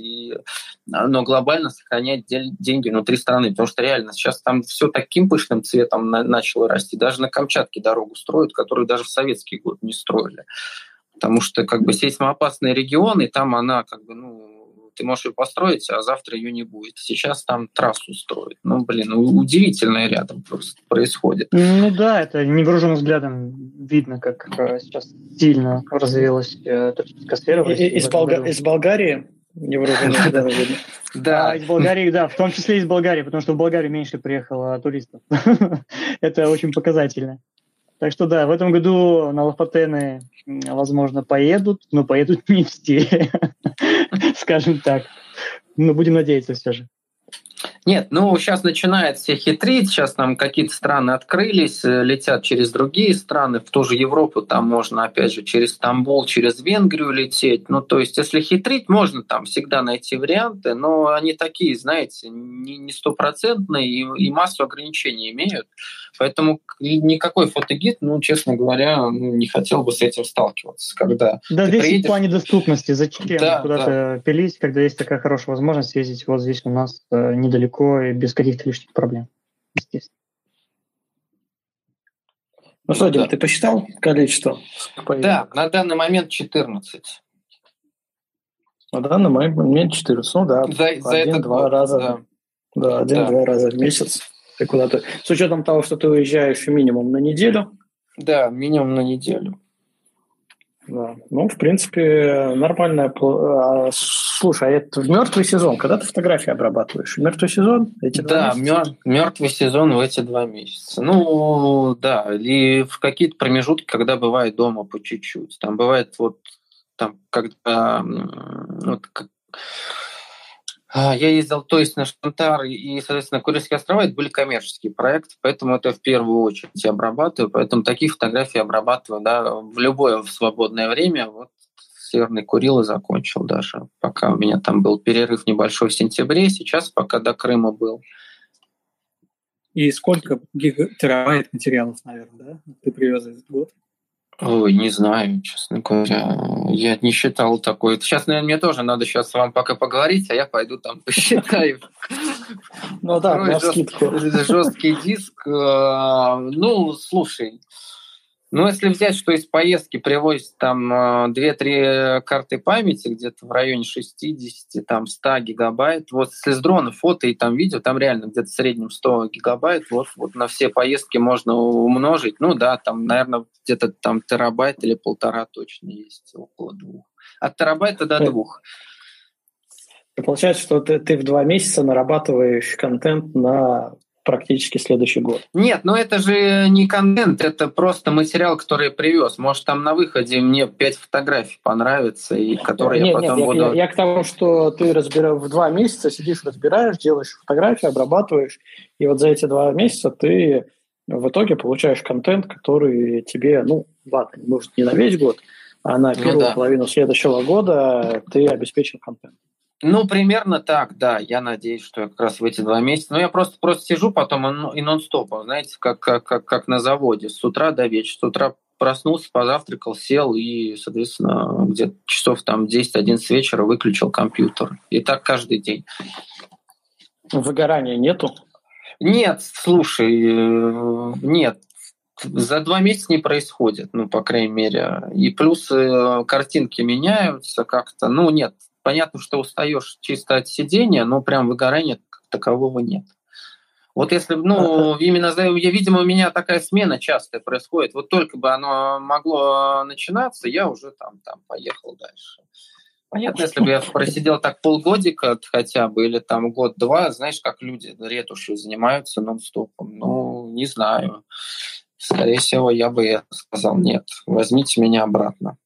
но глобально сохранять деньги внутри страны. Потому что реально сейчас там все таким пышным цветом начало расти. Даже на Камчатке дорогу строят, которую даже в советский год не строили. Потому что сейсмоопасные регионы, там она ты можешь ее построить, а завтра ее не будет. Сейчас там трассу строят. Удивительное рядом просто происходит. Ну да, это невооруженным взглядом видно, как сейчас сильно развилась туристическая сфера. Из Болгарии невооруженным взглядом видно. Да, из Болгарии, да, в том числе из Болгарии, потому что в Болгарию меньше приехало туристов. Это очень показательно. Так что да, в этом году на Лафатены, возможно, поедут, но поедут не все, скажем так. Но будем надеяться все же. Нет, сейчас начинает все хитрить, сейчас там какие-то страны открылись, летят через другие страны, в ту же Европу там можно, опять же, через Стамбул, через Венгрию лететь. То есть, если хитрить, можно там всегда найти варианты, но они такие, знаете, не стопроцентные и массу ограничений имеют. Поэтому никакой фотогид, честно говоря, не хотел бы с этим сталкиваться. Когда да, здесь приедешь... в плане доступности. Зачем куда-то пилить, когда есть такая хорошая возможность ездить вот здесь у нас недалеко и без каких-то лишних проблем, естественно. Что, Дим, ты посчитал количество? Да, на данный момент 14. На данный момент 14, за 1-2 раза. Да, 1-2 раза в месяц. Ты куда-то... С учетом того, что ты уезжаешь минимум на неделю. Да, минимум на неделю. Да. Ну, в принципе, нормальная... Слушай, а это в мертвый сезон? Когда ты фотографии обрабатываешь? Мертвый сезон? Эти 2 месяца? Мертвый сезон в эти 2 месяца. Ну, да, и в какие-то промежутки, когда бывает дома по чуть-чуть. Там бывает вот, там, когда... Вот, я ездил, то есть, на Шантар и, соответственно, Курильские острова, это были коммерческие проекты, поэтому это в первую очередь я обрабатываю, поэтому такие фотографии обрабатываю, да, в любое свободное время. Вот Северный Курил и закончил даже, пока у меня там был перерыв небольшой в сентябре, сейчас пока до Крыма был. И сколько терабайт материалов, наверное, да, ты привез за этот год? Ой, не знаю, честно говоря. Я не считал такое. Сейчас, наверное, мне тоже надо сейчас с вами пока поговорить, а я пойду там посчитаю. Ну да, на скидку. Жесткий диск. Ну, слушай, ну, если взять, что из поездки привозят там 2-3 карты памяти, где-то в районе 60, там 100 гигабайт, вот если с дрона фото и там видео, там реально где-то в среднем 100 гигабайт, вот на все поездки можно умножить. Ну да, там, наверное, где-то там терабайт или 1,5 точно есть, около 2. От терабайта до 2. Получается, что ты в 2 месяца нарабатываешь контент на практически следующий год. Нет, но это же не контент, это просто материал, который я привез. Может, там на выходе мне 5 фотографий понравится, и которые я потом буду... Я к тому, что ты в 2 месяца сидишь, разбираешь, делаешь фотографии, обрабатываешь, и вот за эти 2 месяца ты в итоге получаешь контент, который тебе, ну, ладно, может, не на весь год, а на первую половину следующего года ты обеспечен контентом. Ну, примерно так, да. Я надеюсь, что я как раз в эти 2 месяца... Ну, я просто сижу потом и нон-стопом, знаете, как на заводе. С утра до вечера. С утра проснулся, позавтракал, сел и, соответственно, где-то часов там 10-11 вечера выключил компьютер. И так каждый день. Выгорания нету? Нет, слушай, нет. За 2 месяца не происходит, ну, по крайней мере. И плюс картинки меняются как-то. Ну, нет. Понятно, что устаешь чисто от сидения, но прям выгорания как такового нет. Вот если, ну, именно, видимо, у меня такая смена часто происходит. Вот только бы оно могло начинаться, я уже там поехал дальше. Понятно, если бы я просидел так полгодика хотя бы, или там год-два, знаешь, как люди ретушью занимаются нон-стопом, ну, не знаю. Скорее всего, я бы сказал, нет, возьмите меня обратно.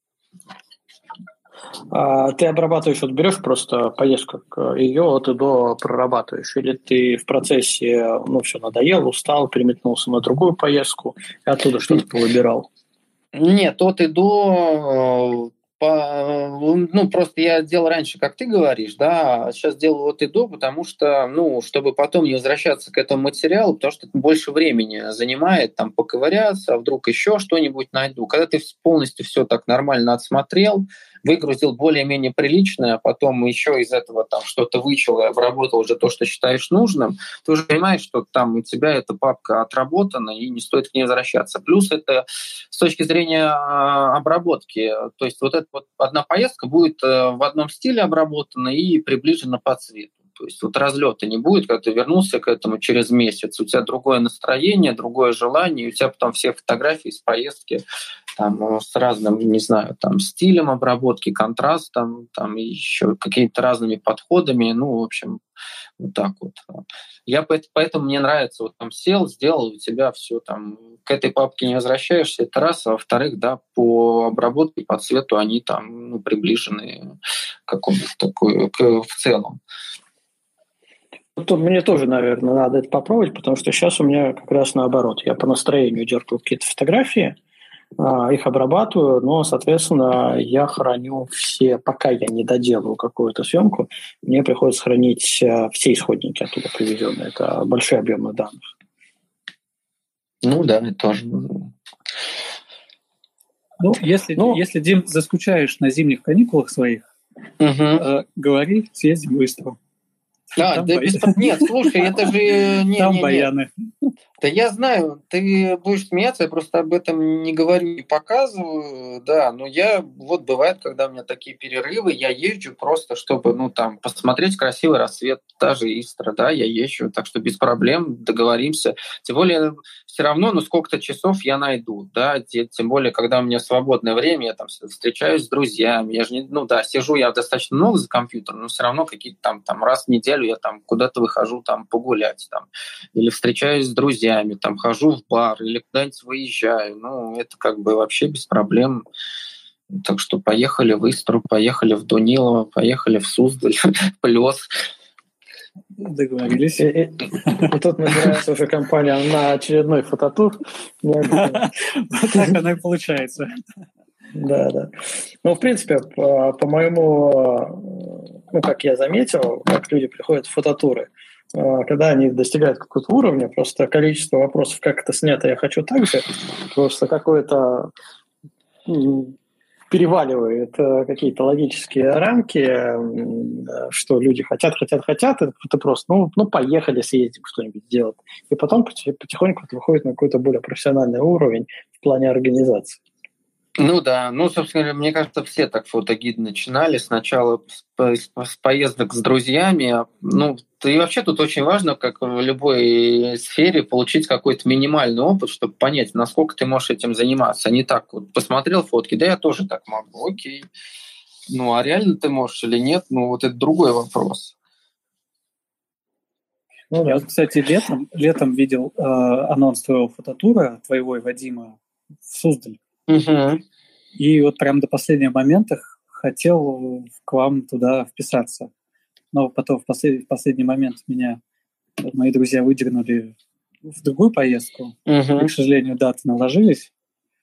Ты обрабатываешь, вот берешь просто поездку, ее от и до прорабатываешь, или ты в процессе, ну, все, надоел, устал, переметнулся на другую поездку, и оттуда что-то повыбирал? Нет, от и до... Ну, просто я делал раньше, как ты говоришь, да, а сейчас делаю от и до, потому что, ну, чтобы потом не возвращаться к этому материалу, потому что это больше времени занимает, там, поковыряться, а вдруг еще что-нибудь найду. Когда ты полностью все так нормально отсмотрел, выгрузил более-менее приличное, а потом еще из этого там что-то вычел и обработал уже то, что считаешь нужным, ты уже понимаешь, что там у тебя эта папка отработана и не стоит к ней возвращаться. Плюс это с точки зрения обработки, то есть вот эта вот одна поездка будет в одном стиле обработана и приближена по цвету. То есть вот разлета не будет, когда ты вернулся к этому через месяц, у тебя другое настроение, другое желание, у тебя потом все фотографии из поездки там, с разным, не знаю, там, стилем обработки, контрастом, там, еще какими-то разными подходами, ну, в общем, вот так вот. Поэтому мне нравится, вот там сел, сделал, у тебя все там, к этой папке не возвращаешься, это раз, а во-вторых, да, по обработке, по цвету они там, ну, приближены к какому-то такой, в целом. Тут мне тоже, наверное, надо это попробовать, потому что сейчас у меня как раз наоборот. Я по настроению дергаю какие-то фотографии, их обрабатываю, но, соответственно, я храню все, пока я не доделаю какую-то съемку, мне приходится хранить все исходники оттуда привезенные. Это большие объемы данных. Ну да, это тоже. Ну, если, Дим, заскучаешь на зимних каникулах своих, говори, съездим быстро. Нет, слушай, это же... Там баяны. Да я знаю, ты будешь смеяться, я просто об этом не говорю, не показываю, да, но вот бывает, когда у меня такие перерывы, я езжу просто, чтобы, посмотреть красивый рассвет, та же Истра, да, я езжу, так что без проблем договоримся. Тем более, все равно, сколько-то часов я найду, да, тем более, когда у меня свободное время, я там встречаюсь с друзьями, я же сижу я достаточно много за компьютером, но все равно какие-то там раз в неделю я там куда-то выхожу там погулять, там, или встречаюсь с друзьями, там хожу в бар или куда-нибудь выезжаю. Это как бы вообще без проблем. Так что поехали в Истру, поехали в Дунилово, поехали в Суздаль, в Плёс. Договорились. И тут набирается уже компания на очередной фототур. Так оно и получается. Да. В принципе, по-моему, как я заметил, как люди приходят в фототуры, когда они достигают какого-то уровня, просто количество вопросов, как это снято, я хочу так же, просто какое-то переваливает какие-то логические рамки, что люди хотят, это просто, поехали, съездим, что-нибудь делать. И потом потихоньку это выходит на какой-то более профессиональный уровень в плане организации. Собственно говоря, мне кажется, все так фотогиды начинали. Сначала с поездок с друзьями. И вообще тут очень важно, как в любой сфере, получить какой-то минимальный опыт, чтобы понять, насколько ты можешь этим заниматься. А не так вот посмотрел фотки, да я тоже так могу, окей. А реально ты можешь или нет, это другой вопрос. Я кстати, летом видел анонс твоего фототура, твоего и Вадима, в Суздаль. Угу. И вот прям до последнего момента хотел к вам туда вписаться. Но потом в последний момент меня мои друзья выдернули в другую поездку. Угу. И, к сожалению, даты наложились,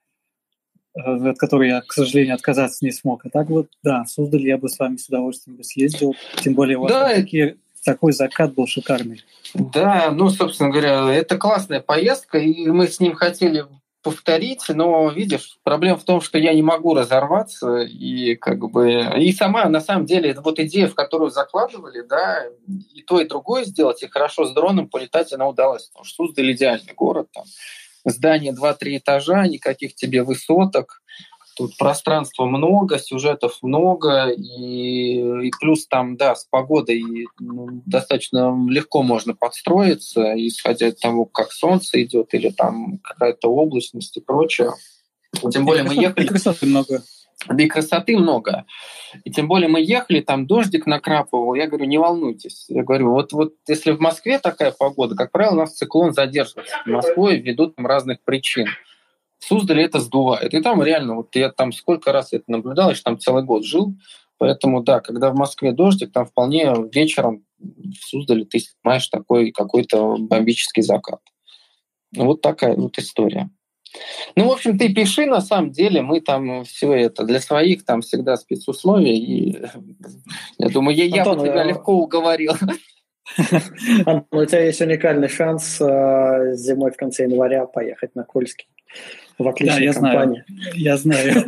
от которой я, к сожалению, отказаться не смог. А так в Суздаль я бы с вами с удовольствием съездил. Тем более у вас такой закат был шикарный. Да, собственно говоря, это классная поездка, и мы с ним хотели повторить, но, видишь, проблема в том, что я не могу разорваться, и и сама, на самом деле, идея, в которую закладывали, да, и то, и другое сделать, и хорошо с дроном полетать, она удалась, потому что Суздаль идеальный город, там, здание 2-3 этажа, никаких тебе высоток, тут пространства много, сюжетов много, и плюс там, да, с погодой достаточно легко можно подстроиться, исходя от того, как солнце идет, или там какая-то облачность и прочее. Тем более мы ехали... И красоты много. Да и красоты много. И тем более мы ехали, там дождик накрапывал. Я говорю, не волнуйтесь. Я говорю, вот если в Москве такая погода, как правило, у нас циклон задерживается в Москве ввиду разных причин. В Суздале это сдувает. И там реально, я там сколько раз это наблюдал, я же там целый год жил. Поэтому, да, когда в Москве дождик, там вполне вечером в Суздале ты снимаешь такой какой-то бомбический закат. Вот такая история. В общем, ты пиши, на самом деле, мы там все это для своих там всегда спецусловия, и я думаю, я бы тебя легко уговорил. Антон, у тебя есть уникальный шанс зимой в конце января поехать на Кольский. В отличной компании. Я знаю.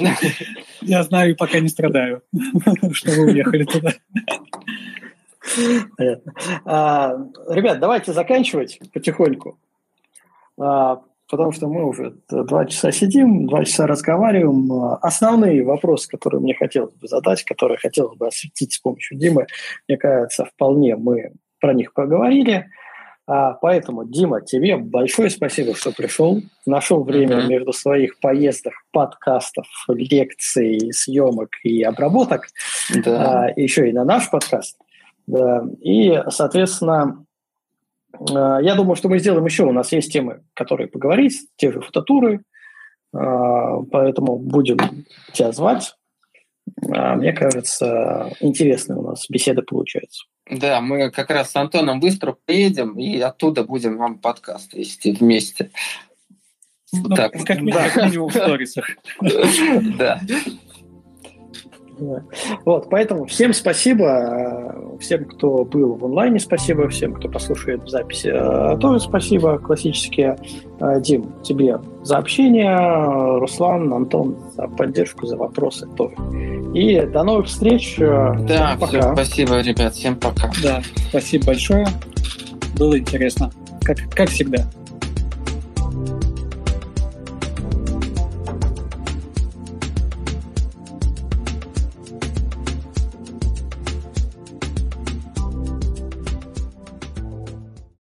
Я знаю и пока не страдаю, что вы уехали туда. Понятно. Ребят, давайте заканчивать потихоньку, потому что мы уже 2 часа сидим, 2 часа разговариваем. Основные вопросы, которые мне хотелось бы задать, которые хотелось бы осветить с помощью Димы, мне кажется, вполне мы про них поговорили. Поэтому, Дима, тебе большое спасибо, что пришел, нашел время между своих поездок, подкастов, лекций, съемок и обработок, еще и на наш подкаст. Да. И, соответственно, я думаю, что мы сделаем еще. У нас есть темы, которые поговорить, те же фототуры, поэтому будем тебя звать. Мне кажется, интересные у нас беседы получаются. Да, мы как раз с Антоном быстро приедем, и оттуда будем вам подкаст вести вместе. Так, как минимум в сторисах. Да. Вот, поэтому всем спасибо, всем, кто был в онлайне, спасибо, всем, кто послушает в записи, тоже спасибо, классические. Дим, тебе за общение, Руслан, Антон, за поддержку, за вопросы тоже. И до новых встреч. Да, пока. все, спасибо, ребят, всем пока. Да, спасибо большое. Было интересно, как всегда.